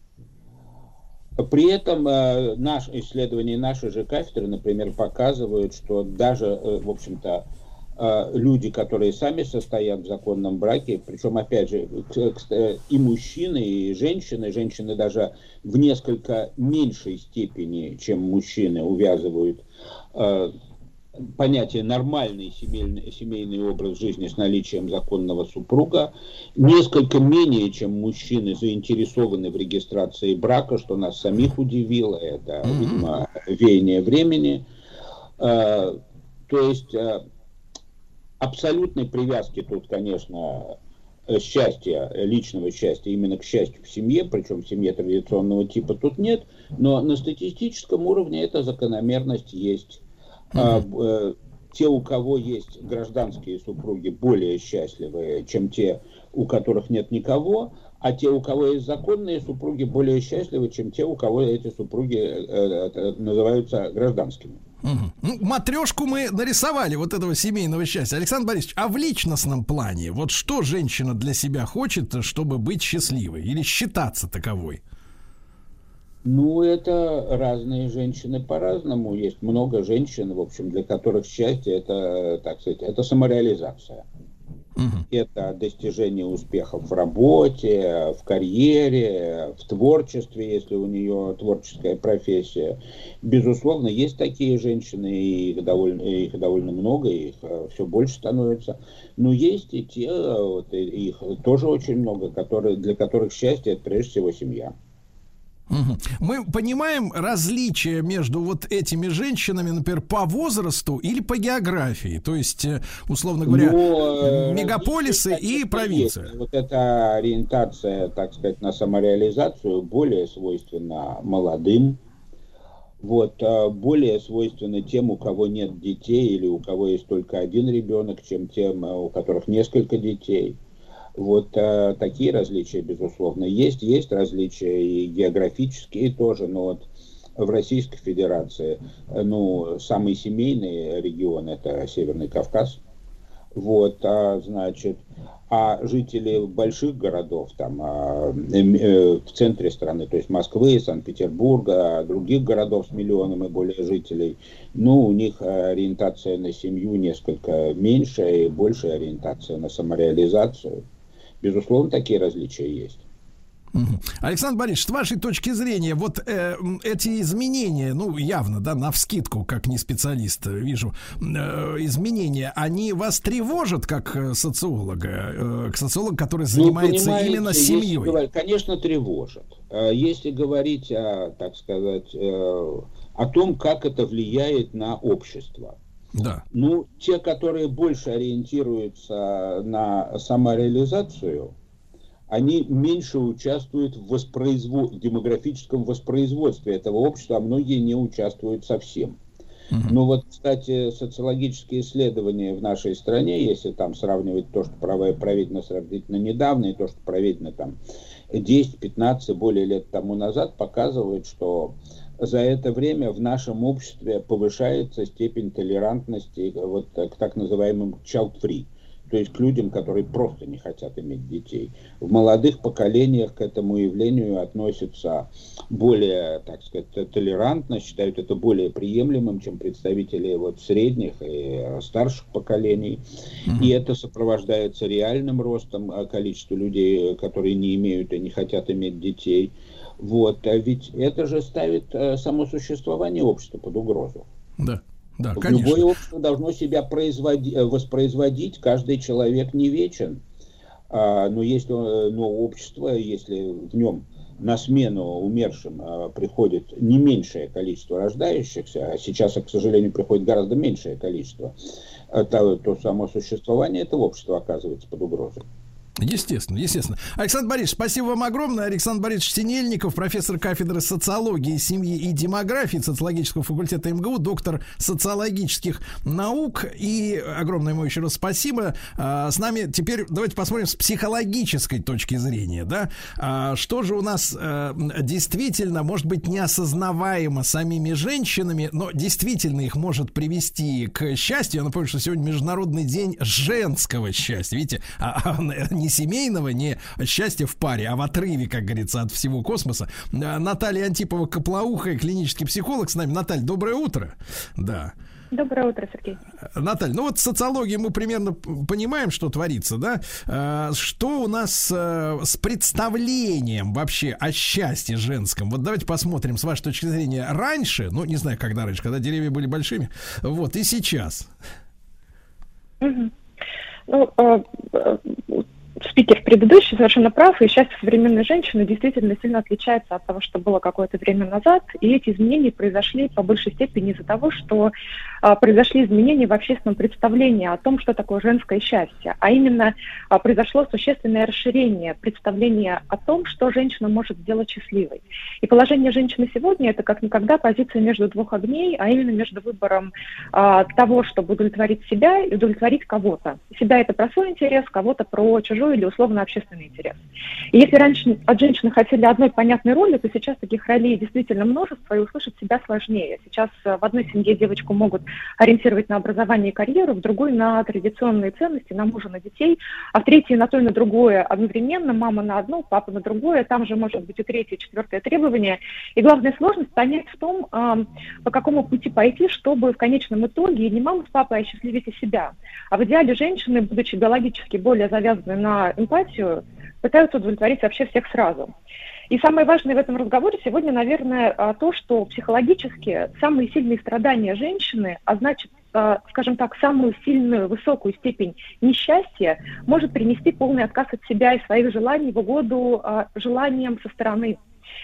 При этом наше исследование нашей же кафедры, например, показывают, что даже, в общем-то, люди, которые сами состоят в законном браке, причем, опять же, и мужчины, и женщины, женщины даже в несколько меньшей степени, чем мужчины, увязывают э, понятие нормальный семейный, семейный образ жизни с наличием законного супруга, несколько менее, чем мужчины, заинтересованы в регистрации брака, что нас самих удивило, это, mm-hmm. видимо, веяние времени. Э, то есть... Э, Абсолютной привязки тут, конечно, счастья, личного счастья именно к счастью в семье, причем в семье традиционного типа тут нет, но на статистическом уровне эта закономерность есть. Mm-hmm. Те, у кого есть гражданские супруги, более счастливы, чем те, у которых нет никого, а те, у кого есть законные супруги, более счастливы, чем те, у кого эти супруги э, называются гражданскими. Угу. Ну, матрешку мы нарисовали вот этого семейного счастья. Александр Борисович, а в личностном плане, вот что женщина для себя хочет, чтобы быть счастливой или считаться таковой? Ну, это разные женщины по-разному. Есть много женщин, в общем, для которых счастье это, так сказать, это самореализация. Uh-huh. Это достижение успехов в работе, в карьере, в творчестве, если у нее творческая профессия. Безусловно, есть такие женщины, и их довольно, их довольно много, их все больше становится. Но есть и те, вот, их тоже очень много, которые, для которых счастье это прежде всего семья. Мы понимаем различия между вот этими женщинами, например, по возрасту или по географии, то есть, условно говоря, Но, мегаполисы и провинция. Есть. Вот эта ориентация, так сказать, на самореализацию более свойственна молодым, вот, более свойственна тем, у кого нет детей или у кого есть только один ребенок, чем тем, у которых несколько детей. Вот а, такие различия, безусловно, есть. Есть различия и географические тоже, но вот в Российской Федерации, ну, самый семейный регион – это Северный Кавказ. Вот, а, значит, а жители больших городов, там, а, э, в центре страны, то есть Москвы, Санкт-Петербурга, других городов с миллионом и более жителей, ну, у них ориентация на семью несколько меньше и большая ориентация на самореализацию. Безусловно, такие различия есть. Александр Борисович, с вашей точки зрения, вот э, эти изменения, ну, явно, да, навскидку, как не специалист, вижу, э, изменения, они вас тревожат как социолога, э, социолог, который занимается ну, именно семьей? Говорить, конечно, тревожат. Если говорить, о, так сказать, о том, как это влияет на общество. Да. Ну, те, которые больше ориентируются на самореализацию, они меньше участвуют в, воспроизво... в демографическом воспроизводстве этого общества, а многие не участвуют совсем. Uh-huh. Ну вот, кстати, социологические исследования в нашей стране, если там сравнивать то, что проведено сравнительно недавно, и то, что проведено там десять, пятнадцать, более лет тому назад, показывают, что за это время в нашем обществе повышается степень толерантности вот к так называемым child-free, то есть к людям, которые просто не хотят иметь детей. В молодых поколениях к этому явлению относятся более, так сказать, толерантно, считают это более приемлемым, чем представители вот средних и старших поколений. Mm-hmm. И это сопровождается реальным ростом количества людей, которые не имеют и не хотят иметь детей. Вот. А ведь это же ставит само существование общества под угрозу. Да. Да, конечно. Любое общество должно себя воспроизводить, каждый человек не вечен. А, но если но общество, если в нем на смену умершим а, приходит не меньшее количество рождающихся, а сейчас, к сожалению, приходит гораздо меньшее количество, то, то само существование этого общества оказывается под угрозой. Естественно, естественно. Александр Борисович, спасибо вам огромное. Александр Борисович Синельников, профессор кафедры социологии, семьи и демографии социологического факультета эм гэ у, доктор социологических наук. И огромное ему еще раз спасибо. А, с нами теперь давайте посмотрим с психологической точки зрения, да, а, что же у нас а, действительно, может быть, неосознаваемо самими женщинами, но действительно их может привести к счастью. Я напомню, что сегодня Международный день женского счастья. Видите, а, а, не семейного, не счастья в паре, а в отрыве, как говорится, от всего космоса. Наталья Антипова-Коплоухая, клинический психолог с нами. Наталья, доброе утро. Да. Доброе утро, Сергей. Наталья, ну вот социология мы примерно понимаем, что творится, да? Что у нас с представлением вообще о счастье женском? Вот давайте посмотрим с вашей точки зрения раньше, ну не знаю, когда раньше, когда деревья были большими, вот, и сейчас. Угу. Ну, э, э, спикер предыдущий совершенно прав, и счастье современной женщины действительно сильно отличается от того, что было какое-то время назад, и эти изменения произошли по большей степени из-за того, что а, произошли изменения в общественном представлении о том, что такое женское счастье, а именно а, произошло существенное расширение представления о том, что женщина может сделать счастливой. И положение женщины сегодня — это как никогда позиция между двух огней, а именно между выбором а, того, чтобы удовлетворить себя и удовлетворить кого-то. Себя — это про свой интерес, кого-то про чужой или условно общественный интерес. И если раньше от женщины хотели одной понятной роли, то сейчас таких ролей действительно множество, и услышать себя сложнее. Сейчас в одной семье девочку могут ориентировать на образование и карьеру, в другой на традиционные ценности, на мужа, на детей, а в третьей на то и на другое одновременно, мама на одно, папа на другое, там же может быть и третье, и четвертое требование. И главная сложность понять в том, по какому пути пойти, чтобы в конечном итоге не мама с папой осчастливить себя, а в идеале женщины, будучи биологически более завязаны на эмпатию, пытаются удовлетворить вообще всех сразу. И самое важное в этом разговоре сегодня, наверное, то, что психологически самые сильные страдания женщины, а значит, скажем так, самую сильную, высокую степень несчастья может принести полный отказ от себя и своих желаний в угоду желаниям со стороны.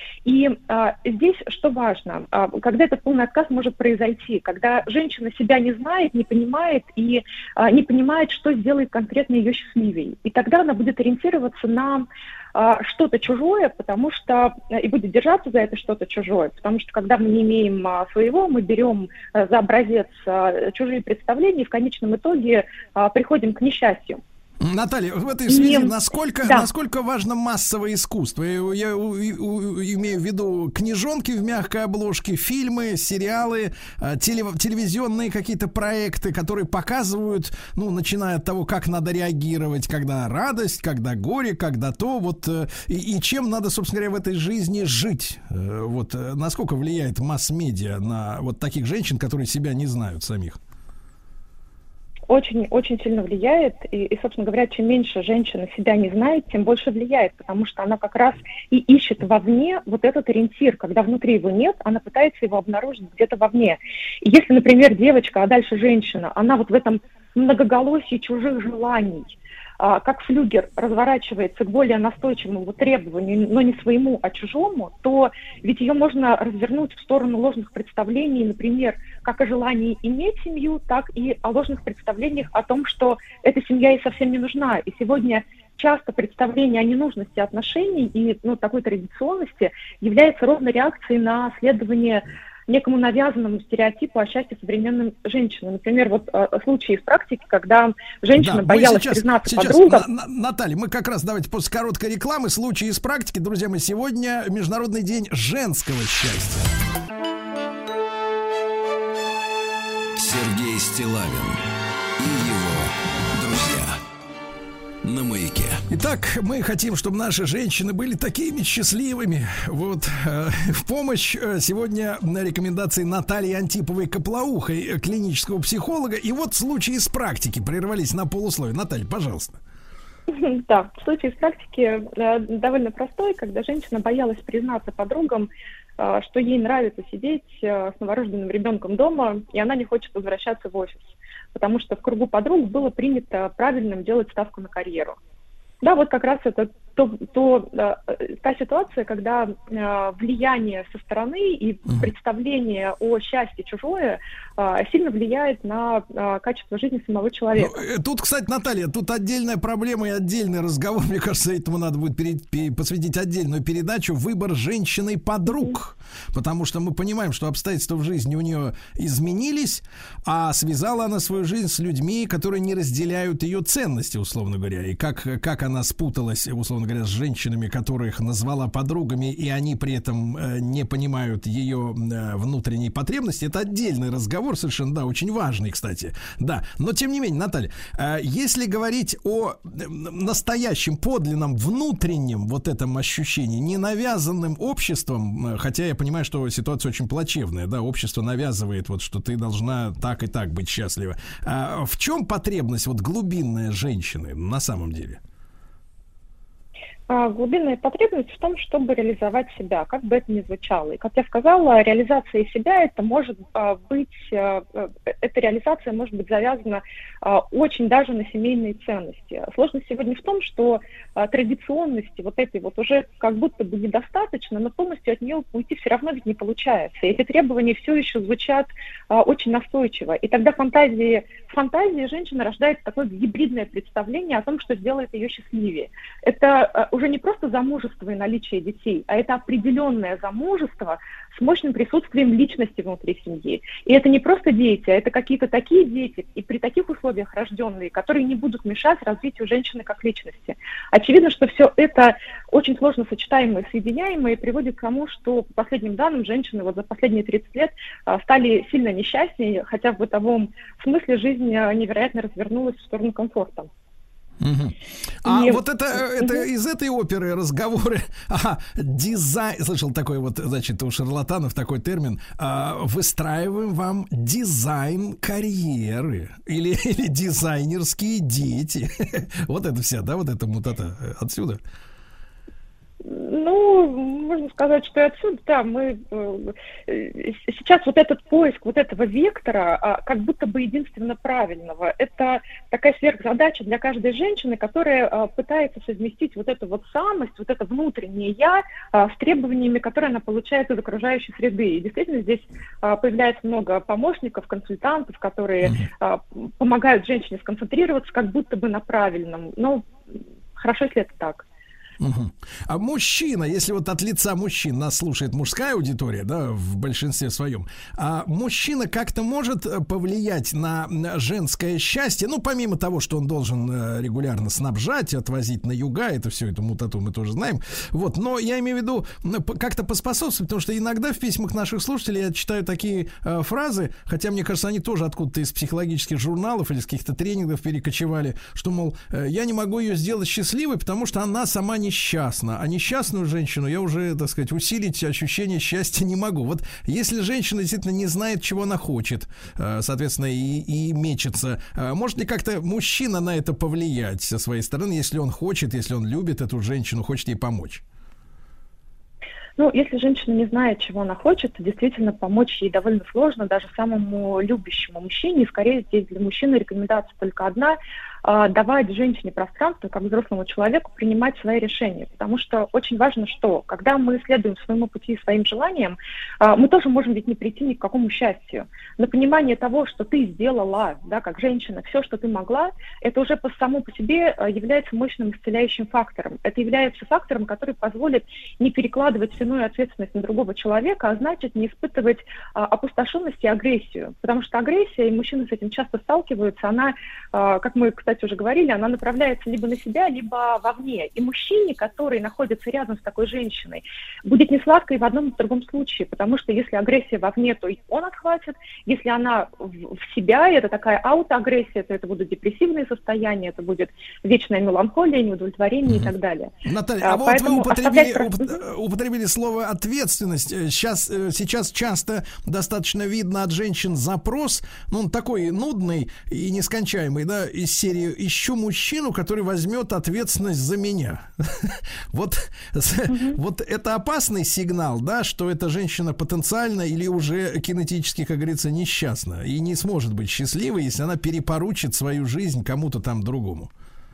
И а, здесь что важно, а, когда этот полный отказ может произойти, когда женщина себя не знает, не понимает и а, не понимает, что сделает конкретно ее счастливее. И тогда она будет ориентироваться на а, что-то чужое, потому что и будет держаться за это что-то чужое, потому что когда мы не имеем а, своего, мы берем а, за образец а, чужие представления и в конечном итоге а, приходим к несчастью. Наталья, в этой связи, насколько, да. насколько важно массовое искусство? Я, я имею в виду книжонки в мягкой обложке, фильмы, сериалы, теле, телевизионные какие-то проекты, которые показывают, ну, начиная от того, как надо реагировать, когда радость, когда горе, когда то, вот, и, и чем надо, собственно говоря, в этой жизни жить. Вот, насколько влияет масс-медиа на вот таких женщин, которые себя не знают самих? Очень-очень сильно влияет, и, и, собственно говоря, чем меньше женщина себя не знает, тем больше влияет, потому что она как раз и ищет вовне вот этот ориентир, когда внутри его нет, она пытается его обнаружить где-то вовне. И если, например, девочка, а дальше женщина, она вот в этом многоголосии чужих желаний, а, как флюгер разворачивается к более настойчивому требованию, но не своему, а чужому, то ведь ее можно развернуть в сторону ложных представлений, например, как о желании иметь семью, так и о ложных представлениях о том, что эта семья ей совсем не нужна. И сегодня часто представление о ненужности отношений и ну, такой традиционности является ровно реакцией на следование некому навязанному стереотипу о счастье современной женщины. Например, вот э, случаи из практики, когда женщина да, боялась сейчас, признаться сейчас, подругам. На, на, Наталья, мы как раз давайте после короткой рекламы, случаи из практики. Друзья мои, сегодня Международный день женского счастья. Сергей Стиллавин и его друзья на Маяке. Итак, мы хотим, чтобы наши женщины были такими счастливыми. Вот э, в помощь э, сегодня рекомендации Натальи Антиповой-Коплоухой, клинического психолога. И вот случаи из практики прервались на полусловие. Наталья, пожалуйста. Да, случай из практики э, довольно простой, когда женщина боялась признаться подругам, э, что ей нравится сидеть э, с новорожденным ребенком дома, и она не хочет возвращаться в офис, потому что в кругу подруг было принято правильным делать ставку на карьеру. Да, вот как раз это то, то, э, та ситуация, когда э, влияние со стороны и представление о счастье чужое э, сильно влияет на э, качество жизни самого человека. Ну, тут, кстати, Наталья, тут отдельная проблема и отдельный разговор. Мне кажется, этому надо будет перед, перед, посвятить отдельную передачу. Выбор женщиной подруг. Mm-hmm. Потому что мы понимаем, что обстоятельства в жизни у нее изменились, а связала она свою жизнь с людьми, которые не разделяют ее ценности, условно говоря. И как, как она спуталась, условно говоря, с женщинами, которых назвала подругами, и они при этом э, не понимают ее э, внутренней потребности, это отдельный разговор, совершенно, да, очень важный, кстати, да, но тем не менее, Наталья, э, если говорить о э, настоящем, подлинном, внутреннем вот этом ощущении, не навязанным обществом, э, хотя я понимаю, что ситуация очень плачевная, да, общество навязывает вот, что ты должна так и так быть счастлива, э, в чем потребность вот глубинная женщины на самом деле? Глубинная потребность в том, чтобы реализовать себя, как бы это ни звучало. И, как я сказала, реализация себя, это может быть, эта реализация может быть завязана очень даже на семейные ценности. Сложность сегодня в том, что традиционности вот этой вот уже как будто бы недостаточно, но полностью от нее уйти все равно ведь не получается. И эти требования все еще звучат очень настойчиво. И тогда фантазии, в фантазии женщина рождает такое гибридное представление о том, что сделает ее счастливее. Это уже не просто замужество и наличие детей, а это определенное замужество с мощным присутствием личности внутри семьи. И это не просто дети, а это какие-то такие дети, и при таких условиях рожденные, которые не будут мешать развитию женщины как личности. Очевидно, что все это очень сложно сочетаемое и соединяемое, и приводит к тому, что, по последним данным, женщины вот за последние тридцать лет стали сильно несчастнее, хотя в бытовом смысле жизнь невероятно развернулась в сторону комфорта. Угу. А и... вот это, это угу. из этой оперы разговоры, ага, дизайн, слышал такой вот, значит, у шарлатанов такой термин, а, выстраиваем вам дизайн карьеры или, или дизайнерские дети. Вот это вся, да, вот это вот это отсюда. Ну, можно сказать, что и отсюда, да, мы э, сейчас вот этот поиск вот этого вектора, а, как будто бы единственно правильного, это такая сверхзадача для каждой женщины, которая а, пытается совместить вот эту вот самость, вот это внутреннее я а, с требованиями, которые она получает из окружающей среды. И действительно здесь а, появляется много помощников, консультантов, которые а, помогают женщине сконцентрироваться как будто бы на правильном. Ну, хорошо, если это так. Угу. А мужчина, если вот от лица мужчин нас слушает мужская аудитория, да, в большинстве своем, а мужчина как-то может повлиять на женское счастье, ну, помимо того, что он должен регулярно снабжать, отвозить на юга, это все, эту мутату мы тоже знаем, вот, но я имею в виду как-то поспособствовать, потому что иногда в письмах наших слушателей я читаю такие э, фразы, хотя, мне кажется, они тоже откуда-то из психологических журналов или из каких-то тренингов перекочевали, что, мол, э, я не могу ее сделать счастливой, потому что она сама несчастна, а несчастную женщину я уже, так сказать, усилить ощущение счастья не могу. Вот если женщина действительно не знает, чего она хочет, соответственно, и, и мечется, может ли как-то мужчина на это повлиять со своей стороны, если он хочет, если он любит эту женщину, хочет ей помочь? Ну, если женщина не знает, чего она хочет, то действительно помочь ей довольно сложно, даже самому любящему мужчине. И скорее здесь для мужчины рекомендация только одна. э, давать женщине пространство, как взрослому человеку, принимать свои решения. Потому что очень важно, что когда мы следуем своему пути, своим желаниям, э, мы тоже можем ведь не прийти ни к какому счастью. Но понимание того, что ты сделала, да, как женщина, все, что ты могла, это уже по само по себе э, является мощным исцеляющим фактором. Это является фактором, который позволит не перекладывать вину и ответственность на другого человека, а значит не испытывать а, опустошенность и агрессию. Потому что агрессия, и мужчины с этим часто сталкиваются, она, а, как мы, кстати, уже говорили, она направляется либо на себя, либо вовне. И мужчине, который находится рядом с такой женщиной, будет несладко и в одном и в другом случае, потому что если агрессия вовне, то и он отхватит. Если она в, в себя, это такая аутоагрессия, то это будут депрессивные состояния, это будет вечная меланхолия, неудовлетворение mm-hmm. и так далее. Наталья, а, а вот вы употребили, оставлять... употребили слово «ответственность». Сейчас, сейчас часто достаточно видно от женщин запрос, ну, он такой нудный и нескончаемый, да, из серии «Ищу мужчину, который возьмет ответственность за меня». Вот, вот это опасный сигнал, да, что эта женщина потенциально или уже кинетически, как говорится, несчастна и не сможет быть счастливой, если она перепоручит свою жизнь кому-то там другому.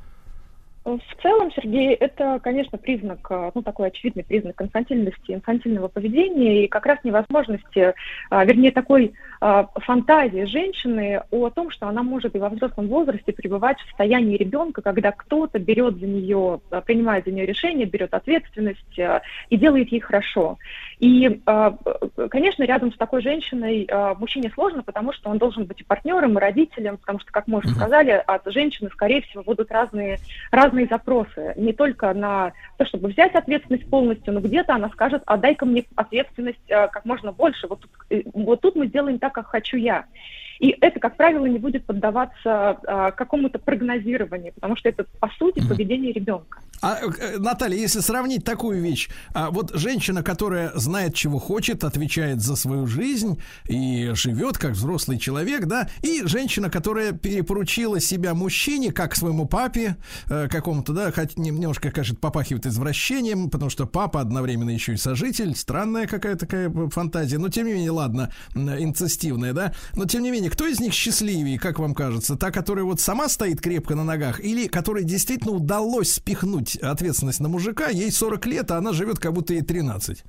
В целом, Сергей, это, конечно, признак, ну, такой очевидный признак инфантильности, инфантильного поведения и как раз невозможности, вернее, такой фантазии женщины о том, что она может и во взрослом возрасте пребывать в состоянии ребенка, когда кто-то берет за нее, принимает за нее решение, берет ответственность и делает ей хорошо. И, конечно, рядом с такой женщиной мужчине сложно, потому что он должен быть и партнером, и родителем, потому что, как мы уже сказали, от женщины, скорее всего, будут разные, разные запросы. Не только на то, чтобы взять ответственность полностью, но где-то она скажет: а дай-ка мне ответственность как можно больше. Вот тут, вот тут мы сделаем так, как хочу я. И это, как правило, не будет поддаваться а, какому-то прогнозированию, потому что это, по сути, поведение ребенка. А, Наталья, если сравнить такую вещь, а, вот женщина, которая знает, чего хочет, отвечает за свою жизнь и живет как взрослый человек, да, и женщина, которая перепоручила себя мужчине, как своему папе, э, какому-то, да, хоть немножко, кажется, попахивает извращением, потому что папа одновременно еще и сожитель, странная какая-то такая фантазия, но тем не менее, ладно, инцестивная, да, но тем не менее, кто из них счастливее, как вам кажется? Та, которая вот сама стоит крепко на ногах, или которой действительно удалось спихнуть ответственность на мужика, ей сорок лет, а она живет как будто ей тринадцать?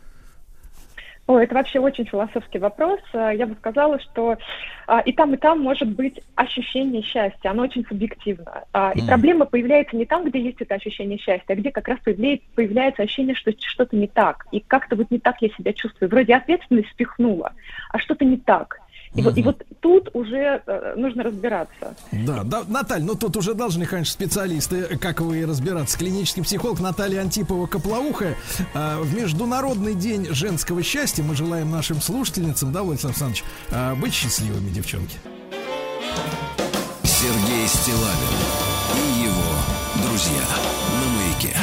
О, это вообще очень философский вопрос. Я бы сказала, что а, и там, и там может быть ощущение счастья, оно очень субъективно. А, и mm. проблема появляется не там, где есть это ощущение счастья, а где как раз появляется, появляется ощущение, что что-то не так. И как-то вот не так я себя чувствую. Вроде ответственность спихнула, а что-то не так. И, угу. вот, и вот тут уже э, нужно разбираться. Да, да, Наталья, ну тут уже должны, конечно, специалисты, как вы, разбираться. Клинический психолог Наталья Антипова-Коплоухая. Э, в Международный день женского счастья мы желаем нашим слушательницам, да, Владислав Александрович, э, быть счастливыми, девчонки. Сергей Стиллавин и его друзья на Маяке.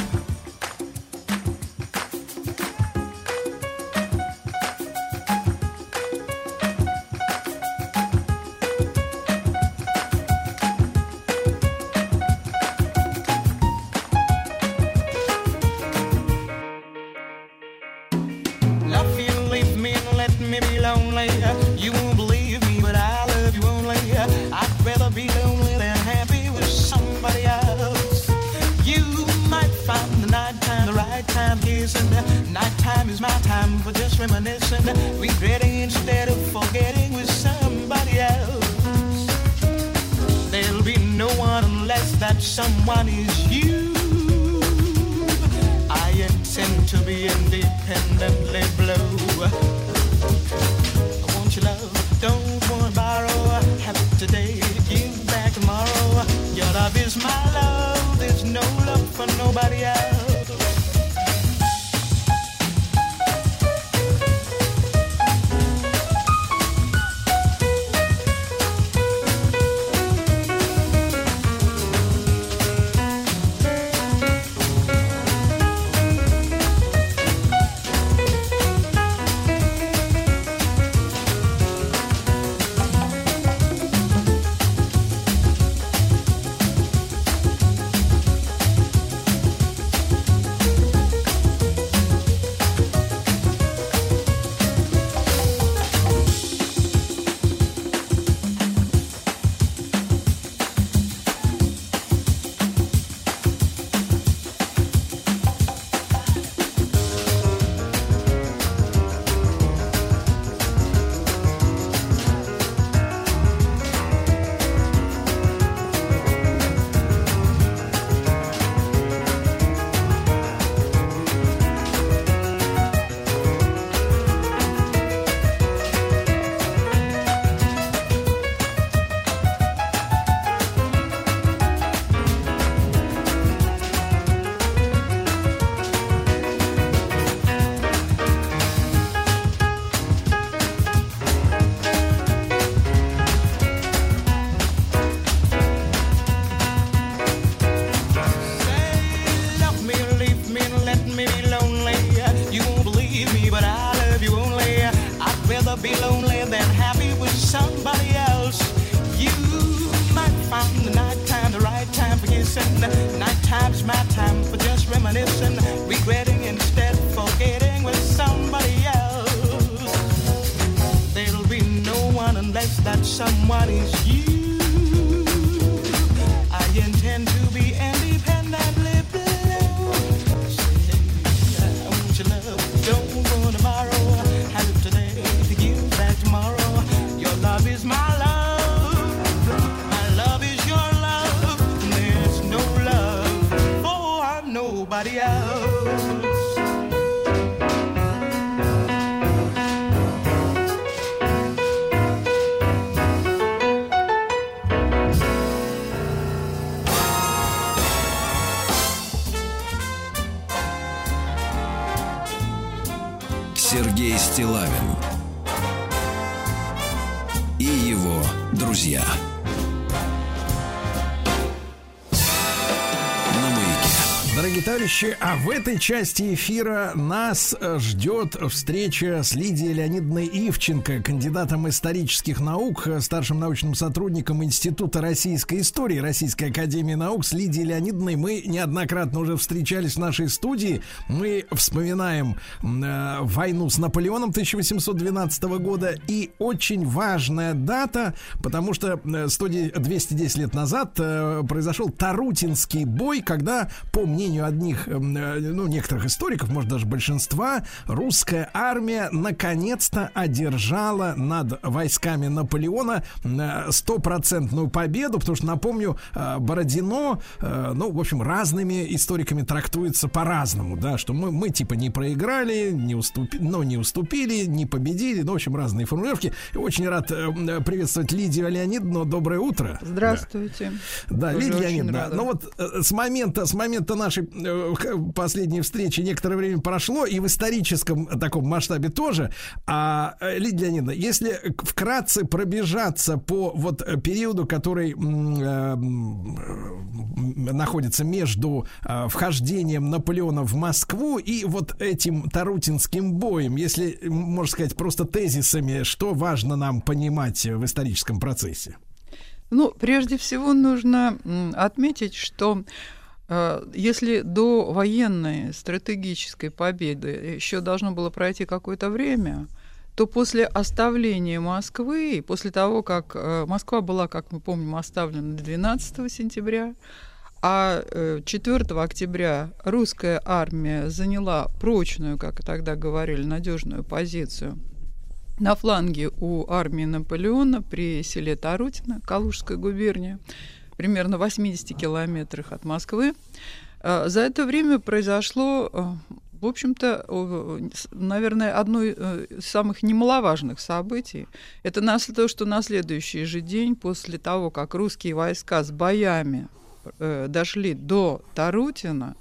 Nighttime is my time for just reminiscing, regretting instead of forgetting with somebody else. There'll be no one unless that someone is you. I intend to be independently blue. Won't you love? Don't want to borrow. Have it today, give back tomorrow. Your love is my love. There's no love for nobody else. somebody else. You might find the night time the right time for kissing. Night time's my time for just reminiscing, regretting instead of forgetting with somebody else. There'll be no one unless that someone is you. I intend to be independently blessed. I want your love, don't go tomorrow. Have it today, to give back tomorrow. Your love is my love, my love is your love. There's no love for nobody else. Сергей Стиллавин и его друзья. Дорогие товарищи, а в этой части эфира нас ждет встреча с Лидией Леонидовной Ивченко, кандидатом исторических наук, старшим научным сотрудником Института российской истории Российской академии наук. С Лидией Леонидовной мы неоднократно уже встречались в нашей студии. Мы вспоминаем э, войну с Наполеоном тысяча восемьсот двенадцатого года. И очень важная дата, потому что сто, двести десять лет назад э, произошел Тарутинский бой, когда, по мнению одних, ну, некоторых историков, может, даже большинства, русская армия наконец-то одержала над войсками Наполеона стопроцентную победу, потому что, напомню, Бородино, ну, в общем, разными историками трактуется по-разному, да, что мы, мы типа не проиграли, не уступили, но не уступили, не победили, ну, в общем, разные формулировки. Очень рад приветствовать Лидию Леонидовну. Доброе утро. Здравствуйте. Да, да, Лидия Леонидовна, ну вот с момента, с момента нашей последней встречи некоторое время прошло, и в историческом таком масштабе тоже. А, Лидия Леонидовна, если вкратце пробежаться по вот периоду, который э, находится между э, вхождением Наполеона в Москву и вот этим Тарутинским боем, если, можно сказать, просто тезисами, что важно нам понимать в историческом процессе? Ну, прежде всего нужно отметить, что если до военной стратегической победы еще должно было пройти какое-то время, то после оставления Москвы, после того, как Москва была, как мы помним, оставлена двенадцатого сентября, а четвёртого октября русская армия заняла прочную, как тогда говорили, надежную позицию на фланге у армии Наполеона при селе Тарутино, Калужская губерния, примерно в восьмидесяти километрах от Москвы. За это время произошло, в общем-то, наверное, одно из самых немаловажных событий. Это то, что на следующий же день, после того, как русские войска с боями дошли до Тарутина,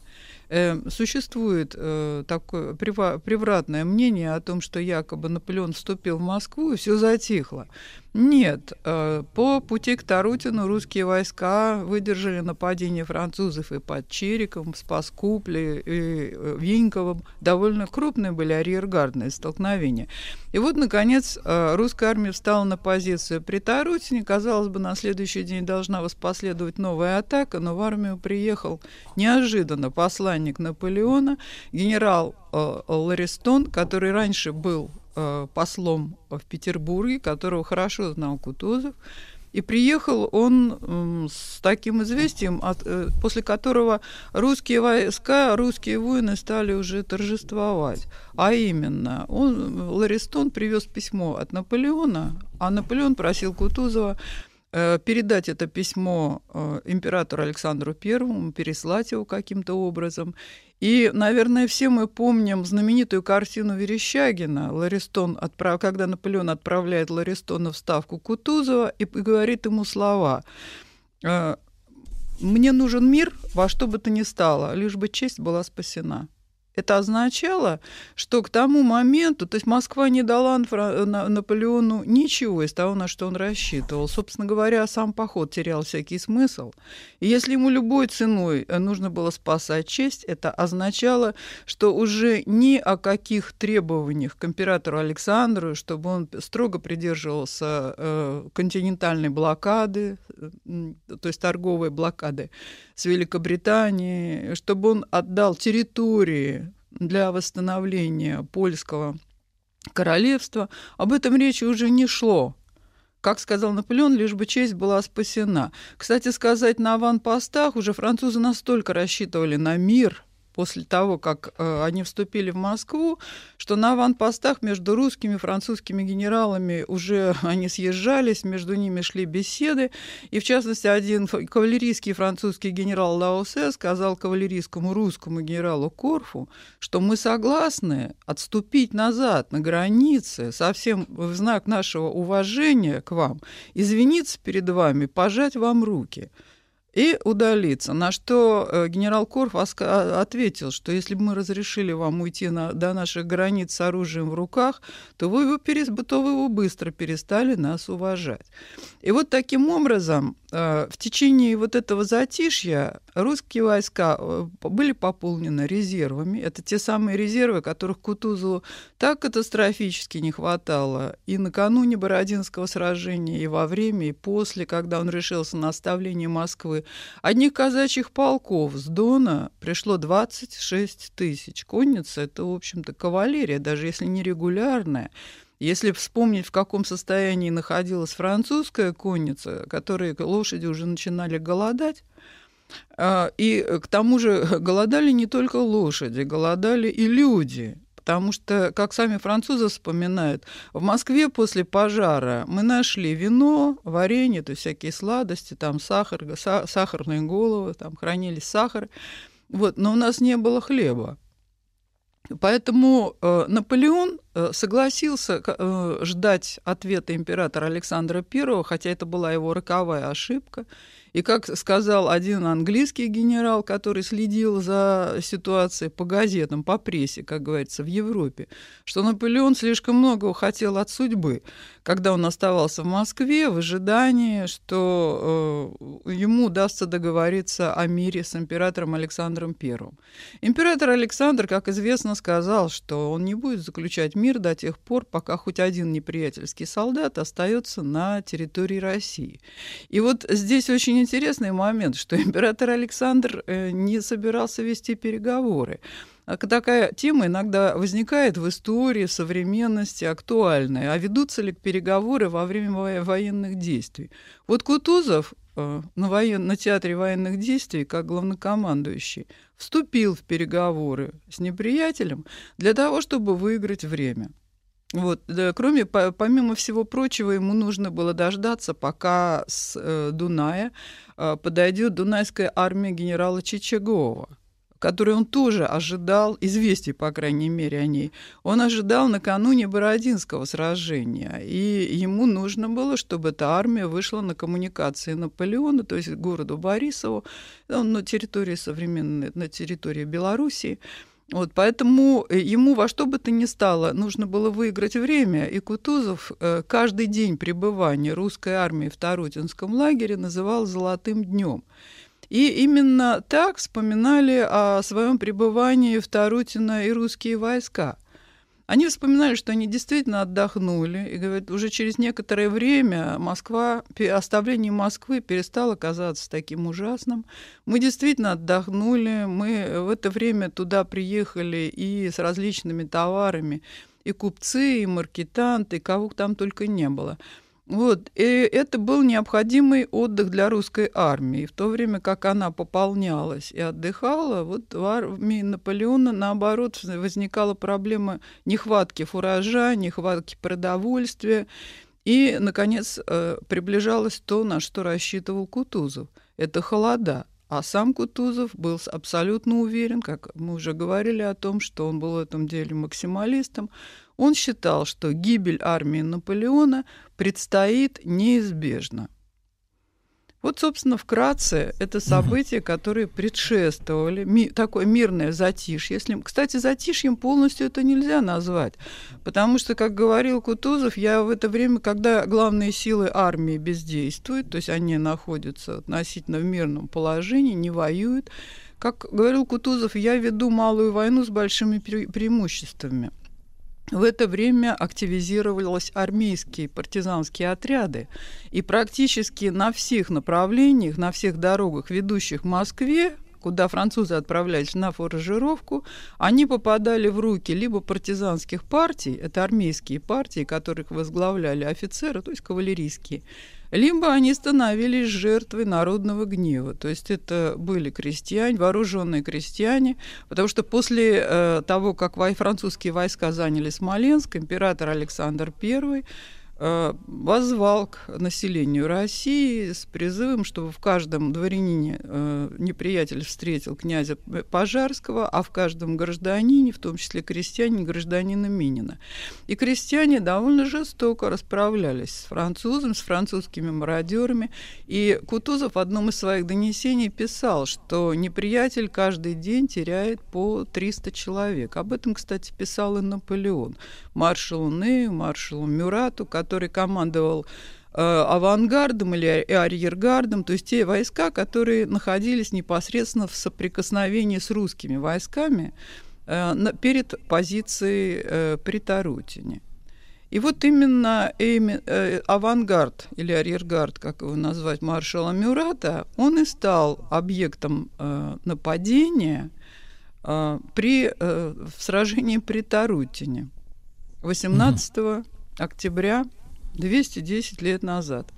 существует такое превратное мнение о том, что якобы Наполеон вступил в Москву и все затихло. Нет, по пути к Тарутину русские войска выдержали нападение французов и под Чириковым, Спаскупли и Виньковым. Довольно крупные были арьергардные столкновения. И вот, наконец, русская армия встала на позицию при Тарутине. Казалось бы, на следующий день должна воспоследовать новая атака, но в армию приехал неожиданно посланник Наполеона, генерал Ларистон, который раньше был послом в Петербурге, которого хорошо знал Кутузов. И приехал он с таким известием, от, после которого русские войска, русские воины стали уже торжествовать. А именно, он, Ларистон привез письмо от Наполеона, а Наполеон просил Кутузова передать это письмо императору Александру Первому, переслать его каким-то образом. И, наверное, все мы помним знаменитую картину Верещагина, Ларистон отправ... когда Наполеон отправляет Ларистона в ставку Кутузова и говорит ему слова: «Мне нужен мир во что бы то ни стало, лишь бы честь была спасена». Это означало, что к тому моменту, то есть Москва не дала Наполеону ничего из того, на что он рассчитывал. Собственно говоря, сам поход терял всякий смысл. И если ему любой ценой нужно было спасать честь, это означало, что уже ни о каких требованиях к императору Александру, чтобы он строго придерживался э, континентальной блокады, э, то есть торговой блокады с Великобританией, чтобы он отдал территории для восстановления польского королевства, об этом речи уже не шло. Как сказал Наполеон, лишь бы честь была спасена. Кстати сказать, на аванпостах уже французы настолько рассчитывали на мир после того, как э, они вступили в Москву, что на аванпостах между русскими и французскими генералами уже они съезжались, между ними шли беседы. И, в частности, один кавалерийский французский генерал Лаосе сказал кавалерийскому русскому генералу Корфу, что мы согласны отступить назад на границе совсем в знак нашего уважения к вам, извиниться перед вами, пожать вам руки и удалиться. На что генерал Корф ответил, что если бы мы разрешили вам уйти на, до наших границ с оружием в руках, то вы, его перес, то вы его быстро перестали нас уважать. И вот таким образом в течение вот этого затишья русские войска были пополнены резервами. Это те самые резервы, которых Кутузову так катастрофически не хватало и накануне Бородинского сражения, и во время, и после, когда он решился на оставление Москвы. Одних казачьих полков с Дона пришло двадцать шесть тысяч. Конница — это, в общем-то, кавалерия, даже если не регулярная. Если вспомнить, в каком состоянии находилась французская конница, которые лошади уже начинали голодать, и к тому же голодали не только лошади, голодали и люди. Потому что, как сами французы вспоминают, в Москве после пожара мы нашли вино, варенье, то есть всякие сладости, там сахар, сахарные головы, там хранились сахар, вот, но у нас не было хлеба. Поэтому э, Наполеон э, согласился э, ждать ответа императора Александра Первого, хотя это была его роковая ошибка. И, как сказал один английский генерал, который следил за ситуацией по газетам, по прессе, как говорится, в Европе, что Наполеон слишком многого хотел от судьбы, когда он оставался в Москве в ожидании, что э, ему удастся договориться о мире с императором Александром Первым. Император Александр, как известно, сказал, что он не будет заключать мир до тех пор, пока хоть один неприятельский солдат остается на территории России. И вот здесь очень интересный момент, что император Александр не собирался вести переговоры. Такая тема иногда возникает в истории, в современности, актуальная. А ведутся ли переговоры во время военных действий? Вот Кутузов на, воен... на театре военных действий, как главнокомандующий, вступил в переговоры с неприятелем для того, чтобы выиграть время. Вот. Да, кроме, помимо всего прочего, ему нужно было дождаться, пока с э, Дуная э, подойдет Дунайская армия генерала Чичагова, который он тоже ожидал, известий, по крайней мере, о ней, он ожидал накануне Бородинского сражения, и ему нужно было, чтобы эта армия вышла на коммуникации Наполеона, то есть к городу Борисову, он на территории современной, на территории Белоруссии. Вот, поэтому ему во что бы то ни стало нужно было выиграть время, и Кутузов э, каждый день пребывания русской армии в Тарутинском лагере называл «золотым днем». И именно так вспоминали о своем пребывании в Тарутино и русские войска. Они вспоминали, что они действительно отдохнули, и говорят, уже через некоторое время Москва, оставление Москвы перестало казаться таким ужасным. Мы действительно отдохнули, мы в это время туда приехали и с различными товарами, и купцы, и маркетанты, и кого там только не было. Вот. И это был необходимый отдых для русской армии. В то время как она пополнялась и отдыхала, вот в армии Наполеона, наоборот, возникала проблема нехватки фуража, нехватки продовольствия. И, наконец, приближалось то, на что рассчитывал Кутузов. Это холода. А сам Кутузов был абсолютно уверен, как мы уже говорили о том, что он был в этом деле максималистом. Он считал, что гибель армии Наполеона предстоит неизбежно. Вот, собственно, вкратце, это события, которые предшествовали, ми- такое мирное затишье. Если, кстати, затишьем полностью это нельзя назвать, потому что, как говорил Кутузов, я в это время, когда главные силы армии бездействуют, то есть они находятся относительно в мирном положении, не воюют, как говорил Кутузов, я веду малую войну с большими пре- преимуществами. В это время активизировались армейские партизанские отряды, и практически на всех направлениях, на всех дорогах, ведущих к Москве, куда французы отправлялись на фуражировку, они попадали в руки либо партизанских партий, это армейские партии, которых возглавляли офицеры, то есть кавалерийские, либо они становились жертвой народного гнева. То есть это были крестьяне, вооруженные крестьяне, потому что после э, того, как вой, французские войска заняли Смоленск, император Александр Первый э, воззвал к населению России с призывом, чтобы в каждом дворянине э, неприятель встретил князя Пожарского, а в каждом гражданине, в том числе крестьянине, гражданина Минина. И крестьяне довольно жестоко расправлялись с французом, с французскими мародерами. И Кутузов в одном из своих донесений писал, что неприятель каждый день теряет по триста человек. Об этом, кстати, писал и Наполеон. Маршалу Нею, маршалу Мюрату, который командовал э, авангардом или арьергардом, то есть те войска, которые находились непосредственно в соприкосновении с русскими войсками э, на, перед позицией э, при Тарутине. И вот именно эми, э, авангард или арьергард, как его назвать, маршала Мюрата, он и стал объектом э, нападения э, при, э, в сражении при Тарутине восемнадцатого октября двести десять лет назад.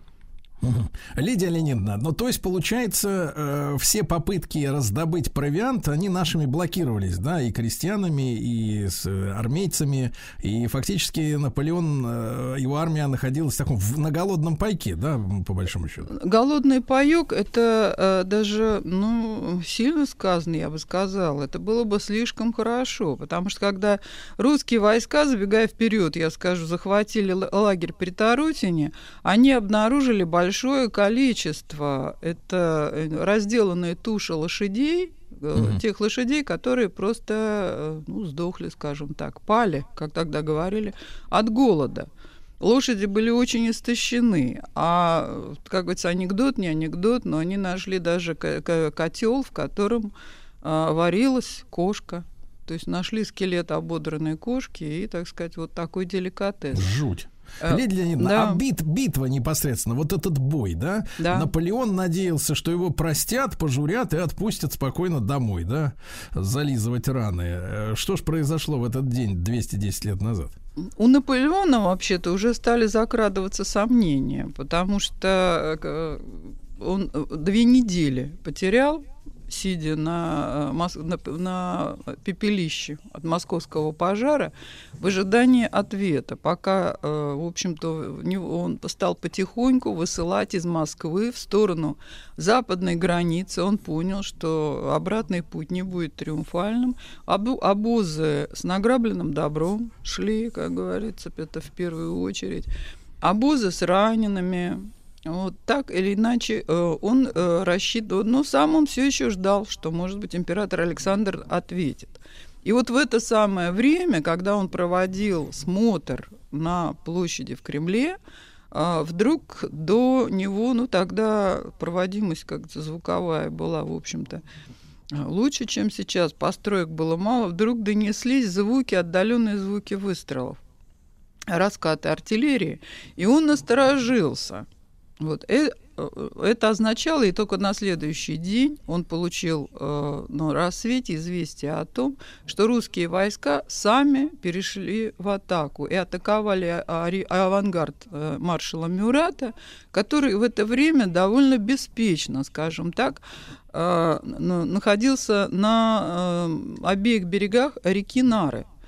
Угу. Лидия Леонидовна, ну то есть получается э, все попытки раздобыть провиант, они нашими блокировались, да, и крестьянами, и с э, армейцами, и фактически Наполеон, э, его армия находилась в таком в, на голодном пайке, да, по большому счету. Голодный паёк — это э, даже, ну, сильно сказано, я бы сказала, это было бы слишком хорошо, потому что когда русские войска, забегая вперед, я скажу, захватили л- лагерь при Тарутине, они обнаружили большое большое количество это разделанные туши лошадей, mm-hmm. тех лошадей, которые просто, ну, сдохли, скажем так, пали, как тогда говорили, от голода. Лошади были очень истощены, а, как говорится, анекдот, не анекдот, но они нашли даже котел, в котором а, варилась кошка. То есть нашли скелет ободранной кошки и, так сказать, вот такой деликатес. Жуть. Лидия Леонидовна, да. а бит, битва непосредственно, вот этот бой, да? да? Наполеон надеялся, что его простят, пожурят и отпустят спокойно домой, да? Зализывать раны. Что ж произошло в этот день двести десять лет назад? У Наполеона, вообще-то, уже стали закрадываться сомнения, потому что он две недели потерял, сидя на, на, на пепелище от московского пожара в ожидании ответа, пока, в общем-то, он стал потихоньку высылать из Москвы в сторону западной границы. Он понял, что обратный путь не будет триумфальным. Обозы с награбленным добром шли, как говорится, это в первую очередь. Обозы с ранеными. Вот так или иначе он рассчитывал, но сам он все еще ждал, что, может быть, император Александр ответит. И вот в это самое время, когда он проводил смотр на площади в Кремле, вдруг до него, ну тогда проводимость как-то звуковая была, в общем-то, лучше, чем сейчас, построек было мало, вдруг донеслись звуки, отдаленные звуки выстрелов, раскаты артиллерии, и он насторожился. Вот. Это означало, и только на следующий день он получил э, на рассвете известие о том, что русские войска сами перешли в атаку и атаковали авангард э, маршала Мюрата, который в это время довольно беспечно, скажем так, э, находился на э, обеих берегах реки Нары.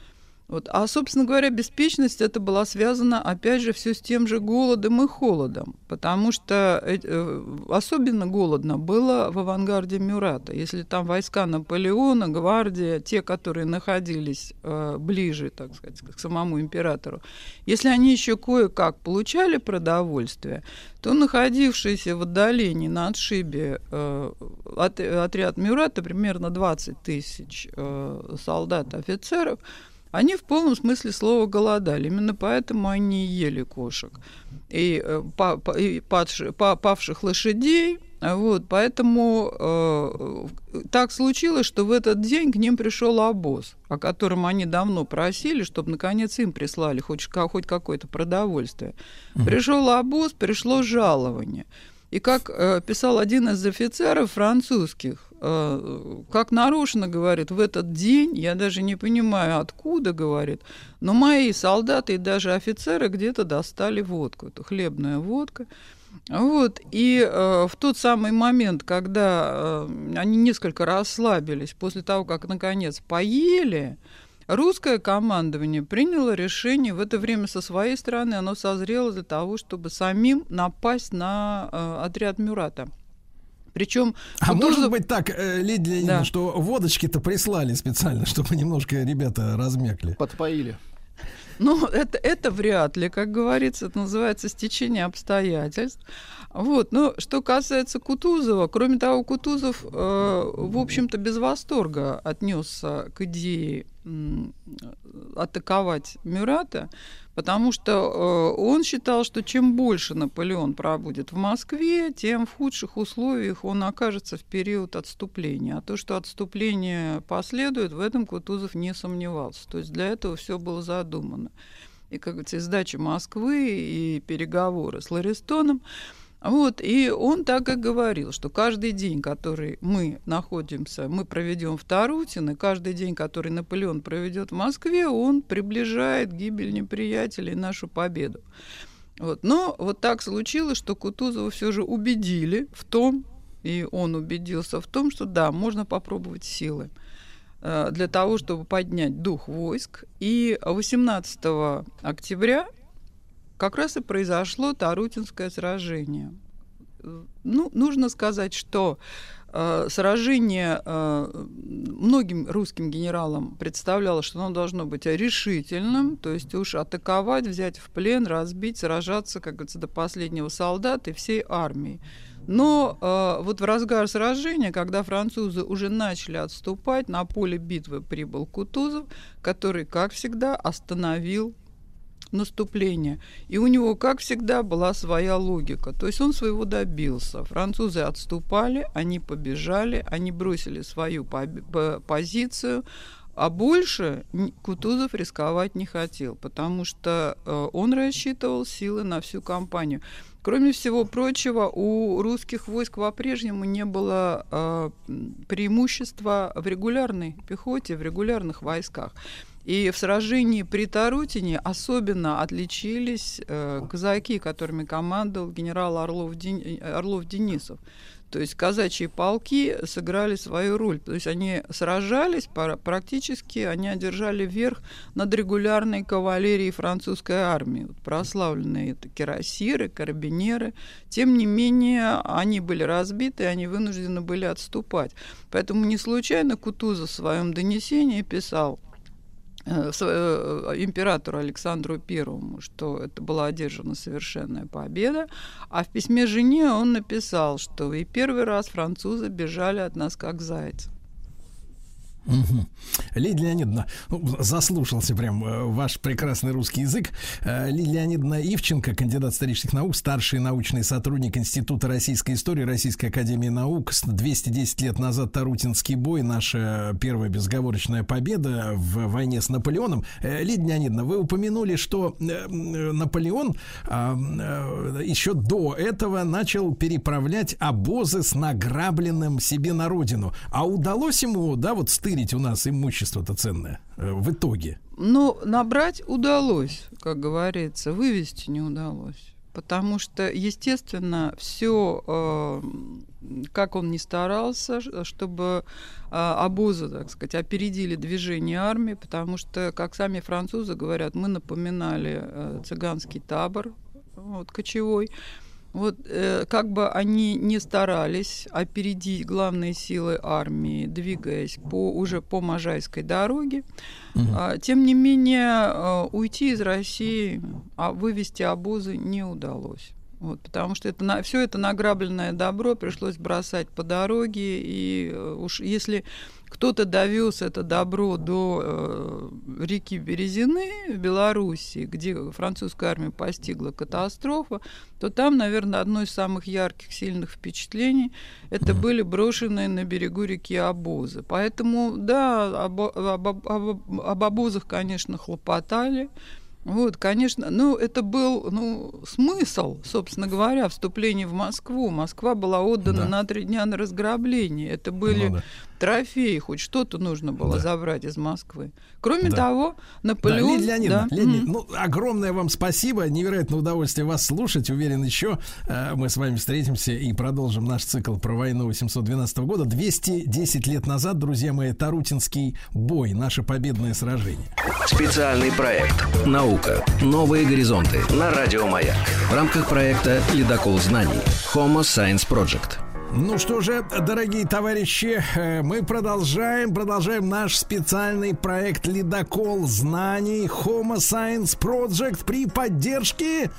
Вот. А, собственно говоря, беспечность это была связана, опять же, все с тем же голодом и холодом, потому что э, особенно голодно было в авангарде Мюрата. Если там войска Наполеона, гвардия, те, которые находились э, ближе, так сказать, к самому императору, если они еще кое-как получали продовольствие, то находившиеся в отдалении на отшибе э, от, отряд Мюрата, примерно двадцать тысяч э, солдат, офицеров, они в полном смысле слова голодали. Именно поэтому они ели кошек и, па, па, и падши, па, павших лошадей. Вот, поэтому э, так случилось, что в этот день к ним пришел обоз, о котором они давно просили, чтобы наконец им прислали хоть, хоть какое-то продовольствие. Mm-hmm. Пришел обоз, пришло жалование. И как э, писал один из офицеров французских, э, как нарочно, говорит, в этот день, я даже не понимаю, откуда, говорит, но мои солдаты и даже офицеры где-то достали водку, это хлебная водка. Вот, и э, в тот самый момент, когда э, они несколько расслабились после того, как наконец поели, русское командование приняло решение, в это время со своей стороны оно созрело для того, чтобы самим напасть на э, отряд Мюрата. Причем а Кутузов... может быть так, э, Лидия Леонидовна, да. что водочки-то прислали специально, чтобы немножко ребята размякли? Подпоили. Ну, это, это вряд ли, как говорится, это называется стечение обстоятельств. Вот. Но что касается Кутузова, кроме того, Кутузов, э, в общем-то, без восторга отнесся к идее э, атаковать Мюрата, потому что э, он считал, что чем больше Наполеон пробудет в Москве, тем в худших условиях он окажется в период отступления. А то, что отступление последует, в этом Кутузов не сомневался. То есть для этого все было задумано. И, как говорится, сдача Москвы, и переговоры с Ларистоном. Вот, и он так и говорил, что каждый день, который мы находимся, мы проведем в Тарутино, каждый день, который Наполеон проведет в Москве, он приближает гибель неприятеля и нашу победу. Вот. Но вот так случилось, что Кутузова все же убедили в том, и он убедился в том, что да, можно попробовать силы э, для того, чтобы поднять дух войск. И восемнадцатого октября как раз и произошло Тарутинское сражение. Ну, нужно сказать, что э, сражение э, многим русским генералам представляло, что оно должно быть решительным, то есть уж атаковать, взять в плен, разбить, сражаться, как говорится, до последнего солдата и всей армии. Но э, вот в разгар сражения, когда французы уже начали отступать, на поле битвы прибыл Кутузов, который, как всегда, остановил наступление. И у него, как всегда, была своя логика. То есть он своего добился. Французы отступали, они побежали, они бросили свою по- позицию, а больше Кутузов рисковать не хотел, потому что э, он рассчитывал силы на всю кампанию. Кроме всего прочего, у русских войск по-прежнему не было э, преимущества в регулярной пехоте, в регулярных войсках. И в сражении при Тарутине особенно отличились э, казаки, которыми командовал генерал Орлов-Дени- Орлов-Денисов. То есть казачьи полки сыграли свою роль. То есть они сражались, практически они одержали верх над регулярной кавалерией французской армии. Вот прославленные это кирасиры, карабинеры. Тем не менее, они были разбиты, они вынуждены были отступать. Поэтому не случайно Кутузов в своем донесении писал императору Александру Первому, что это была одержана совершенная победа, а в письме жене он написал, что и первый раз французы бежали от нас как зайцы. Угу. Лидия Леонидовна, ну, заслушался прям э, ваш прекрасный русский язык. э, Лидия Леонидовна Ивченко, кандидат исторических наук, старший научный сотрудник Института российской истории Российской академии наук. двести десять лет назад Тарутинский бой, наша первая безоговорочная победа в войне с Наполеоном. э, Лидия Леонидовна, вы упомянули, что э, Наполеон э, э, еще до этого начал переправлять обозы с награбленным себе на родину. А удалось ему, да, вот стырить у нас имущество-то ценное э, в итоге? Ну, набрать удалось, как говорится, вывести не удалось. Потому что, естественно, все, э, как он ни старался, чтобы э, обозы, так сказать, опередили движение армии, потому что, как сами французы говорят, мы напоминали э, цыганский табор, вот, кочевой. Вот э, как бы они не старались опередить главные силы армии, двигаясь по, уже по Можайской дороге, угу. э, тем не менее э, уйти из России, а вывести обозы не удалось. Вот, потому что это, на, все это награбленное добро пришлось бросать по дороге, и э, уж если кто-то довез это добро до э, реки Березины в Белоруссии, где французскую армию постигла катастрофа, то там, наверное, одно из самых ярких, сильных впечатлений это mm-hmm. были брошенные на берегу реки обозы. Поэтому, да, об, об, об, об обозах, конечно, хлопотали. Вот, конечно, ну, это был, ну, смысл, собственно говоря, вступления в Москву. Москва была отдана да. на три дня на разграбление. Это были ну, да. трофеи, хоть что-то нужно было да. забрать из Москвы. Кроме да. того, Наполеон... Да, Леонидовна, да. Леонид, mm-hmm. ну, огромное вам спасибо, невероятное удовольствие вас слушать. Уверен, еще э, мы с вами встретимся и продолжим наш цикл про войну восемьсот двенадцатого года. двести десять лет назад, друзья мои, Тарутинский бой, наше победное сражение. Специальный проект «Наука. Новые горизонты» на Радио Маяк. В рамках проекта «Ледокол знаний» Homo Science Project. Ну что же, дорогие товарищи, мы продолжаем, продолжаем наш специальный проект «Ледокол знаний» Homo Science Project при поддержке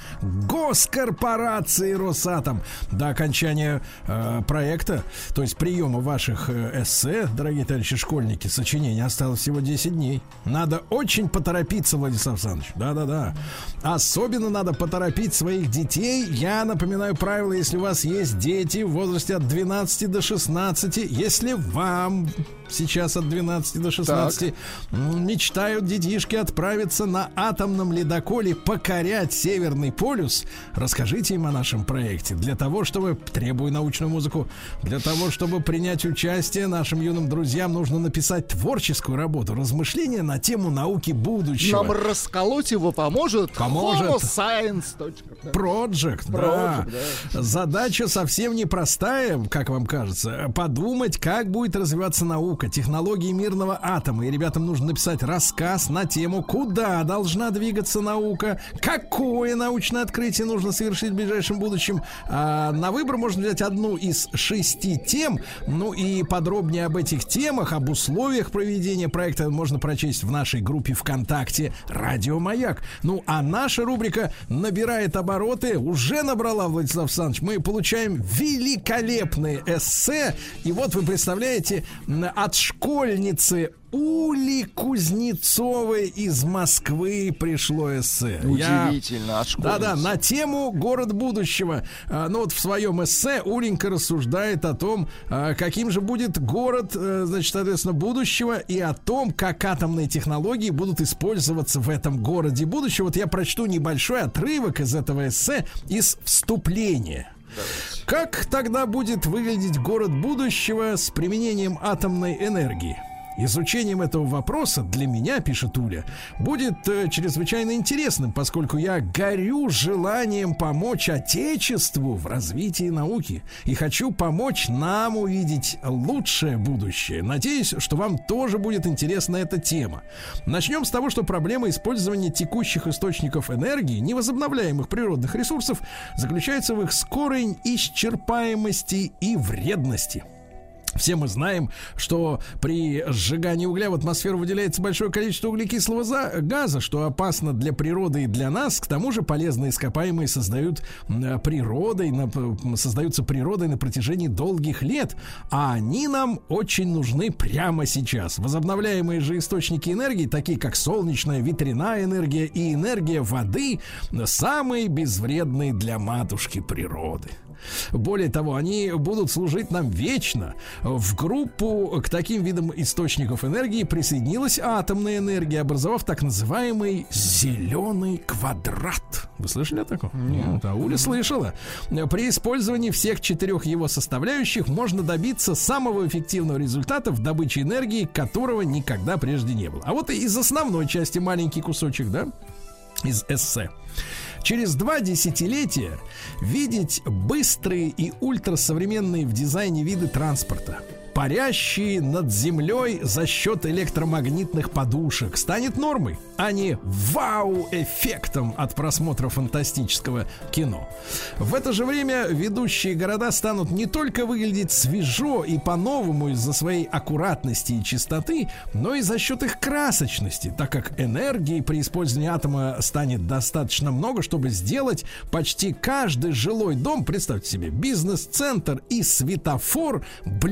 госкорпорации «Росатом». До окончания э, проекта, то есть приема ваших э, эссе, дорогие товарищи школьники, сочинений, осталось всего десять дней. Надо очень поторопиться, Владислав Александрович. Да-да-да. Особенно надо поторопить своих детей. Я напоминаю правила, если у вас есть дети в возрасте от двенадцати до шестнадцати, если вам сейчас от двенадцати до шестнадцати так. мечтают детишки отправиться на атомном ледоколе покорять Северный полюс, расскажите им о нашем проекте. Для того, чтобы, требую научную музыку, для того, чтобы принять участие нашим юным друзьям, нужно написать творческую работу, размышления на тему науки будущего. Нам расколоть его поможет Поможет Homo Science. Project, да. да. Задача совсем непростая, как вам кажется, подумать, как будет развиваться наука, технологии мирного атома. И ребятам нужно написать рассказ на тему, куда должна двигаться наука, какое научное открытие нужно совершить в ближайшем будущем. А на выбор можно взять одну из шести тем. Ну и подробнее об этих темах, об условиях проведения проекта можно прочесть в нашей группе ВКонтакте «Радио Маяк». Ну а наша рубрика набирает обороты, уже набрала, Владислав Александрович. Мы получаем великолепные эссе. И вот вы представляете, от школьницы Ули Кузнецовой из Москвы пришло эссе. Удивительно, Я... от школьницы. Да-да, на тему «Город будущего». А, ну вот в своем эссе Уленька рассуждает о том, а, каким же будет город, а, значит, соответственно, будущего, и о том, как атомные технологии будут использоваться в этом городе будущего. Вот я прочту небольшой отрывок из этого эссе, из вступления. Давайте. Как тогда будет выглядеть город будущего с применением атомной энергии? Изучением этого вопроса для меня, пишет Уля, будет э, чрезвычайно интересным, поскольку я горю желанием помочь Отечеству в развитии науки и хочу помочь нам увидеть лучшее будущее. Надеюсь, что вам тоже будет интересна эта тема. Начнем с того, что проблема использования текущих источников энергии, невозобновляемых природных ресурсов, заключается в их скорой исчерпаемости и вредности. Все мы знаем, что при сжигании угля в атмосферу выделяется большое количество углекислого газа, что опасно для природы и для нас. К тому же полезные ископаемые создают природой, создаются природой на протяжении долгих лет, а они нам очень нужны прямо сейчас. Возобновляемые же источники энергии, такие как солнечная, ветряная энергия и энергия воды, самые безвредные для матушки природы. Более того, они будут служить нам вечно. В группу к таким видам источников энергии присоединилась атомная энергия, образовав так называемый зеленый квадрат. Вы слышали о таком? Нет. А Уля слышала. При использовании всех четырех его составляющих можно добиться самого эффективного результата в добыче энергии, которого никогда прежде не было. А вот из основной части маленький кусочек, да, из эссе. через два десятилетия видеть быстрые и ультрасовременные в дизайне виды транспорта, парящие над землей за счет электромагнитных подушек, станет нормой, а не вау-эффектом от просмотра фантастического кино. В это же время ведущие города станут не только выглядеть свежо и по-новому из-за своей аккуратности и чистоты, но и за счет их красочности, так как энергии при использовании атома станет достаточно много, чтобы сделать почти каждый жилой дом, представьте себе, бизнес-центр и светофор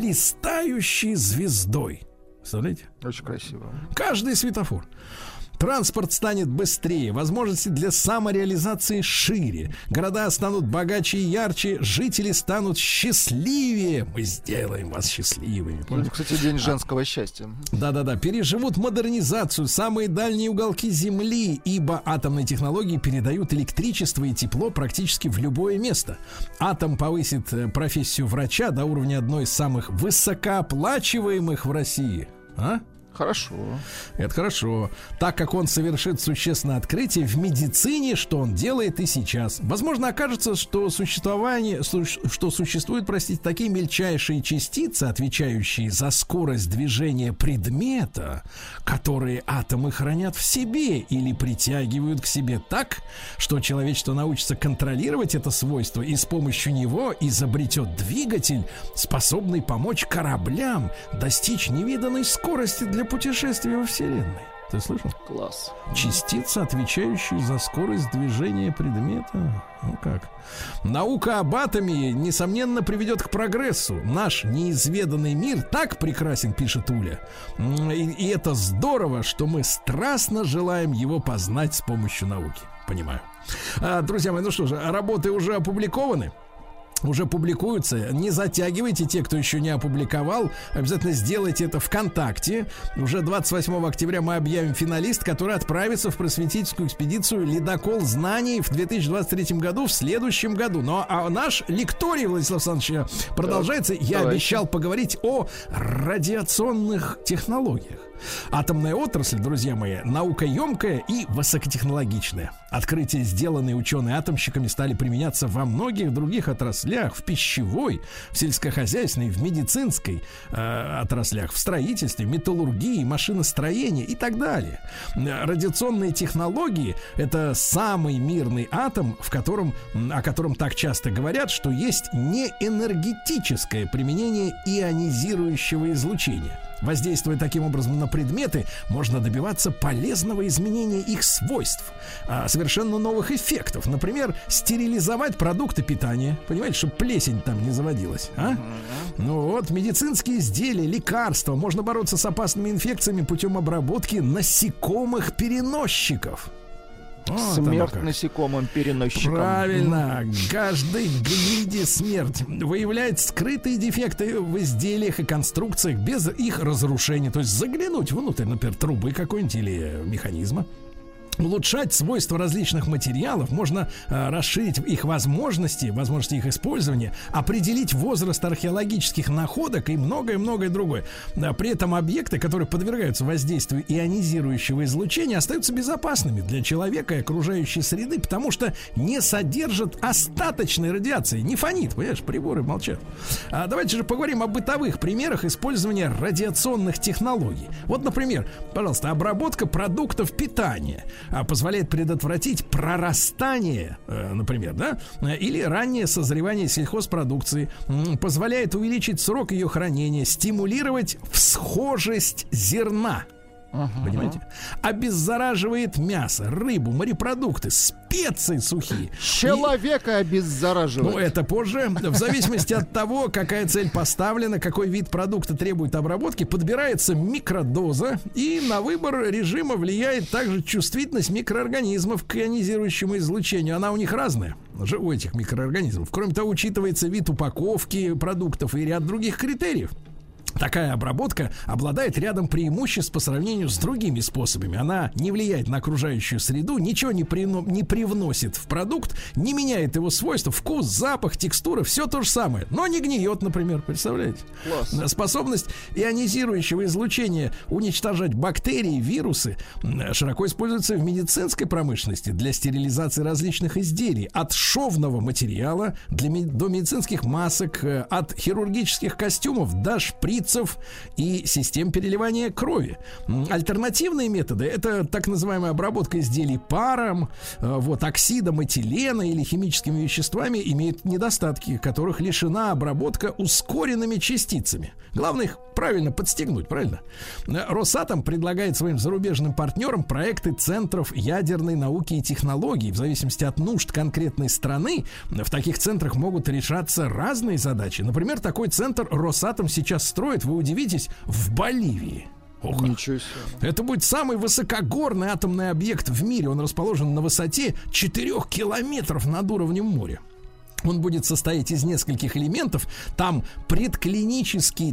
блистающей звездой. Представляете? Очень красиво. Каждый светофор. Транспорт станет быстрее, возможности для самореализации шире, города станут богаче и ярче, жители станут счастливее. Мы сделаем вас счастливыми. Это, кстати, день женского счастья. Да-да-да, переживут модернизацию самые дальние уголки Земли, ибо атомные технологии передают электричество и тепло практически в любое место. Атом повысит профессию врача до уровня одной из самых высокооплачиваемых в России. А? Хорошо. Это хорошо. Так как он совершит существенное открытие в медицине, что он делает и сейчас. Возможно, окажется, что существование, что существуют, простите, такие мельчайшие частицы, отвечающие за скорость движения предмета, которые атомы хранят в себе или притягивают к себе так, что человечество научится контролировать это свойство и с помощью него изобретет двигатель, способный помочь кораблям достичь невиданной скорости для путешествия во Вселенной. Ты слышал? Класс. Частица, отвечающая за скорость движения предмета. Ну как? Наука об атоме, несомненно, приведет к прогрессу. Наш неизведанный мир так прекрасен, пишет Уля. И, и это здорово, что мы страстно желаем его познать с помощью науки. Понимаю. А, друзья мои, ну что же, работы уже опубликованы. Уже публикуются. Не затягивайте, те, кто еще не опубликовал. Обязательно сделайте это ВКонтакте. Уже двадцать восьмого октября мы объявим финалист, который отправится в просветительскую экспедицию «Ледокол знаний» в две тысячи двадцать третьем году, в следующем году. Но а наш лекторий, Владислав Александрович, продолжается. Да, Я давайте. обещал поговорить о радиационных технологиях. Атомная отрасль, друзья мои, наукоемкая и высокотехнологичная. Открытия, сделанные учеными-атомщиками, стали применяться во многих других отраслях: в пищевой, в сельскохозяйственной, в медицинской э, отраслях, в строительстве, металлургии, машиностроении и так далее. Радиационные технологии — это самый мирный атом, в котором, о котором так часто говорят, что есть неэнергетическое применение ионизирующего излучения. Воздействуя таким образом на предметы, можно добиваться полезного изменения их свойств, совершенно новых эффектов. Например, стерилизовать продукты питания, понимаете, чтобы плесень там не заводилась. А? Ну вот, медицинские изделия, лекарства. Можно бороться с опасными инфекциями путем обработки насекомых-переносчиков. Вот смерть насекомым переносчикам. Правильно. Каждой гниде смерть. Выявляет скрытые дефекты в изделиях и конструкциях без их разрушения. То есть заглянуть внутрь, например, трубы какой-нибудь или механизма. Улучшать свойства различных материалов, можно э, расширить их возможности, возможности их использования, определить возраст археологических находок и многое-многое другое. При этом объекты, которые подвергаются воздействию ионизирующего излучения, остаются безопасными для человека и окружающей среды, потому что не содержат остаточной радиации, не фонит, понимаешь, приборы молчат. А давайте же поговорим о бытовых примерах использования радиационных технологий. Вот, например, пожалуйста, обработка продуктов питания позволяет предотвратить прорастание, например, да, или раннее созревание сельхозпродукции, позволяет увеличить срок ее хранения, стимулировать всхожесть зерна. Uh-huh. Понимаете? Обеззараживает мясо, рыбу, морепродукты, специи сухие. Человека и... обеззараживает. Ну, это позже. В зависимости от того, какая цель поставлена, какой вид продукта требует обработки, подбирается микродоза, и на выбор режима влияет также чувствительность микроорганизмов к ионизирующему излучению. Она у них разная, у этих микроорганизмов. Кроме того, учитывается вид упаковки продуктов и ряд других критериев. Такая обработка обладает рядом преимуществ по сравнению с другими способами. Она не влияет на окружающую среду, ничего не, прино, не привносит в продукт, не меняет его свойства, вкус, запах, текстура, все то же самое, но не гниет, например, представляете? Класс. Способность ионизирующего излучения уничтожать бактерии, вирусы широко используется в медицинской промышленности для стерилизации различных изделий, от шовного материала для, до медицинских масок, от хирургических костюмов до шприцев и систем переливания крови. Альтернативные методы — это так называемая обработка изделий паром, вот, оксидом этилена или химическими веществами, имеют недостатки, которых лишена обработка ускоренными частицами. Главное их правильно подстегнуть, правильно? Росатом предлагает своим зарубежным партнерам проекты центров ядерной науки и технологий. В зависимости от нужд конкретной страны в таких центрах могут решаться разные задачи. Например, такой центр Росатом сейчас строит, вы удивитесь, в Боливии. Ох, ничего себе. Это будет самый высокогорный атомный объект в мире. Он расположен на высоте четырёх километров над уровнем моря. Он будет состоять из нескольких элементов. Там предклинический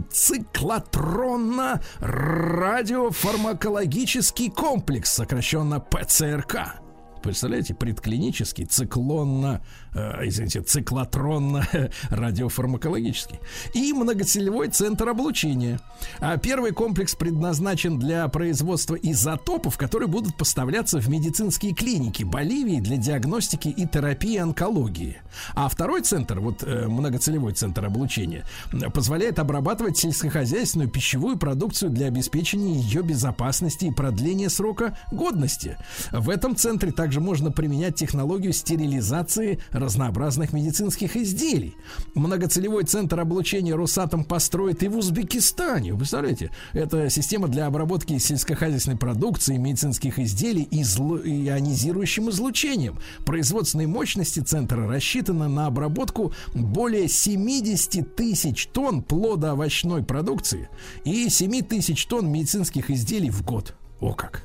циклотронно-радиофармакологический комплекс, сокращенно ПЦРК. Представляете, предклинический, циклонно, э, извините, циклотронно-радиофармакологический. И многоцелевой центр облучения. А первый комплекс предназначен для производства изотопов, которые будут поставляться в медицинские клиники Боливии для диагностики и терапии онкологии. А второй центр, вот э, многоцелевой центр облучения, позволяет обрабатывать сельскохозяйственную пищевую продукцию для обеспечения ее безопасности и продления срока годности. В этом центре также можно применять технологию стерилизации разнообразных медицинских изделий. Многоцелевой центр облучения Росатом построит и в Узбекистане. Вы представляете? Это система для обработки сельскохозяйственной продукции, медицинских изделий излу- ионизирующим излучением. Производственные мощности центра рассчитаны на обработку более семьдесят тысяч тонн плодоовощной продукции и семь тысяч тонн медицинских изделий в год. О как!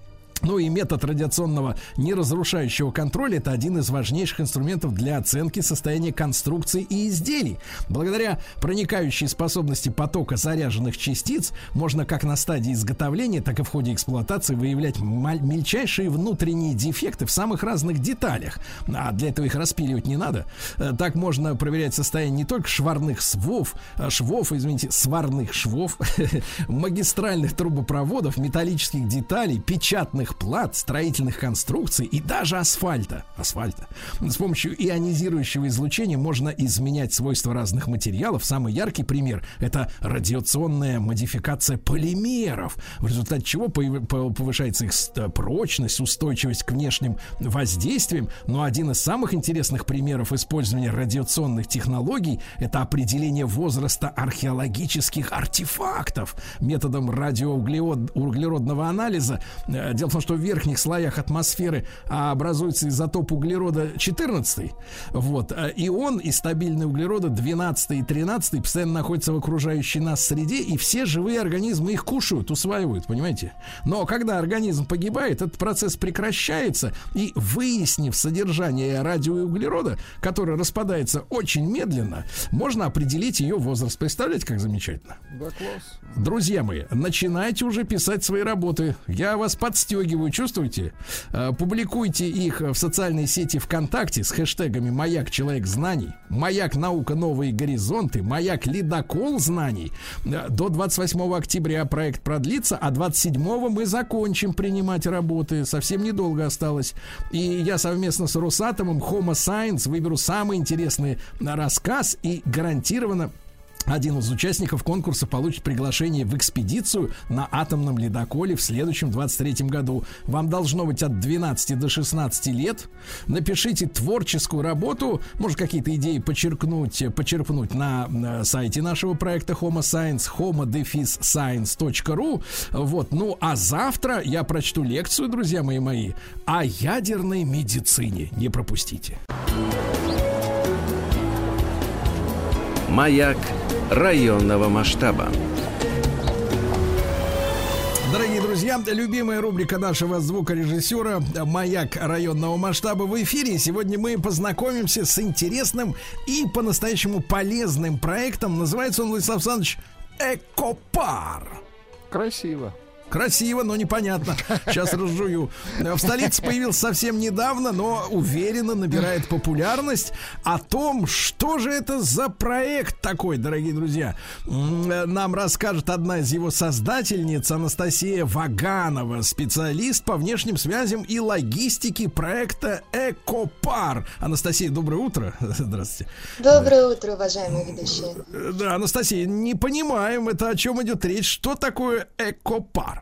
Ну и метод радиационного неразрушающего контроля — это один из важнейших инструментов для оценки состояния конструкций и изделий. Благодаря проникающей способности потока заряженных частиц можно как на стадии изготовления, так и в ходе эксплуатации выявлять мельчайшие внутренние дефекты в самых разных деталях. А для этого их распиливать не надо. Так можно проверять состояние не только шварных свов, швов, извините, сварных швов, магистральных трубопроводов, металлических деталей, печатных плат, строительных конструкций и даже асфальта. Асфальта. С помощью ионизирующего излучения можно изменять свойства разных материалов. Самый яркий пример — это радиационная модификация полимеров, в результате чего повышается их прочность, устойчивость к внешним воздействиям. Но один из самых интересных примеров использования радиационных технологий — это определение возраста археологических артефактов методом радиоуглеродного анализа. Дело в том, что в верхних слоях атмосферы образуется изотоп углерода четырнадцатый, вот, и он из стабильного углерода двенадцатый и тринадцатый постоянно находится в окружающей нас среде, и все живые организмы их кушают, усваивают, понимаете? Но когда организм погибает, этот процесс прекращается, и выяснив содержание радио и углерода, который распадается очень медленно, можно определить ее возраст. Представляете, как замечательно? Да, класс. Друзья мои, начинайте уже писать свои работы. Я вас подстегиваю, чувствуете? Публикуйте их в социальной сети ВКонтакте с хэштегами «Маяк Человек Знаний», «Маяк Наука Новые Горизонты», «Маяк Ледокол Знаний». До двадцать восьмого октября проект продлится, а двадцать седьмого мы закончим принимать работы. Совсем недолго осталось. И я совместно с Росатомом Homo Science выберу самый интересный рассказ, и гарантированно один из участников конкурса получит приглашение в экспедицию на атомном ледоколе в следующем двадцать третьем году. Вам должно быть от двенадцати до шестнадцати лет. Напишите творческую работу, может, какие-то идеи подчеркнуть, почерпнуть на, на сайте нашего проекта Homo Science, homo dash science точка ru. Вот. Ну, а завтра я прочту лекцию, друзья мои мои, о ядерной медицине. Не пропустите. Маяк районного масштаба. Дорогие друзья, любимая рубрика нашего звукорежиссера «Маяк районного масштаба» в эфире. Сегодня мы познакомимся с интересным и по-настоящему полезным проектом. Называется он, Владислав Александрович, Экопар. Красиво. Красиво, но непонятно. Сейчас разжую. В столице появился совсем недавно, но уверенно набирает популярность. О том, что же это за проект такой, дорогие друзья, нам расскажет одна из его создательниц, Анастасия Ваганова, специалист по внешним связям и логистике проекта Экопар. Анастасия, доброе утро. Здравствуйте. Доброе утро, уважаемые ведущие. Да, Анастасия, не понимаем, это о чем идет речь. Что такое Экопар?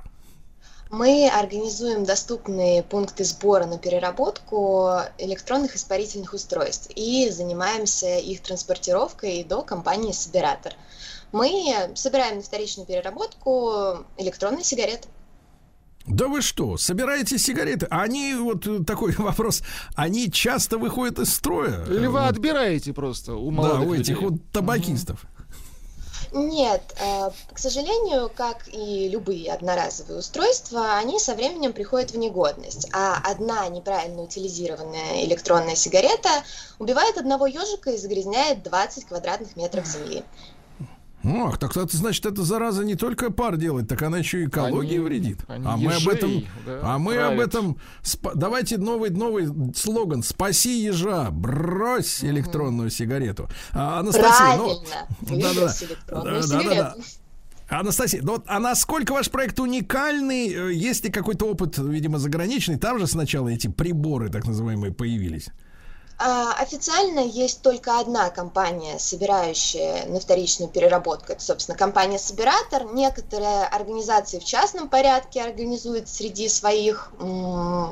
Мы организуем доступные пункты сбора на переработку электронных испарительных устройств и занимаемся их транспортировкой до компании «Собиратор». Мы собираем на вторичную переработку электронные сигареты. Да вы что, собираете сигареты? Они, вот такой вопрос, они часто выходят из строя? Или вы отбираете просто у молодых людей? Да, у этих людей. вот табакистов. Нет, к сожалению, как и любые одноразовые устройства, они со временем приходят в негодность, а одна неправильно утилизированная электронная сигарета убивает одного ежика и загрязняет двадцать квадратных метров земли. Ох, так это значит, эта зараза не только пар делает, так она еще и экологии они, вредит. Они а мы ежей, об этом, да, а мы об этом, спа, давайте новый новый слоган: спаси ежа, брось угу. электронную сигарету. А, Анастасия, правильно, ну, да, да, электронную да, сигарету. Да, да, да. Анастасия, ну, а насколько ваш проект уникальный? Есть ли какой-то опыт, видимо, заграничный? Там же сначала эти приборы, так называемые, появились. Официально есть только одна компания, собирающая на вторичную переработку. Это, собственно, компания «Собиратор». Некоторые организации в частном порядке организуют среди своих м-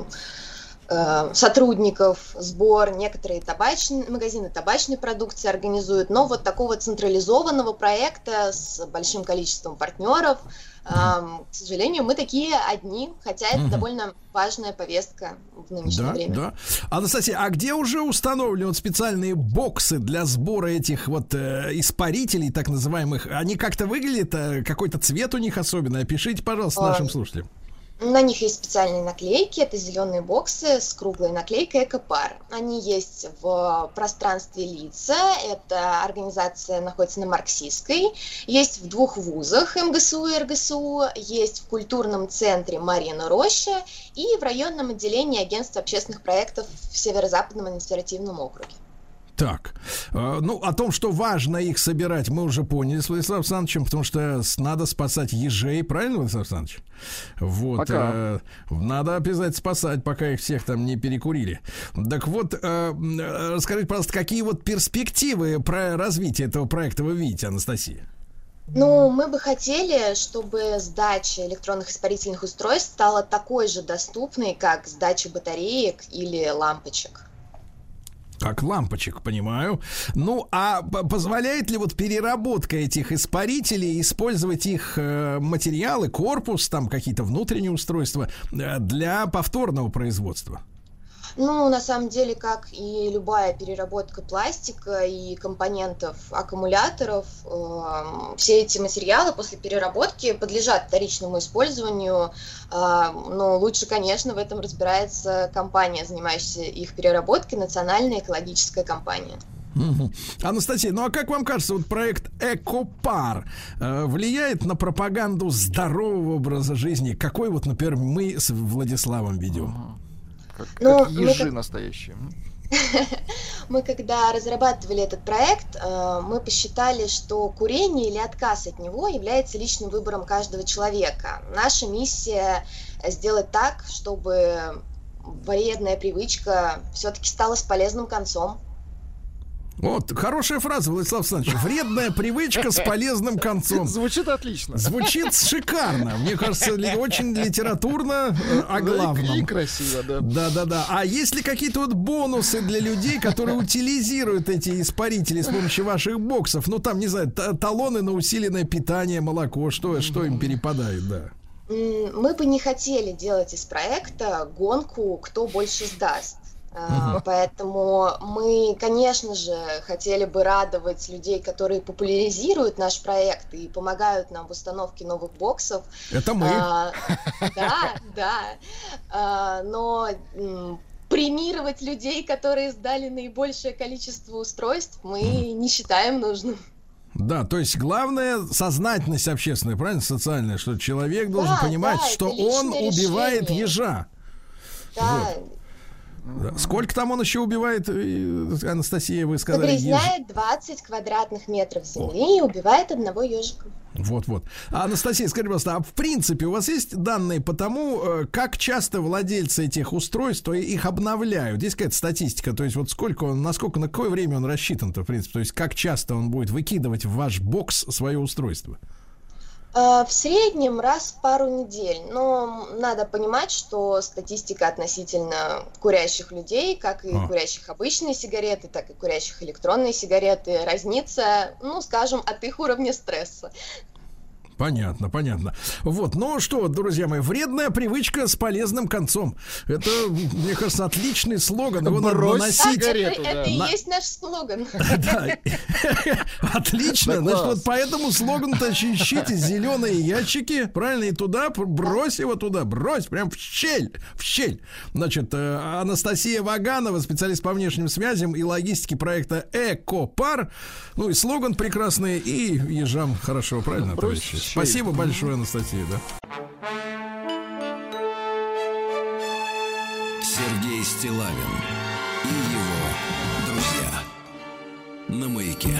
э- сотрудников сбор. Некоторые табачные, магазины табачной продукции организуют. Но вот такого централизованного проекта с большим количеством партнеров, э- к сожалению, мы такие одни, хотя это довольно важная повестка в нынешнее да, время. Да. Анастасия, а где уже установлены вот специальные боксы для сбора этих вот э, испарителей, так называемых? Они как-то выглядят, э, какой-то цвет у них особенный? Опишите, пожалуйста, нашим слушателям. На них есть специальные наклейки, это зеленые боксы с круглой наклейкой «Экопар». Они есть в пространстве «Лица», эта организация находится на Марксистской, есть в двух вузах эм гэ эс у и эр гэ эс у, есть в культурном центре «Марьина Роща» и в районном отделении Агентства общественных проектов в Северо-Западном административном округе. Так, э, ну, о том, что важно их собирать, мы уже поняли с Владиславом Александровичем, потому что надо спасать ежей, правильно, Владислав Александрович? Вот, э, надо обязательно спасать, пока их всех там не перекурили. Так вот, э, расскажите, пожалуйста, какие вот перспективы про развитие этого проекта вы видите, Анастасия? Ну, мы бы хотели, чтобы сдача электронных испарительных устройств стала такой же доступной, как сдача батареек или лампочек. Как лампочек, понимаю. Ну, а позволяет ли вот переработка этих испарителей использовать их э, материалы, корпус, там какие-то внутренние устройства э, для повторного производства? Ну, на самом деле, как и любая переработка пластика и компонентов аккумуляторов, э, все эти материалы после переработки подлежат вторичному использованию. Э, но лучше, конечно, в этом разбирается компания, занимающаяся их переработкой, национальная экологическая компания. Угу. Анастасия, ну а как вам кажется, вот проект Экопар э, влияет на пропаганду здорового образа жизни? Какой вот, например, мы с Владиславом ведем? Как, ну, как ежи мы, настоящие. Мы, когда разрабатывали этот проект, мы посчитали, что курение или отказ от него является личным выбором каждого человека. Наша миссия сделать так, чтобы вредная привычка все-таки стала с полезным концом. Вот, хорошая фраза, Владислав Александрович. Вредная привычка с полезным концом. Звучит отлично. Звучит шикарно. Мне кажется, очень литературно о главном. И красиво, да. Да-да-да. А есть ли какие-то вот бонусы для людей, которые утилизируют эти испарители с помощью ваших боксов? Ну, там, не знаю, талоны на усиленное питание, молоко. Что, что им перепадает, да? Мы бы не хотели делать из проекта гонку, кто больше сдаст. Uh-huh. Поэтому мы, конечно же, хотели бы радовать людей, которые популяризируют наш проект и помогают нам в установке новых боксов. Это мы. А, да, да. А, но м, премировать людей, которые сдали наибольшее количество устройств, мы не считаем нужным. Да, то есть главное сознательность общественная, правильно, социальная, что человек должен Да, понимать, да, что это он личное убивает решение. ежа. Да. Вот. Да. Сколько там он еще убивает, э, Анастасия, вы сказали? Загрязняет двадцать квадратных метров земли и убивает одного ежика. Вот-вот. А, Анастасия, скажите, пожалуйста, а в принципе у вас есть данные по тому, как часто владельцы этих устройств их обновляют? Есть какая-то статистика? То есть вот сколько он, насколько, на какое время он рассчитан-то, в принципе? То есть как часто он будет выкидывать в ваш бокс свое устройство? В среднем раз в пару недель, но надо понимать, что статистика относительно курящих людей, как и а. курящих обычные сигареты, так и курящих электронные сигареты, разнится, ну, скажем, от их уровня стресса. Понятно, понятно. Вот, ну что, друзья мои, вредная привычка с полезным концом. Это, мне кажется, отличный слоган. Его надо наносить. Это, это и есть наш слоган. Да. Отлично. Значит, вот по этому слогану-то ищите зеленые ящики, правильно, и туда, брось его туда, брось, прям в щель, в щель. Значит, Анастасия Ваганова, специалист по внешним связям и логистике проекта «Экопар». Ну и слоган прекрасный, и ежам хорошо, правильно, товарищи? Спасибо большое, Анастасия, да. Сергей Стиллавин и его друзья на Маяке.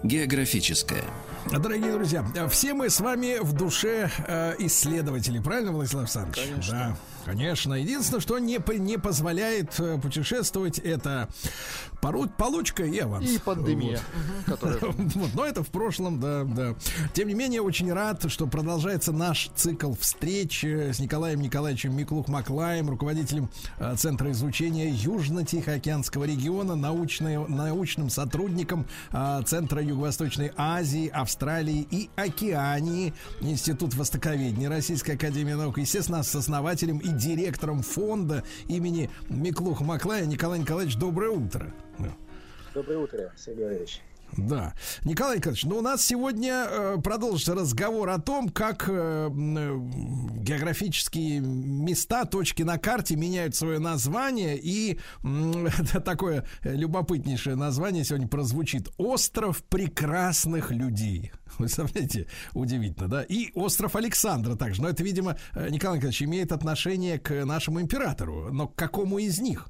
Географическое. Дорогие друзья, все мы с вами в душе э, исследователи, правильно, Владислав Александрович? Конечно. Да, конечно. Единственное, что не, не позволяет путешествовать, это пору, получка и аванс. И пандемия. Вот. Угу, которая... вот, но это в прошлом, да, да. Тем не менее, очень рад, что продолжается наш цикл встреч с Николаем Николаевичем Миклух-Маклаем, руководителем э, Центра изучения Южно-Тихоокеанского региона, научный, научным сотрудником э, Центра Юго-Восточной Азии, Австралии и Океании, Институт востоковедения Российской академии наук, естественно, с основателем и директором фонда имени Миклуха-Маклая. Николай Николаевич, доброе утро. Доброе утро, Сергей Валерьевич. Да. Николай Николаевич, ну у нас сегодня э, продолжится разговор о том, как э, э, географические места, точки на карте меняют свое название. И э, такое любопытнейшее название сегодня прозвучит: «Остров прекрасных людей». Вы представляете, удивительно, да? И остров Александра также. Но это, видимо, Николай Николаевич, имеет отношение к нашему императору. Но к какому из них?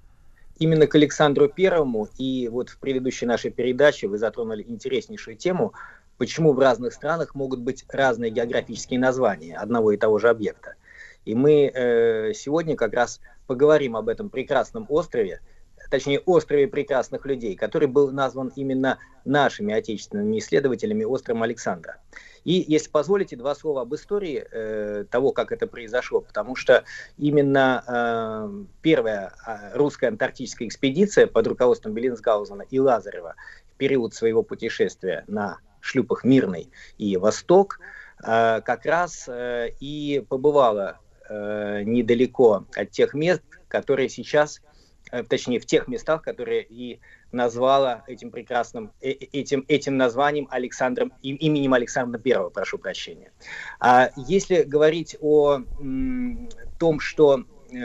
Именно к Александру Первому. И вот в предыдущей нашей передаче вы затронули интереснейшую тему, почему в разных странах могут быть разные географические названия одного и того же объекта. И мы э, сегодня как раз поговорим об этом прекрасном острове, точнее острове прекрасных людей, который был назван именно нашими отечественными исследователями островом Александра. И, если позволите, два слова об истории э, того, как это произошло, потому что именно э, первая русская антарктическая экспедиция под руководством Беллинсгаузена и Лазарева в период своего путешествия на шлюпах «Мирный» и «Восток» э, как раз э, и побывала э, недалеко от тех мест, которые сейчас, э, точнее в тех местах, которые и назвала этим прекрасным, этим, этим названием Александром, именем Александра Первого, прошу прощения. А если говорить о м, том, что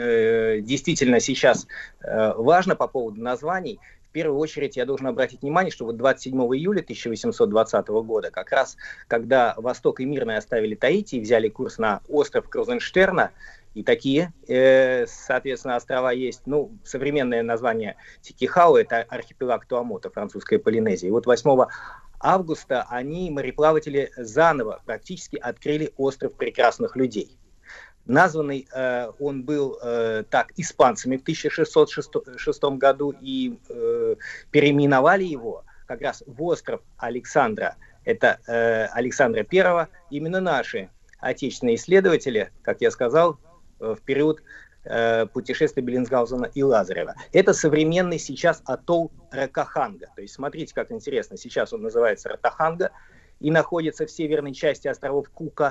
э, действительно сейчас э, важно по поводу названий, в первую очередь я должен обратить внимание, что вот двадцать седьмого июля тысяча восемьсот двадцатого года, как раз когда Восток и Мирный оставили Таити и взяли курс на остров Крузенштерна, и такие, э, соответственно, острова есть. Ну, современное название Тикихау — это архипелаг Туамота, французская Полинезия. И вот восьмого августа они, мореплаватели, заново практически открыли остров прекрасных людей. Названный э, он был э, так испанцами в тысяча шестьсот шестом году, и э, переименовали его как раз в остров Александра. Это э, Александра Первого. Именно наши отечественные исследователи, как я сказал, в период э, путешествия Беллинсгаузена и Лазарева. Это современный сейчас атолл Ракаханга. То есть смотрите, как интересно. Сейчас он называется Ракаханга и находится в северной части островов Кука,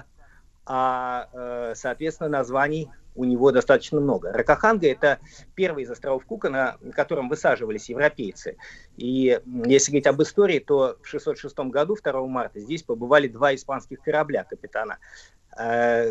а, э, соответственно, названий у него достаточно много. Ракаханга — это первый из островов Кука, на котором высаживались европейцы. И если говорить об истории, то в шестьсот шестом году, второго марта, здесь побывали два испанских корабля капитана. Два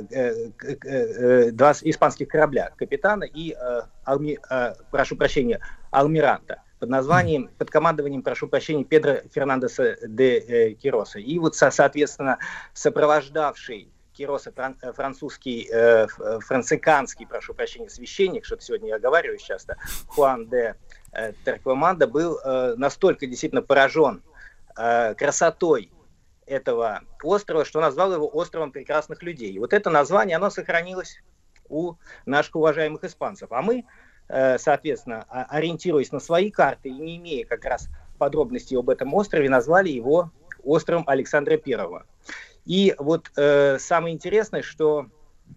испанских корабля капитана и, алми, прошу прощения, алмиранта под названием, под командованием, прошу прощения, Педро Фернандеса де Кироса. И вот, соответственно, сопровождавший Кироса французский, франциканский, прошу прощения, священник, что-то сегодня я оговариваюсь часто, Хуан де Терквеманда, был настолько действительно поражен красотой этого острова, что назвал его островом прекрасных людей. И вот это название, оно сохранилось у наших уважаемых испанцев. А мы, соответственно, ориентируясь на свои карты и не имея как раз подробностей об этом острове, назвали его островом Александра Первого. И вот э, самое интересное, что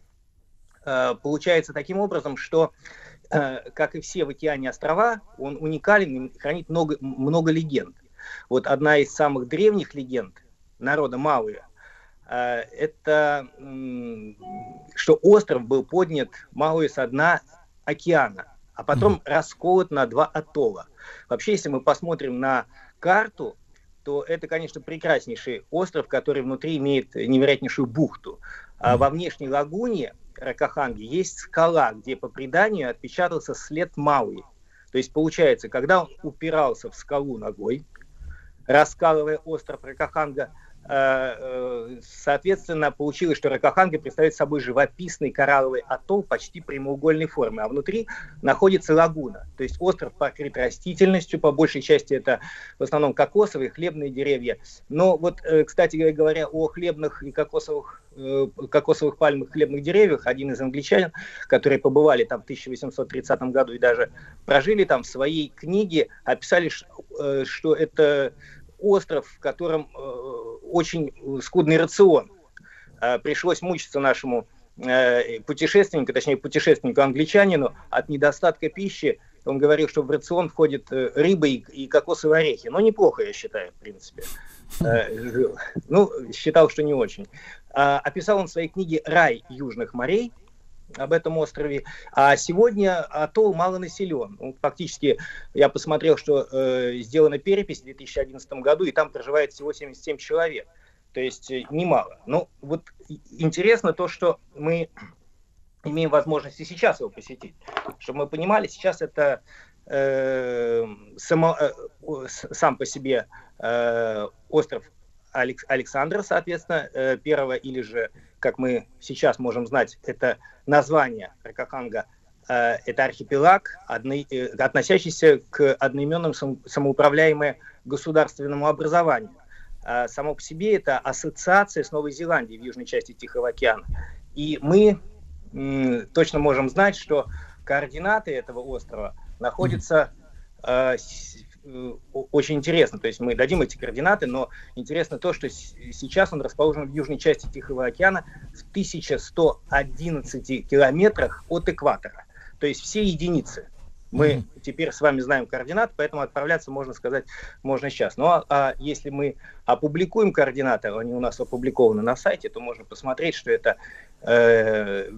э, получается таким образом, что, э, как и все в океане острова, он уникален и хранит много, много легенд. Вот одна из самых древних легенд народа Мауи, э, это э, что остров был поднят Мауи со дна океана, а потом mm-hmm. расколот на два атолла. Вообще, если мы посмотрим на карту, то это, конечно, прекраснейший остров, который внутри имеет невероятнейшую бухту. А во внешней лагуне Ракаханги есть скала, где по преданию отпечатался след Мауи. То есть, получается, когда он упирался в скалу ногой, раскалывая остров Ракаханга, Соответственно, получилось, что Ракоханга представляет собой живописный коралловый атолл почти прямоугольной формы, а внутри находится лагуна. То есть остров покрыт растительностью, по большей части это в основном кокосовые, хлебные деревья. Но вот, кстати говоря, о хлебных и кокосовых, кокосовых пальмах, хлебных деревьях, один из англичан, которые побывали там в тысяча восемьсот тридцатом году и даже прожили там, в своей книге описали, что это остров, в котором э, очень скудный рацион. Э, пришлось мучиться нашему э, путешественнику, точнее путешественнику-англичанину от недостатка пищи. Он говорил, что в рацион входит э, рыба и, и кокосовые орехи. Но неплохо, я считаю, в принципе. Э, ну, считал, что не очень. Э, описал он в своей книге «Рай южных морей» об этом острове. А сегодня атолл мало населен. Ну, фактически я посмотрел, что э, сделана перепись в две тысячи одиннадцатом году, и там проживает всего семьдесят семь человек. То есть э, немало. Но вот интересно то, что мы имеем возможность и сейчас его посетить. Чтобы мы понимали, сейчас это э, само, э, сам по себе э, остров Алекс, Александра, соответственно, э, первого, или же, как мы сейчас можем знать, это название Ракоханга, э, это архипелаг, одни, э, относящийся к одноименному сам, самоуправляемому государственному образованию. Э, само по себе это ассоциация с Новой Зеландией в южной части Тихого океана. И мы э, точно можем знать, что координаты этого острова находятся э, очень интересно, то есть мы дадим эти координаты, но интересно то, что сейчас он расположен в южной части Тихого океана в тысяча сто одиннадцати километрах от экватора, то есть все единицы. Мы mm-hmm. теперь с вами знаем координаты, поэтому отправляться, можно сказать, можно сейчас. Ну а, а если мы опубликуем координаты, они у нас опубликованы на сайте, то можно посмотреть, что это э,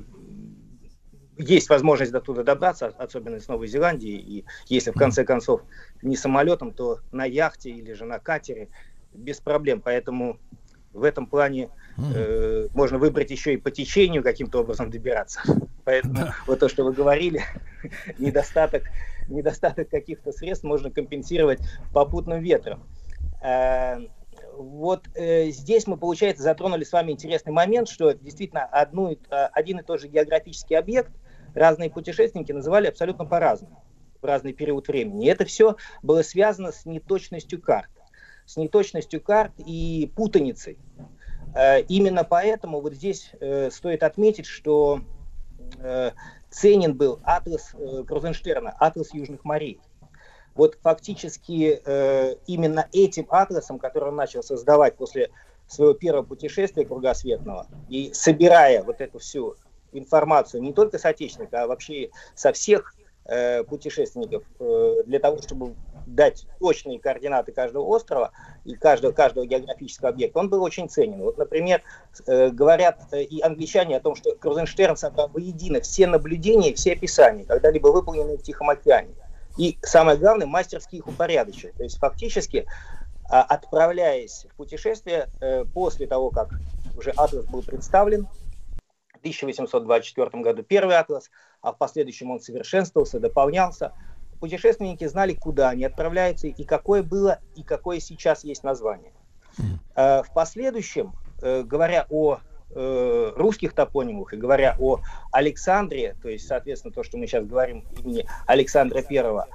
есть возможность до туда добраться, особенно с Новой Зеландии, и если в конце концов не самолетом, то на яхте или же на катере без проблем. Поэтому в этом плане э, можно выбрать еще и по течению каким-то образом добираться. Поэтому да. Вот то, что вы говорили, недостаток, недостаток каких-то средств можно компенсировать попутным ветром. Э, вот э, здесь мы, получается, затронули с вами интересный момент, что действительно одну, один и тот же географический объект разные путешественники называли абсолютно по-разному в разный период времени. И это все было связано с неточностью карт. С неточностью карт и путаницей. Э, именно поэтому вот здесь э, стоит отметить, что э, ценен был атлас э, Крузенштерна, атлас южных морей. Вот фактически э, именно этим атласом, который он начал создавать после своего первого путешествия кругосветного, и собирая вот эту всю информацию не только с отечественников, а вообще со всех э, путешественников, э, для того, чтобы дать точные координаты каждого острова и каждого, каждого географического объекта, он был очень ценен. Вот, например, э, говорят э, и англичане о том, что Крузенштерн собрал воедино все наблюдения, все описания, когда-либо выполненные в Тихом океане. И самое главное, мастерски их упорядочил. То есть фактически, а, отправляясь в путешествие, э, после того, как уже атлас был представлен, в тысяча восемьсот двадцать четвёртом году первый атлас, а в последующем он совершенствовался, дополнялся. Путешественники знали, куда они отправляются, и какое было, и какое сейчас есть название. В последующем, говоря о русских топонимах и говоря о Александре, то есть, соответственно, то, что мы сейчас говорим имени Александра Первого,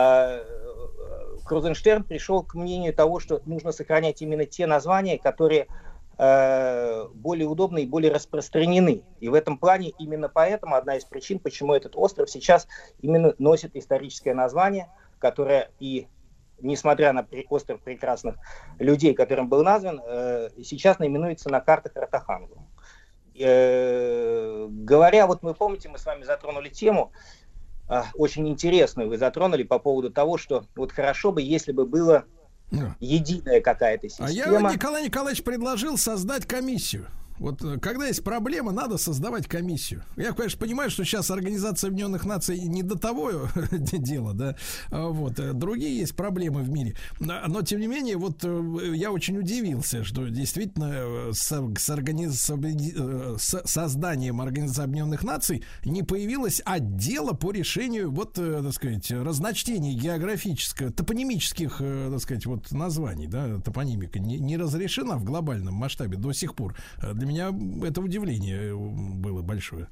Крузенштерн пришел к мнению того, что нужно сохранять именно те названия, которые более удобны и более распространены. И в этом плане именно поэтому одна из причин, почему этот остров сейчас именно носит историческое название, которое и, несмотря на остров прекрасных людей, которым был назван, сейчас наименуется на картах Ракохангу. Говоря, вот вы помните, мы с вами затронули тему, очень интересную вы затронули по поводу того, что вот хорошо бы, если бы было единая какая-то система. А я, Николай Николаевич, предложил создать комиссию. Вот когда есть проблема, надо создавать комиссию. Я, конечно, понимаю, что сейчас Организация Объединенных Наций не до того дела, да. Вот. Другие есть проблемы в мире. Но, тем не менее, вот я очень удивился, что действительно с, с, организ... с созданием Организации Объединенных Наций не появилось отдела по решению, вот, так сказать, разночтений географических, топонимических, так сказать, вот названий, да, топонимика не, не разрешена в глобальном масштабе до сих пор. Для меня это удивление было большое.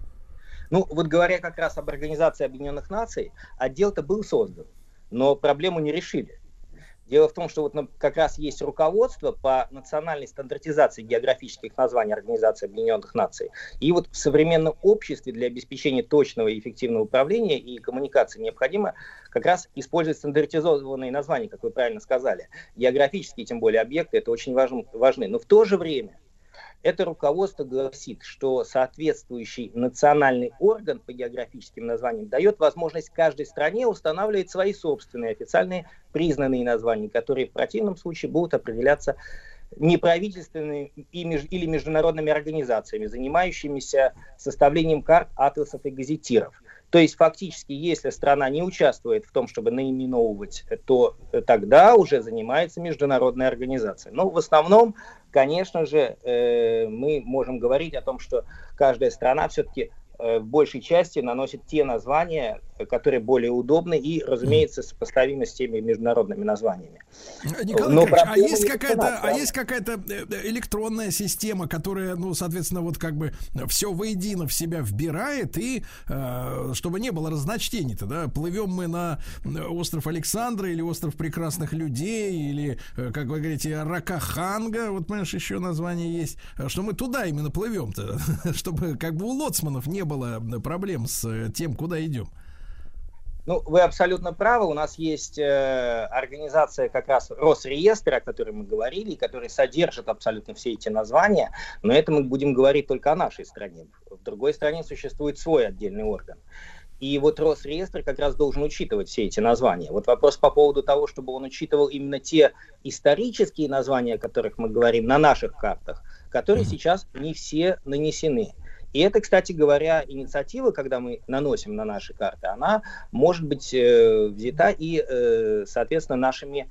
Ну, вот говоря как раз об Организации Объединенных Наций, отдел-то был создан, но проблему не решили. Дело в том, что вот как раз есть руководство по национальной стандартизации географических названий Организации Объединенных Наций. И вот в современном обществе для обеспечения точного и эффективного управления и коммуникации необходимо как раз использовать стандартизованные названия, как вы правильно сказали. Географические, тем более, объекты, это очень важны. Но в то же время это руководство гласит, что соответствующий национальный орган по географическим названиям дает возможность каждой стране устанавливать свои собственные официальные признанные названия, которые в противном случае будут определяться неправительственными или международными организациями, занимающимися составлением карт, атласов и газетиров. То есть фактически, если страна не участвует в том, чтобы наименовывать, то тогда уже занимается международная организация. Но в основном, конечно же, мы можем говорить о том, что каждая страна все-таки в большей части наносит те названия, которые более удобны и, разумеется, сопоставимы с теми международными названиями. Николай Николаевич, а есть какая-то, а есть какая-то электронная система, которая, ну, соответственно, вот как бы все воедино в себя вбирает, и э, чтобы не было разночтений-то, да, плывем мы на остров Александра или остров прекрасных людей, или, как вы говорите, Ракаханга, вот, понимаешь, еще название есть, что мы туда именно плывем-то, чтобы как бы у лоцманов не было проблем с тем, куда идем. Ну, вы абсолютно правы. У нас есть э, организация как раз Росреестр, о которой мы говорили, который содержит абсолютно все эти названия, но это мы будем говорить только о нашей стране. В другой стране существует свой отдельный орган. И вот Росреестр как раз должен учитывать все эти названия. Вот вопрос по поводу того, чтобы он учитывал именно те исторические названия, о которых мы говорим на наших картах, которые сейчас не все нанесены. И это, кстати говоря, инициатива, когда мы наносим на наши карты, она может быть э, взята и, э, соответственно, нашими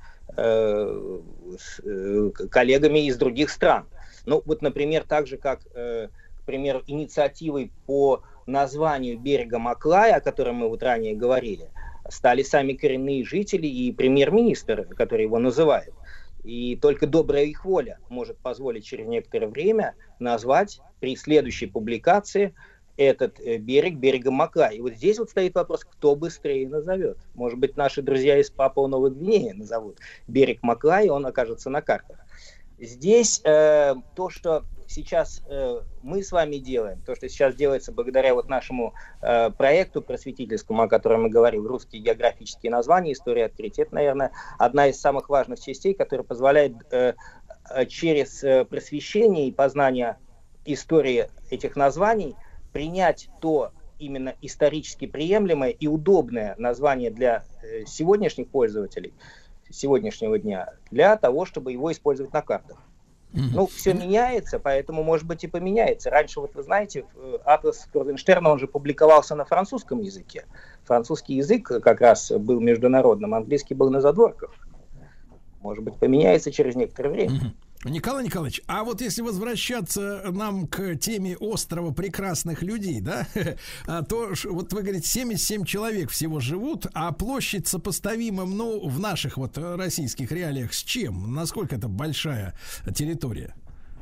э, э, коллегами из других стран. Ну, вот, например, так же, как, э, к примеру, инициативой по названию берега Маклая, о котором мы вот ранее говорили, стали сами коренные жители и премьер-министр, который его называет. И только добрая их воля может позволить через некоторое время назвать при следующей публикации этот берег берегом Маклая. И вот здесь вот стоит вопрос, кто быстрее назовет. Может быть, наши друзья из Папуа-Новой Гвинеи назовут берег Маклая, и он окажется на картах. Здесь э, то, что сейчас э, мы с вами делаем, то, что сейчас делается благодаря вот нашему э, проекту просветительскому, о котором мы говорим, русские географические названия, история открытия, это, наверное, одна из самых важных частей, которая позволяет э, через э, просвещение и познание истории этих названий принять то именно исторически приемлемое и удобное название для э, сегодняшних пользователей, сегодняшнего дня, для того, чтобы его использовать на картах. Ну, все меняется, поэтому, может быть, и поменяется. Раньше, вот вы знаете, атлас Крузенштерна, он же публиковался на французском языке. Французский язык как раз был международным, английский был на задворках. Может быть, поменяется через некоторое время. Николай Николаевич, а вот если возвращаться нам к теме острова прекрасных людей, да, то вот вы говорите, семьдесят семь человек всего живут, а площадь сопоставима, ну, в наших вот российских реалиях с чем? Насколько это большая территория?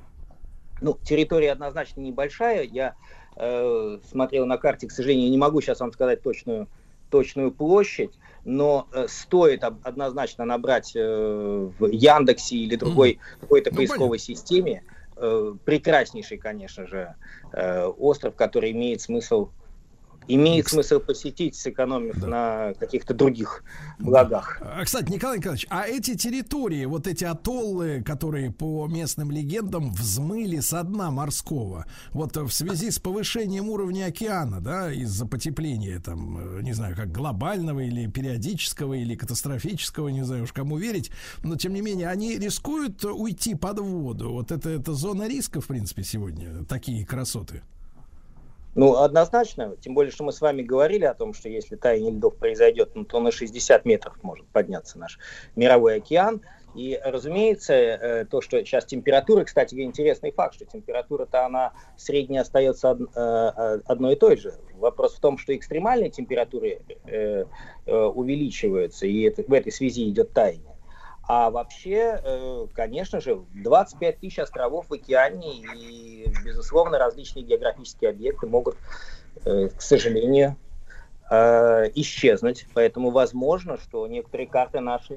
Ну, территория однозначно небольшая. Я э, смотрел на карте, к сожалению, не могу сейчас вам сказать точную точную площадь, но э, стоит об, однозначно набрать э, в Яндексе или другой mm. какой-то ну, поисковой понятно. системе э, прекраснейший, конечно же, э, остров, который имеет смысл имеет смысл посетить, сэкономив да. на каких-то других благах. Да. Кстати, Николай Николаевич, а эти территории, вот эти атоллы, которые по местным легендам взмыли со дна морского, вот в связи с повышением уровня океана, да, из-за потепления, там, не знаю, как глобального или периодического, или катастрофического, не знаю уж кому верить, но тем не менее, они рискуют уйти под воду. Вот это, это зона риска, в принципе, сегодня, такие красоты. Ну, однозначно, тем более, что мы с вами говорили о том, что если таяние льдов произойдет, ну, то на шестьдесят метров может подняться наш мировой океан. И, разумеется, то, что сейчас температура, кстати, интересный факт, что температура-то она средняя остается одной и той же. Вопрос в том, что экстремальные температуры увеличиваются, и это, в этой связи идет таяние. А вообще, конечно же, двадцать пять тысяч островов в океане, и, безусловно, различные географические объекты могут, к сожалению, исчезнуть. Поэтому возможно, что некоторые карты наши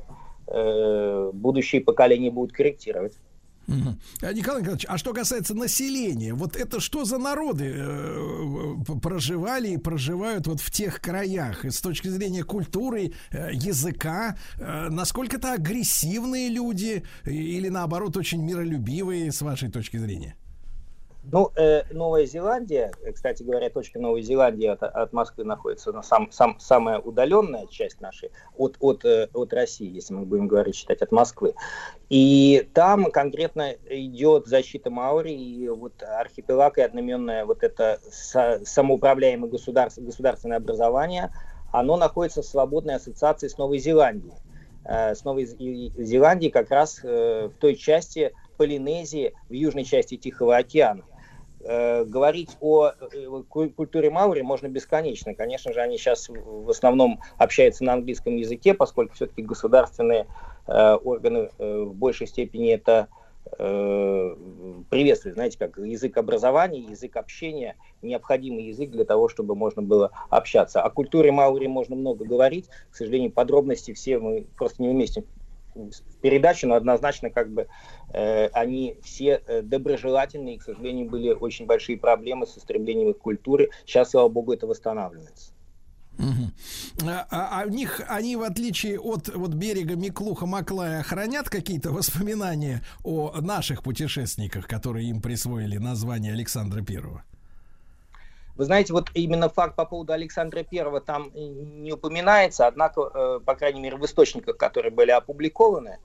будущие поколения будут корректировать. Угу. Николай Николаевич, а что касается населения, вот это что за народы э, проживали и проживают вот в тех краях, и с точки зрения культуры, э, языка, э, насколько это агрессивные люди или наоборот очень миролюбивые, с вашей точки зрения? Ну, э, Новая Зеландия, кстати говоря, точка Новой Зеландии от, от Москвы находится на сам, сам, самая удаленная часть нашей от, от, от России, если мы будем говорить, считать от Москвы. И там конкретно идет защита маори, и вот архипелаг и одноименное вот это со, самоуправляемое государство, государственное образование, оно находится в свободной ассоциации с Новой Зеландией. Э, с Новой Зеландией как раз э, в той части Полинезии, в южной части Тихого океана. Говорить о культуре маори можно бесконечно. Конечно же, они сейчас в основном общаются на английском языке, поскольку все-таки государственные органы в большей степени это приветствуют. Знаете, как язык образования, язык общения, необходимый язык для того, чтобы можно было общаться. О культуре маори можно много говорить. К сожалению, подробности все мы просто не уместим в передачу, но однозначно как бы э, они все э, доброжелательные, и, к сожалению, были очень большие проблемы с истреблением их культуры. Сейчас, слава богу, это восстанавливается. Угу. А, а у них, они, в отличие от вот берега Миклуха-Маклая, хранят какие-то воспоминания о наших путешественниках, которые им присвоили название Александра Первого? Вы знаете, вот именно факт по поводу Александра Первого там не упоминается, однако, по крайней мере, в источниках, которые были опубликованы,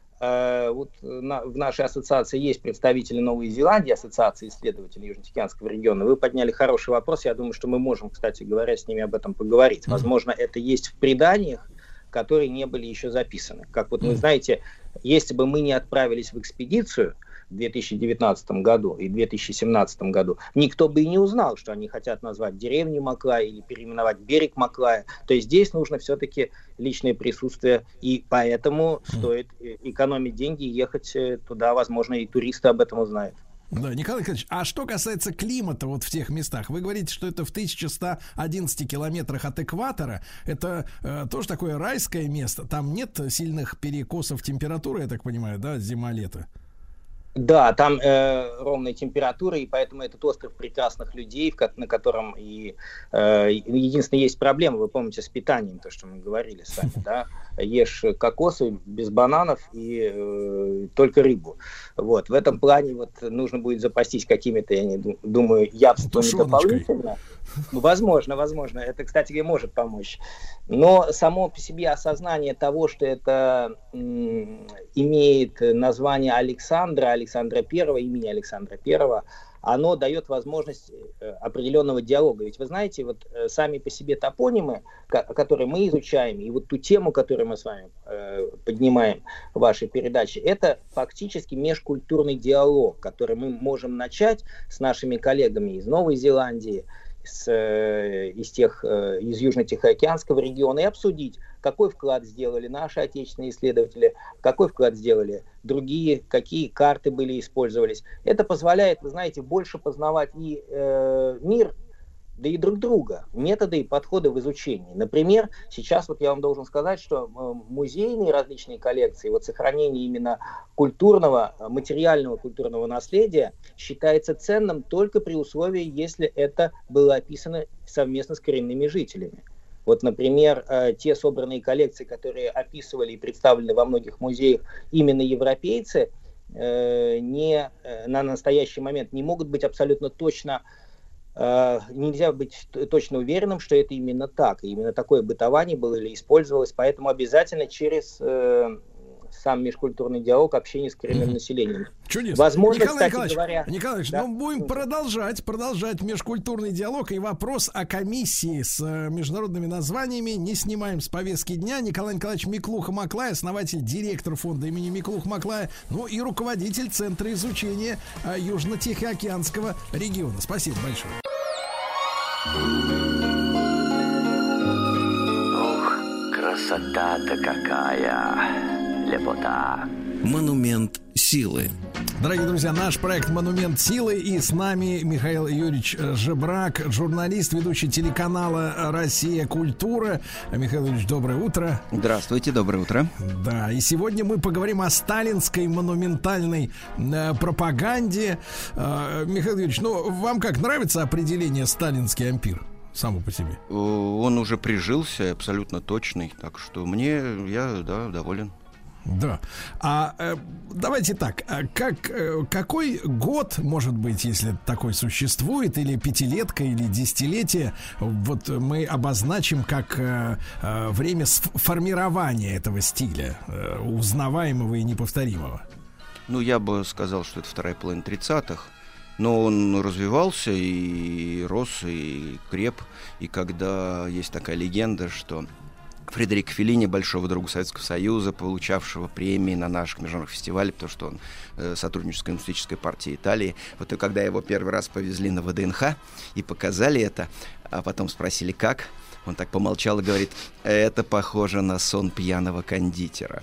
вот в нашей ассоциации есть представители Новой Зеландии, Ассоциации исследователей Южно-Тихоокеанского региона. Вы подняли хороший вопрос, я думаю, что мы можем, кстати говоря, с ними об этом поговорить. Возможно, это есть в преданиях, которые не были еще записаны. Как вот вы знаете, если бы мы не отправились в экспедицию в две тысячи девятнадцатом году и две тысячи семнадцатом году, никто бы и не узнал, что они хотят назвать деревню Маклая или переименовать берег Маклая. То есть здесь нужно все-таки личное присутствие, и поэтому стоит экономить деньги и ехать туда, возможно, и туристы об этом узнают. Да, Николай Николаевич, а что касается климата вот в тех местах, вы говорите, что это в тысяча сто одиннадцати километрах от экватора, это э, тоже такое райское место, там нет сильных перекосов температуры, я так понимаю, да, зима-лето? Да, там э, ровная температура, и поэтому этот остров прекрасных людей, в, на котором и э, единственное есть проблема, вы помните, с питанием, то, что мы говорили с вами, да, ешь кокосы без бананов и э, только рыбу. Вот, в этом плане вот нужно будет запастись какими-то, я не думаю, явствами дополнительно. Возможно, возможно, это, кстати, может помочь. Но само по себе осознание того, что это м, имеет название Александра, Александра Первого, имени Александра Первого, оно дает возможность определенного диалога. Ведь вы знаете, вот сами по себе топонимы, которые мы изучаем, и вот ту тему, которую мы с вами э, поднимаем в вашей передаче, это фактически межкультурный диалог, который мы можем начать с нашими коллегами из Новой Зеландии, С, из, тех, из Южно-Тихоокеанского региона и обсудить, какой вклад сделали наши отечественные исследователи, какой вклад сделали другие, какие карты были использовались. Это позволяет, вы знаете, больше познавать и э, мир да и друг друга, методы и подходы в изучении. Например, сейчас вот я вам должен сказать, что музейные различные коллекции, вот сохранение именно культурного, материального культурного наследия считается ценным только при условии, если это было описано совместно с коренными жителями. Вот, например, те собранные коллекции, которые описывали и представлены во многих музеях именно европейцы, не, на настоящий момент не могут быть абсолютно точно, нельзя быть точно уверенным, что это именно так. И именно такое бытование было или использовалось, поэтому обязательно через сам межкультурный диалог, общение с коренным mm-hmm. населением. Чудесно. Возможно, Николай кстати Николаевич, говоря... Николаевич, да? ну будем продолжать, продолжать межкультурный диалог и вопрос о комиссии с э, международными названиями не снимаем с повестки дня. Николай Николаевич Миклуха-Маклай, основатель, директор фонда имени Миклуха-Маклая, ну и руководитель Центра изучения э, Южно-Тихоокеанского региона. Спасибо большое. Ох, красота-то какая! Лепота. Монумент силы. Дорогие друзья, наш проект «Монумент силы», и с нами Михаил Юрьевич Жебрак, журналист, ведущий телеканала «Россия. Культура». Михаил Юрьевич, доброе утро. Здравствуйте, доброе утро. Да, и сегодня мы поговорим о сталинской монументальной э, пропаганде. Э, Михаил Юрьевич, ну, вам как нравится определение «сталинский ампир»? Само по себе. Он уже прижился, абсолютно точный, так что мне, я, да, доволен. Да. А э, давайте так, а как, э, какой год, может быть, если такой существует, или пятилетка, или десятилетие, вот мы обозначим как э, э, время формирования этого стиля, э, узнаваемого и неповторимого? Ну, я бы сказал, что это вторая половина тридцатых. Но он развивался и рос, и креп. И когда есть такая легенда, что Фредерико Феллини, большого друга Советского Союза, получавшего премии на наших международных фестивалях, потому что он э, сотрудничает с Коммунистической партией Италии. Вот и когда его первый раз повезли на ВДНХ и показали это, а потом спросили, как, он так помолчал и говорит: это похоже на сон пьяного кондитера.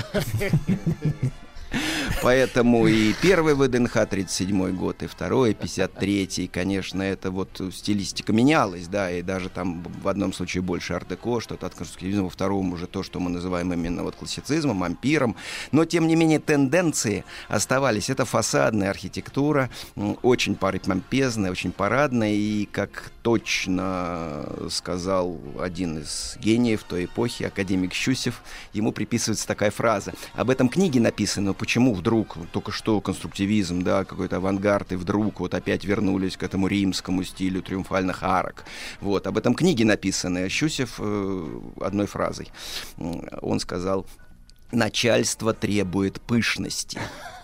Поэтому и первый ВДНХ тридцать седьмой год, и второй, пятьдесят третий, конечно, это вот стилистика менялась, да, и даже там в одном случае больше ар-деко, что-то от конструктивизма, во втором уже то, что мы называем именно вот классицизмом, ампиром, но тем не менее тенденции оставались. Это фасадная архитектура, очень помпезная, очень парадная, и как точно сказал один из гениев той эпохи, академик Щусев, ему приписывается такая фраза. Об этом книги написаны, почему вдруг, только что конструктивизм, да, какой-то авангард, и вдруг вот опять вернулись к этому римскому стилю триумфальных арок. Вот, об этом книги написаны. Щусев э, одной фразой. Он сказал: начальство требует пышности.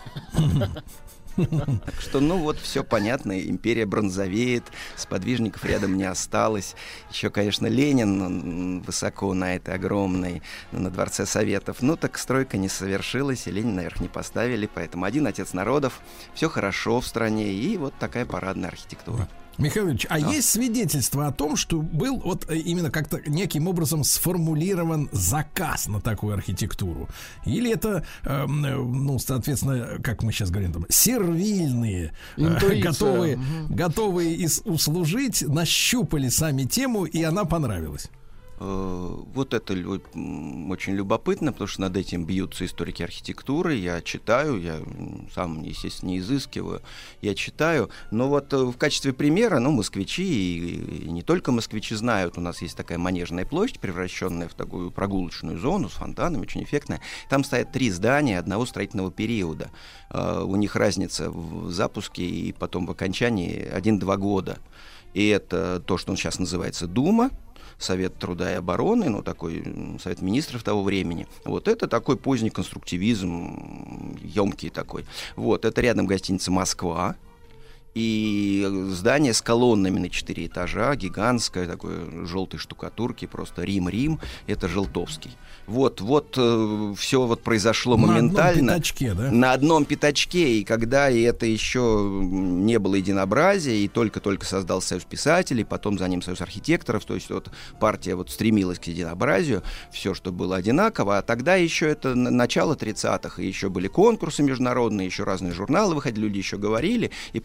Так что, ну вот, все понятно, империя бронзовеет, сподвижников рядом не осталось. Еще, конечно, Ленин высоко на этой огромной, на Дворце Советов. Ну так стройка не совершилась, и Ленина наверх не поставили, поэтому один отец народов, все хорошо в стране, и вот такая парадная архитектура. Михаил Ильич, а да. есть свидетельство о том, что был вот именно как-то неким образом сформулирован заказ на такую архитектуру? Или это, э, ну, соответственно, как мы сейчас говорим, там, сервильные, э, готовые, угу. готовые из, услужить, нащупали сами тему, и она понравилась? Вот это очень любопытно, потому что над этим бьются историки архитектуры. Я читаю, я сам, естественно, не изыскиваю, я читаю. Но вот в качестве примера, ну, москвичи, и, и не только москвичи знают, у нас есть такая Манежная площадь, превращенная в такую прогулочную зону с фонтанами, очень эффектная. Там стоят три здания одного строительного периода. У них разница в запуске и потом в окончании один-два года. И это то, что он сейчас называется Дума, Совет труда и обороны, ну, такой Совет министров того времени. Вот это такой поздний конструктивизм, емкий такой. Вот, это рядом гостиница «Москва». И здание с колоннами на четыре этажа, гигантское, такой желтой штукатурки, просто Рим-Рим, это Желтовский. Вот, вот э, все вот произошло на моментально. На одном пятачке, да? На одном пятачке, и когда и это еще не было единообразия, и только-только создался Союз писателей, потом за ним Союз архитекторов, то есть вот партия вот стремилась к единообразию, все, что было одинаково, а тогда еще это начало тридцатых, и еще были конкурсы международные, еще разные журналы выходили, люди еще говорили, и про здание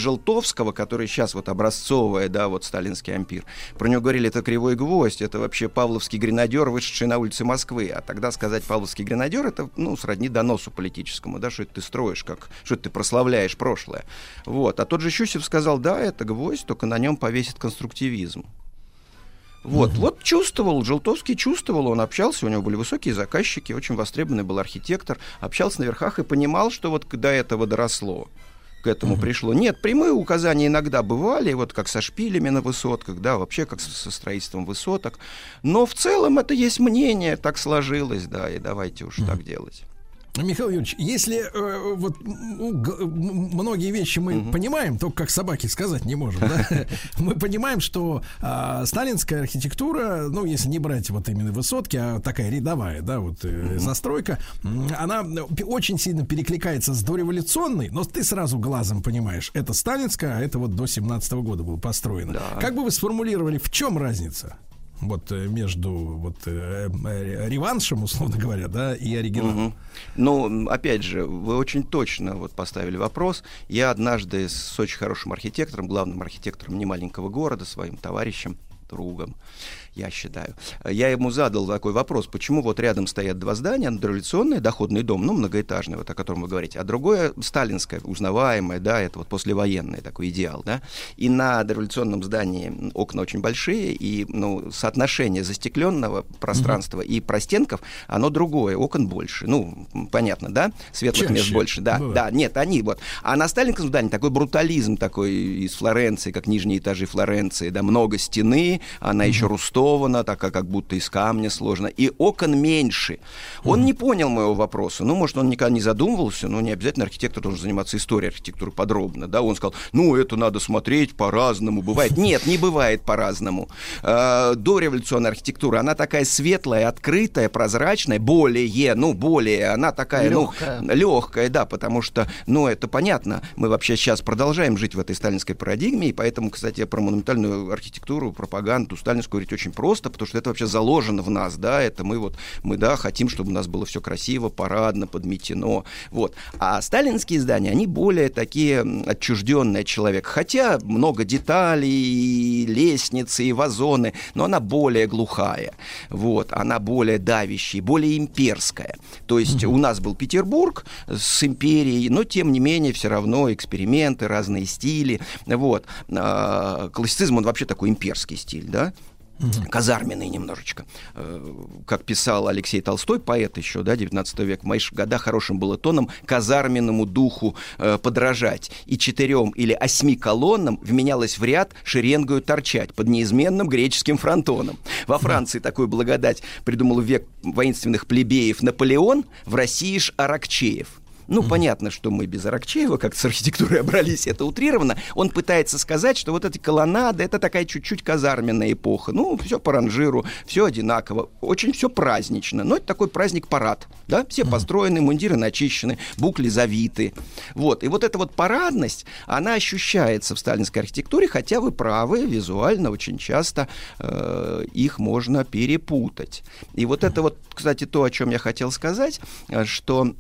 Желтовского, который сейчас вот образцовая, да, вот сталинский ампир. Про него говорили, это кривой гвоздь, это вообще павловский гренадер, вышедший на улице Москвы. А тогда сказать павловский гренадер, это, ну, сродни доносу политическому, да, что это ты строишь, как, что это ты прославляешь прошлое. Вот. А тот же Щусев сказал, да, это гвоздь, только на нем повесит конструктивизм. Вот, mm-hmm. вот чувствовал, Желтовский чувствовал, он общался, у него были высокие заказчики, очень востребованный был архитектор, общался на верхах и понимал, что вот до этого доросло, к этому mm-hmm. пришло. Нет, прямые указания иногда бывали, вот как со шпилями на высотках, да, вообще как со строительством высоток, но в целом это есть мнение, так сложилось, да, и давайте уж mm-hmm. так делать. Михаил Юрьевич, если э, вот ну, г- многие вещи мы угу. понимаем, только как собаки сказать не можем, да? Мы понимаем, что э, сталинская архитектура, ну, если не брать вот именно высотки, а такая рядовая, да, вот э, застройка, она очень сильно перекликается с дореволюционной, но ты сразу глазом понимаешь, это сталинская, а это вот до семнадцатого года было построено. Да. Как бы вы сформулировали, в чем разница? Вот между вот, э, э, реваншем, условно говоря, да, и оригиналом. Угу. Ну, опять же, вы очень точно вот поставили вопрос. Я однажды с очень хорошим архитектором, главным архитектором немаленького города, своим товарищем, другом, я считаю. Я ему задал такой вопрос, почему вот рядом стоят два здания, дореволюционный доходный дом, ну, многоэтажный, вот о котором вы говорите, а другое сталинское, узнаваемое, да, это вот послевоенное такой идеал, да, и на дореволюционном здании окна очень большие, и, ну, соотношение застекленного пространства mm-hmm. и простенков, оно другое, окон больше, ну, понятно, да, светлых Чаще. мест больше, да, ну, да, да, нет, они вот, а на сталинском здании такой брутализм такой из Флоренции, как нижние этажи Флоренции, да, много стены, она mm-hmm. еще рустована, такая, как будто из камня сложена, и окон меньше. Он mm-hmm. не понял моего вопроса. Ну, может, он никогда не задумывался, но не обязательно архитектор должен заниматься историей архитектуры подробно. Да? Он сказал, ну, это надо смотреть по-разному. Бывает. Нет, не бывает по-разному. Э, дореволюционная архитектура, она такая светлая, открытая, прозрачная, более, ну, более, она такая, легкая. ну, легкая, да, потому что, ну, это понятно. Мы вообще сейчас продолжаем жить в этой сталинской парадигме, и поэтому, кстати, про монументальную архитектуру, пропаганду сталинскую говорить очень просто, потому что это вообще заложено в нас, да, это мы вот, мы, да, хотим, чтобы у нас было все красиво, парадно, подметено, вот. А сталинские здания, они более такие отчужденные от человека, хотя много деталей, и лестницы, и вазоны, но она более глухая, вот, она более давящая, более имперская. То есть mm-hmm. у нас был Петербург с империей, но тем не менее все равно эксперименты, разные стили, вот. Классицизм, он вообще такой имперский стиль, да, казарменный немножечко. Как писал Алексей Толстой, поэт еще, да, девятнадцатого века, в мои года хорошим было тоном казарменному духу э, подражать. И четырем или осьми колоннам вменялось в ряд шеренгою торчать под неизменным греческим фронтоном. Во Франции такую благодать придумал в век воинственных плебеев Наполеон, в России ж Аракчеев. Ну, mm-hmm. понятно, что мы без Аракчеева как с архитектурой обрались, это утрировано. Он пытается сказать, что вот эти колоннады, это такая чуть-чуть казарменная эпоха. Ну, все по ранжиру, все одинаково, очень все празднично. Но это такой праздник-парад, да? Все mm-hmm. построены, мундиры начищены, букли завиты. Вот. И вот эта вот парадность, она ощущается в сталинской архитектуре, хотя вы правы, визуально очень часто э, их можно перепутать. И вот mm-hmm. это вот, кстати, то, о чем я хотел сказать, что...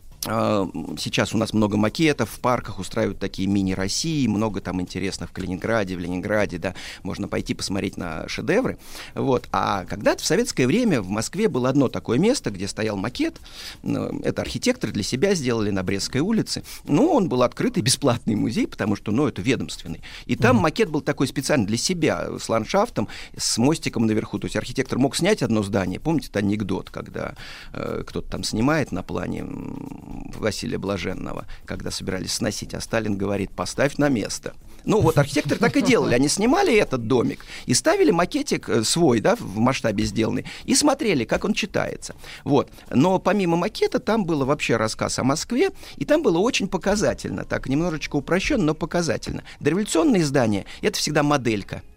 Сейчас у нас много макетов, в парках устраивают такие мини-России, много там интересных в Калининграде, в Ленинграде, да, можно пойти посмотреть на шедевры, вот. А когда-то в советское время в Москве было одно такое место, где стоял макет, это архитекторы для себя сделали на Брестской улице, ну, он был открытый, бесплатный музей, потому что, ну, это ведомственный, и там mm-hmm. макет был такой специально для себя, с ландшафтом, с мостиком наверху, то есть архитектор мог снять одно здание, помните, это анекдот, когда э, кто-то там снимает на плане Василия Блаженного, когда собирались сносить, а Сталин говорит, поставь на место. Ну, вот архитекторы так и делали. Они снимали этот домик и ставили макетик свой, да, в масштабе сделанный, и смотрели, как он читается. Вот. Но помимо макета там был вообще рассказ о Москве, и там было очень показательно, так немножечко упрощенно, но показательно. Дореволюционные здания — это всегда моделька.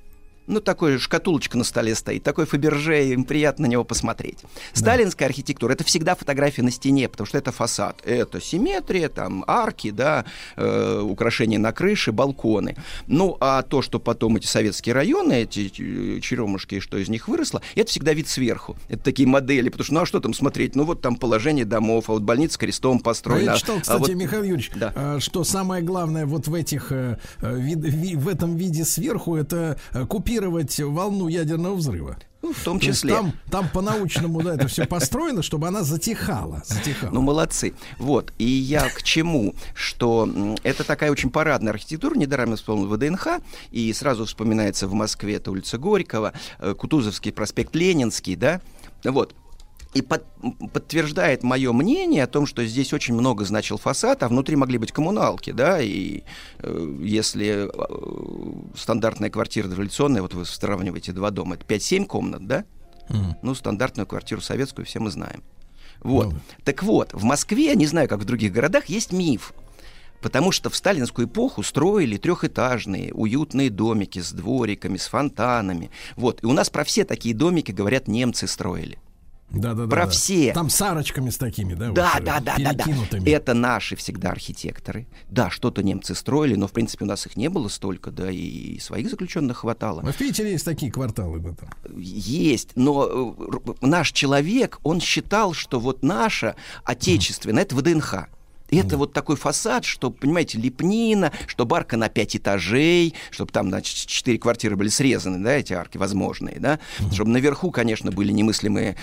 Ну, такой шкатулочка на столе стоит, такой Фаберже, им приятно на него посмотреть. Сталинская архитектура — это всегда фотография на стене, потому что это фасад. Это симметрия, там, арки, да, э, украшения на крыше, балконы. Ну, а то, что потом эти советские районы, эти черемушки, что из них выросло, это всегда вид сверху. Это такие модели, потому что, ну, а что там смотреть? Ну, вот там положение домов, а вот больница крестом построена. А я читал, кстати, а вот... Михаил Юрьевич, да. что самое главное вот в этих, вид, в этом виде сверху, это купировать волну ядерного взрыва. Ну, в том числе. Там, там по-научному, да, это все построено, чтобы она затихала, затихала. Ну, молодцы. Вот. И я к чему? Что это такая очень парадная архитектура. Недаром я вспомнил ВДНХ, и сразу вспоминается в Москве это улица Горького, Кутузовский проспект Ленинский, да? Вот. И под, подтверждает мое мнение о том, что здесь очень много значил фасад, а внутри могли быть коммуналки, да, и э, если э, стандартная квартира дореволюционная, вот вы сравниваете два дома, это пять-семь комнат, да, mm. ну, стандартную квартиру советскую все мы знаем. Вот, mm. так вот, в Москве, не знаю, как в других городах, есть миф, потому что в сталинскую эпоху строили трехэтажные уютные домики с двориками, с фонтанами, вот, и у нас про все такие домики, говорят, немцы строили. Да, да, про да, все. Там с арочками с такими, да? Да, вот, да, да, да, да. Это наши всегда архитекторы. Да, что-то немцы строили, но в принципе у нас их не было столько, да, и своих заключенных хватало. В Питере есть такие кварталы, да, там. Есть, но наш человек, он считал, что вот наша отечественная, mm. это ВДНХ. Это mm. вот такой фасад, что, понимаете, лепнина, чтобы арка на пять этажей, чтобы там, значит, четыре квартиры были срезаны, да, эти арки возможные, да, mm. чтобы наверху, конечно, были немыслимые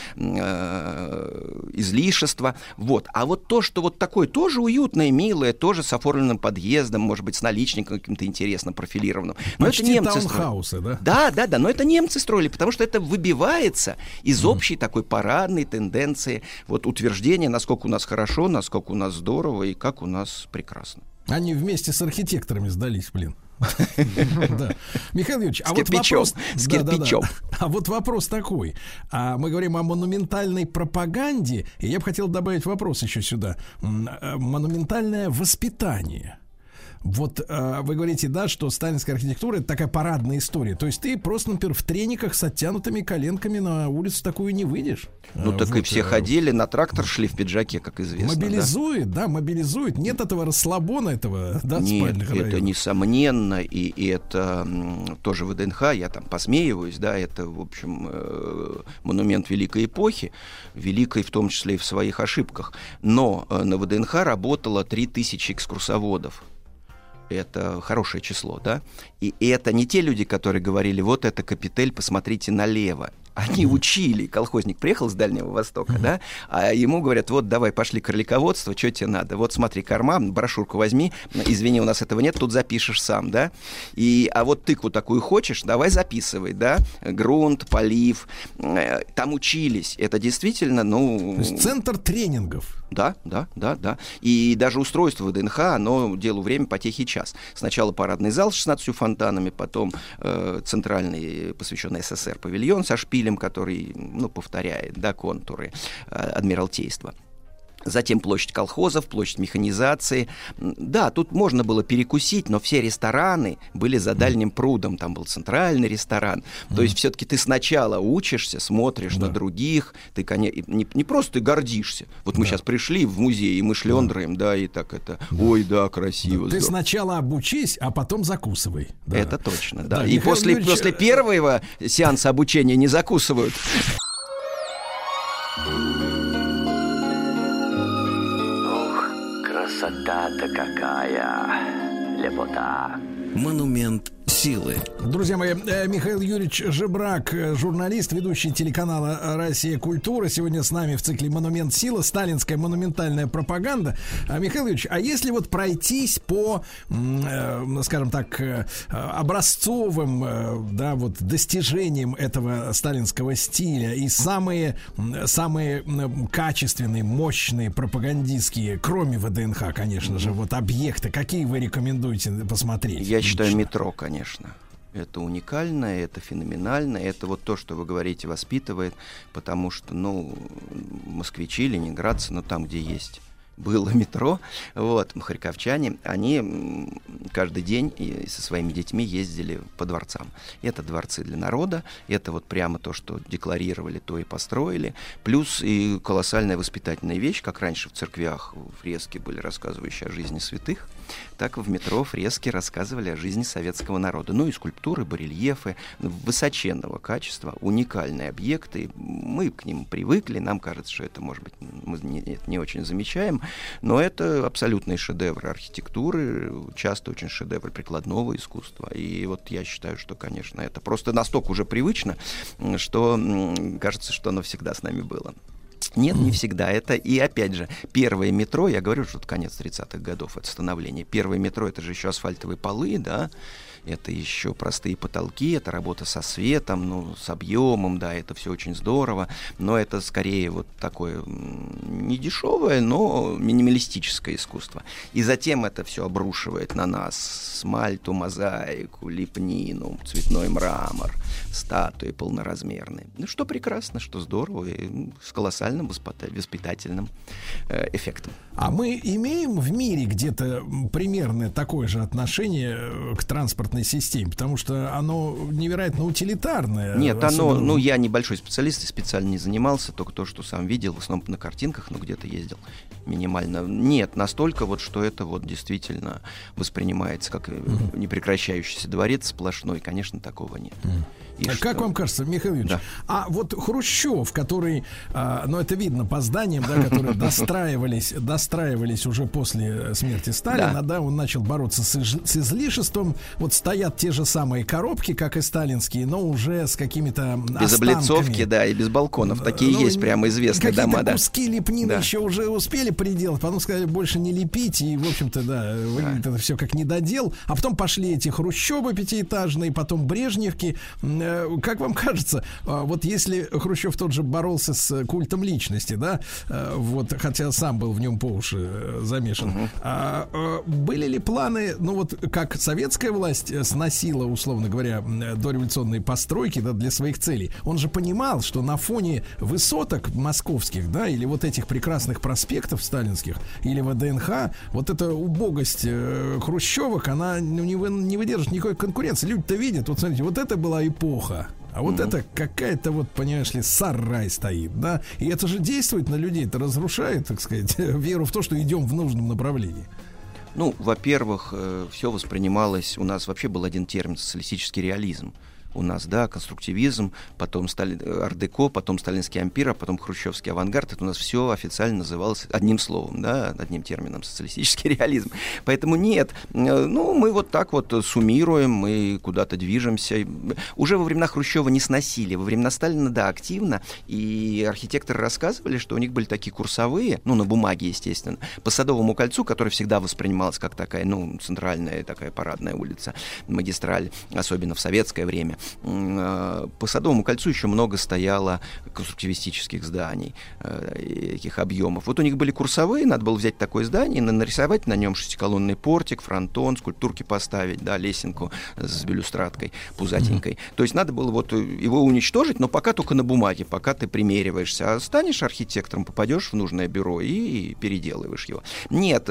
э, излишества, вот. А вот то, что вот такое тоже уютное, милое, тоже с оформленным подъездом, может быть, с наличником каким-то интересно профилированным. Но почти это немцы таунхаусы, строили. Да? Да, да, да, но это немцы строили, потому что это выбивается из mm. общей такой парадной тенденции, вот утверждения, насколько у нас хорошо, насколько у нас здорово, и как у нас прекрасно. Они вместе с архитекторами сдались, блин. Михаил Юрьевич, а вот вопрос... С кирпичом. А вот вопрос такой. Мы говорим о монументальной пропаганде, и я бы хотел добавить вопрос еще сюда. Монументальное воспитание. Вот э, вы говорите, да, что сталинская архитектура — это такая парадная история. То есть ты просто, например, в трениках с оттянутыми коленками на улицу такую не выйдешь. Ну а, так вот, и все э, ходили, на трактор шли в пиджаке, как известно. Мобилизует, да, да мобилизует. Нет этого расслабона, этого, да, Нет, спальных это районов. несомненно, и, и это м, тоже ВДНХ, я там посмеиваюсь, да, это, в общем, э, монумент великой эпохи, великой в том числе и в своих ошибках. Но э, на ВДНХ работало три тысячи экскурсоводов. Это хорошее число, да? И это не те люди, которые говорили, вот это Капитель, посмотрите налево. Они учили. Колхозник приехал с Дальнего Востока, да, а ему говорят, вот давай, пошли кролиководство, что тебе надо? Вот смотри, корма, брошюрку возьми, извини, у нас этого нет, тут запишешь сам, да. И, а вот тыкву такую хочешь, давай записывай, да. Грунт, полив, там учились. Это действительно, ну... То есть центр тренингов. Да, да, да, да. И даже устройство ВДНХ, оно делу время, потехи час. Сначала парадный зал с шестнадцатью фонтанами, потом э, центральный, посвященный СССР, павильон со шпилем, который, ну, повторяет, да, контуры э, Адмиралтейства. Затем площадь колхозов, площадь механизации. Да, тут можно было перекусить, но все рестораны были за дальним прудом. Там был центральный ресторан. Mm. То есть все-таки ты сначала учишься, смотришь да. на других. Ты, конечно, не, не просто ты гордишься. Вот мы да. сейчас пришли в музей, и мы шлендрым, да, и так это... Да. Ой, да, красиво. Да. Ты сначала обучись, а потом закусывай. Да. Это точно, да. да и после, Юрьевич... после первого сеанса обучения не закусывают. Красота-то какая, лепота. Монумент силы. Друзья мои, Михаил Юрьевич Жебрак, журналист, ведущий телеканала «Россия. Культура». Сегодня с нами в цикле «Монумент силы», сталинская монументальная пропаганда. Михаил Юрьевич, а если вот пройтись по, скажем так, образцовым, да, вот достижениям этого сталинского стиля и самые, самые качественные, мощные, пропагандистские, кроме ВДНХ, конечно же, вот объекты, какие вы рекомендуете посмотреть? Я считаю, метро, конечно. Конечно, это уникально, это феноменально, это вот то, что вы говорите, воспитывает, потому что, ну, москвичи, ленинградцы, ну, там, где есть было метро, вот, махарьковчане, они каждый день и со своими детьми ездили по дворцам. Это дворцы для народа, это вот прямо то, что декларировали, то и построили, плюс и колоссальная воспитательная вещь, как раньше в церквях фрески были рассказывающие о жизни святых, так в метро фрески рассказывали о жизни советского народа. Ну и скульптуры, барельефы высоченного качества, уникальные объекты, мы к ним привыкли, нам кажется, что это, может быть, мы не, это не очень замечаем, но это абсолютные шедевры архитектуры, часто очень шедевры прикладного искусства. И вот я считаю, что, конечно, это просто настолько уже привычно, что кажется, что оно всегда с нами было. Нет, не всегда. Это и, опять же, первое метро, я говорю, что это конец тридцатых годов, это становление. Первое метро — это же еще асфальтовые полы, да, это еще простые потолки, это работа со светом, ну, с объемом, да, это все очень здорово, но это скорее вот такое не дешевое, но минималистическое искусство. И затем это все обрушивает на нас смальту, мозаику, лепнину, цветной мрамор, статуи полноразмерные. Ну, что прекрасно, что здорово, и с колоссальным воспитательным э, эффектом. А мы имеем в мире где-то примерно такое же отношение к транспортной системе, потому что оно невероятно утилитарное. Нет, особенно... оно, ну, я небольшой специалист и специально не занимался, только то, что сам видел, в основном на картинках, но где-то ездил минимально. Нет, настолько вот, что это вот действительно воспринимается как mm-hmm. непрекращающийся дворец сплошной, конечно, такого нет. Mm-hmm. И а как вам кажется, Михаил Юрьевич, да. а вот Хрущев, который, а, ну это видно по зданиям, да, которые достраивались, достраивались уже после смерти Сталина, да, да он начал бороться с, с излишеством. Вот стоят те же самые коробки, как и сталинские, но уже с какими-то без останками. Облицовки, да, и без балконов. Такие ну, есть прямо известные дома, да. Куски лепнины да. еще уже успели приделать, потом сказали, больше не лепить, и, в общем-то, да, выглядит да. это все как недодел. А потом пошли эти хрущевы пятиэтажные, потом брежневки. Как вам кажется, вот если Хрущев тот же боролся с культом личности, да, вот, хотя сам был в нем по уши замешан, uh-huh. а, были ли планы, ну вот как советская власть сносила, условно говоря, дореволюционные постройки, да, для своих целей? Он же понимал, что на фоне высоток московских, да, или вот этих прекрасных проспектов сталинских, или ВДНХ, вот эта убогость хрущевок, она не, вы, не выдержит никакой конкуренции. Люди-то видят, вот смотрите, вот это была эпоха. А вот mm-hmm. это какая-то вот, понимаешь ли, сарай стоит, да? И это же действует на людей, это разрушает, так сказать, веру в то, что идем в нужном направлении. Ну, во-первых, э, все воспринималось, у нас вообще был один термин — социалистический реализм. У нас, да, конструктивизм, потом Стали... ар-деко, потом сталинский ампир, а потом хрущевский авангард. Это у нас все официально называлось одним словом, да, одним термином — социалистический реализм. Поэтому нет, ну, мы вот так вот суммируем, мы куда-то движемся. Уже во времена Хрущева не сносили, во времена Сталина, да, активно, и архитекторы рассказывали, что у них были такие курсовые, ну, на бумаге, естественно, по Садовому кольцу, которое всегда воспринималось как такая, ну, центральная такая парадная улица, магистраль, особенно в советское время. По Садовому кольцу еще много стояло конструктивистических зданий, таких объемов. Вот у них были курсовые, надо было взять такое здание и нарисовать на нем шестиколонный портик, фронтон, скульптурки поставить, да, лесенку с балюстрадкой пузатенькой. Mm-hmm. То есть надо было вот его уничтожить, но пока только на бумаге, пока ты примериваешься. А станешь архитектором, попадешь в нужное бюро и переделываешь его. Нет,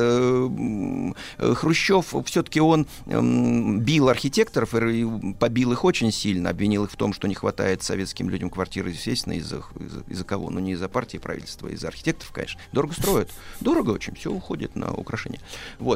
Хрущев все-таки он бил архитекторов и побил их очень сильно. Сильно обвинил их в том, что не хватает советским людям квартиры, естественно, из-за, из-за, из-за кого? Ну, не из-за партии и правительства, а из-за архитекторов, конечно. Дорого строят. Дорого очень, все уходит на украшения. Вот.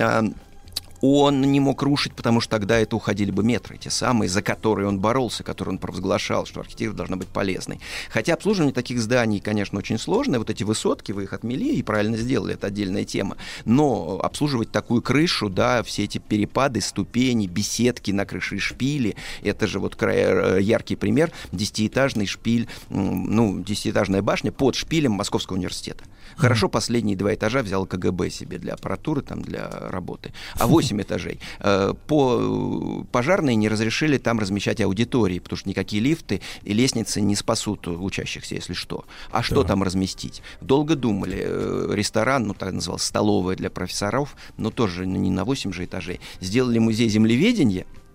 Он не мог рушить, потому что тогда это уходили бы метры, те самые, за которые он боролся, которые он провозглашал, что архитектура должна быть полезной. Хотя обслуживание таких зданий, конечно, очень сложное. Вот эти высотки, вы их отмели и правильно сделали, это отдельная тема. Но обслуживать такую крышу, да, все эти перепады, ступени, беседки на крыше и шпили, это же вот яркий пример, десятиэтажный шпиль, ну, десятиэтажная башня под шпилем Московского университета. Хорошо, последние два этажа взял КГБ себе для аппаратуры, там, для работы. А восемь этажей. По пожарные не разрешили там размещать аудитории, потому что никакие лифты и лестницы не спасут учащихся, если что. А что да. там разместить? Долго думали. Ресторан, ну, так назывался, столовая для профессоров, но тоже не на восемь же этажей. Сделали музей землеведения,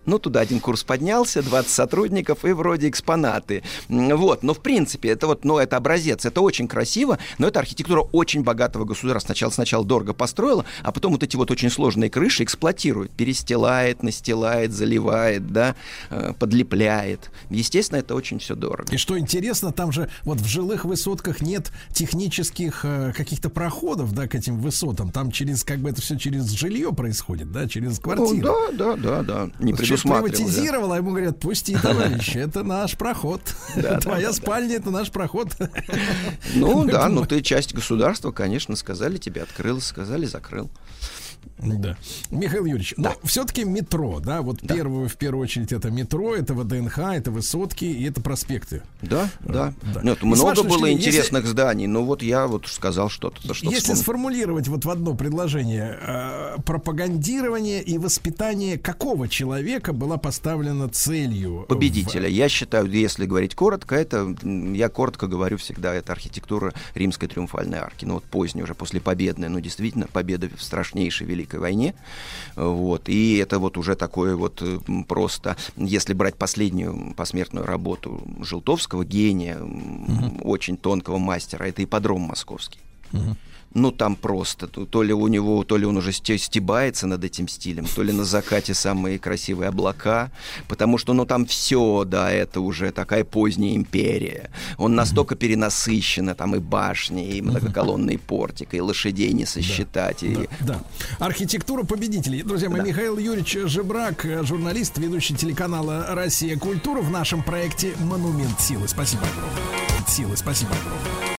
Ну, туда один курс поднялся, двадцать сотрудников и вроде экспонаты. Вот, но в принципе, это вот, ну, это образец, это очень красиво, но это архитектура очень богатого государства. Сначала, сначала дорого построила, а потом вот эти вот очень сложные крыши эксплуатирует, перестилает, настилает, заливает, да, подлепляет. Естественно, это очень все дорого. И что интересно, там же вот в жилых высотках нет технических э, каких-то проходов, да, к этим высотам. Там через, как бы это все через жилье происходит, да, через квартиру. Ну, да, да, да, да. Не приватизировала, ему говорят, пусти, товарищ, это наш проход. Твоя спальня, это наш проход. Ну да, ну ты часть государства, конечно, сказали тебе, открыл, сказали, закрыл. Да. Михаил Юрьевич, да. Но все-таки метро, да, вот да. первую, в первую очередь это метро, это ВДНХ, это высотки и это проспекты. Да, да. да. Нет, много было точки, интересных если... зданий, но вот я вот сказал что-то. То, что если вспомнил. Сформулировать вот в одно предложение, э, пропагандирование и воспитание какого человека была поставлена целью? Победителя. В... Я считаю, если говорить коротко, это, я коротко говорю всегда, это архитектура Римской триумфальной арки. Ну вот поздняя, уже после победной, ну действительно, победа в страшнейшей Великой войне, вот, и это вот уже такое вот просто, если брать последнюю посмертную работу Желтовского, гения, uh-huh. очень тонкого мастера, это ипподром московский. Uh-huh. Ну, там просто, то ли у него, то ли он уже стебается над этим стилем, то ли на закате самые красивые облака, потому что, ну, там все, да, это уже такая поздняя империя. Он настолько перенасыщен, там и башни, и многоколонный портик, и лошадей не сосчитать. Да, и... да, да. Архитектура победителей. Друзья мои, да. Михаил Юрьевич Жебрак, журналист, ведущий телеканала «Россия. Культура» в нашем проекте «Монумент силы». Спасибо огромное. Силы, спасибо огромное.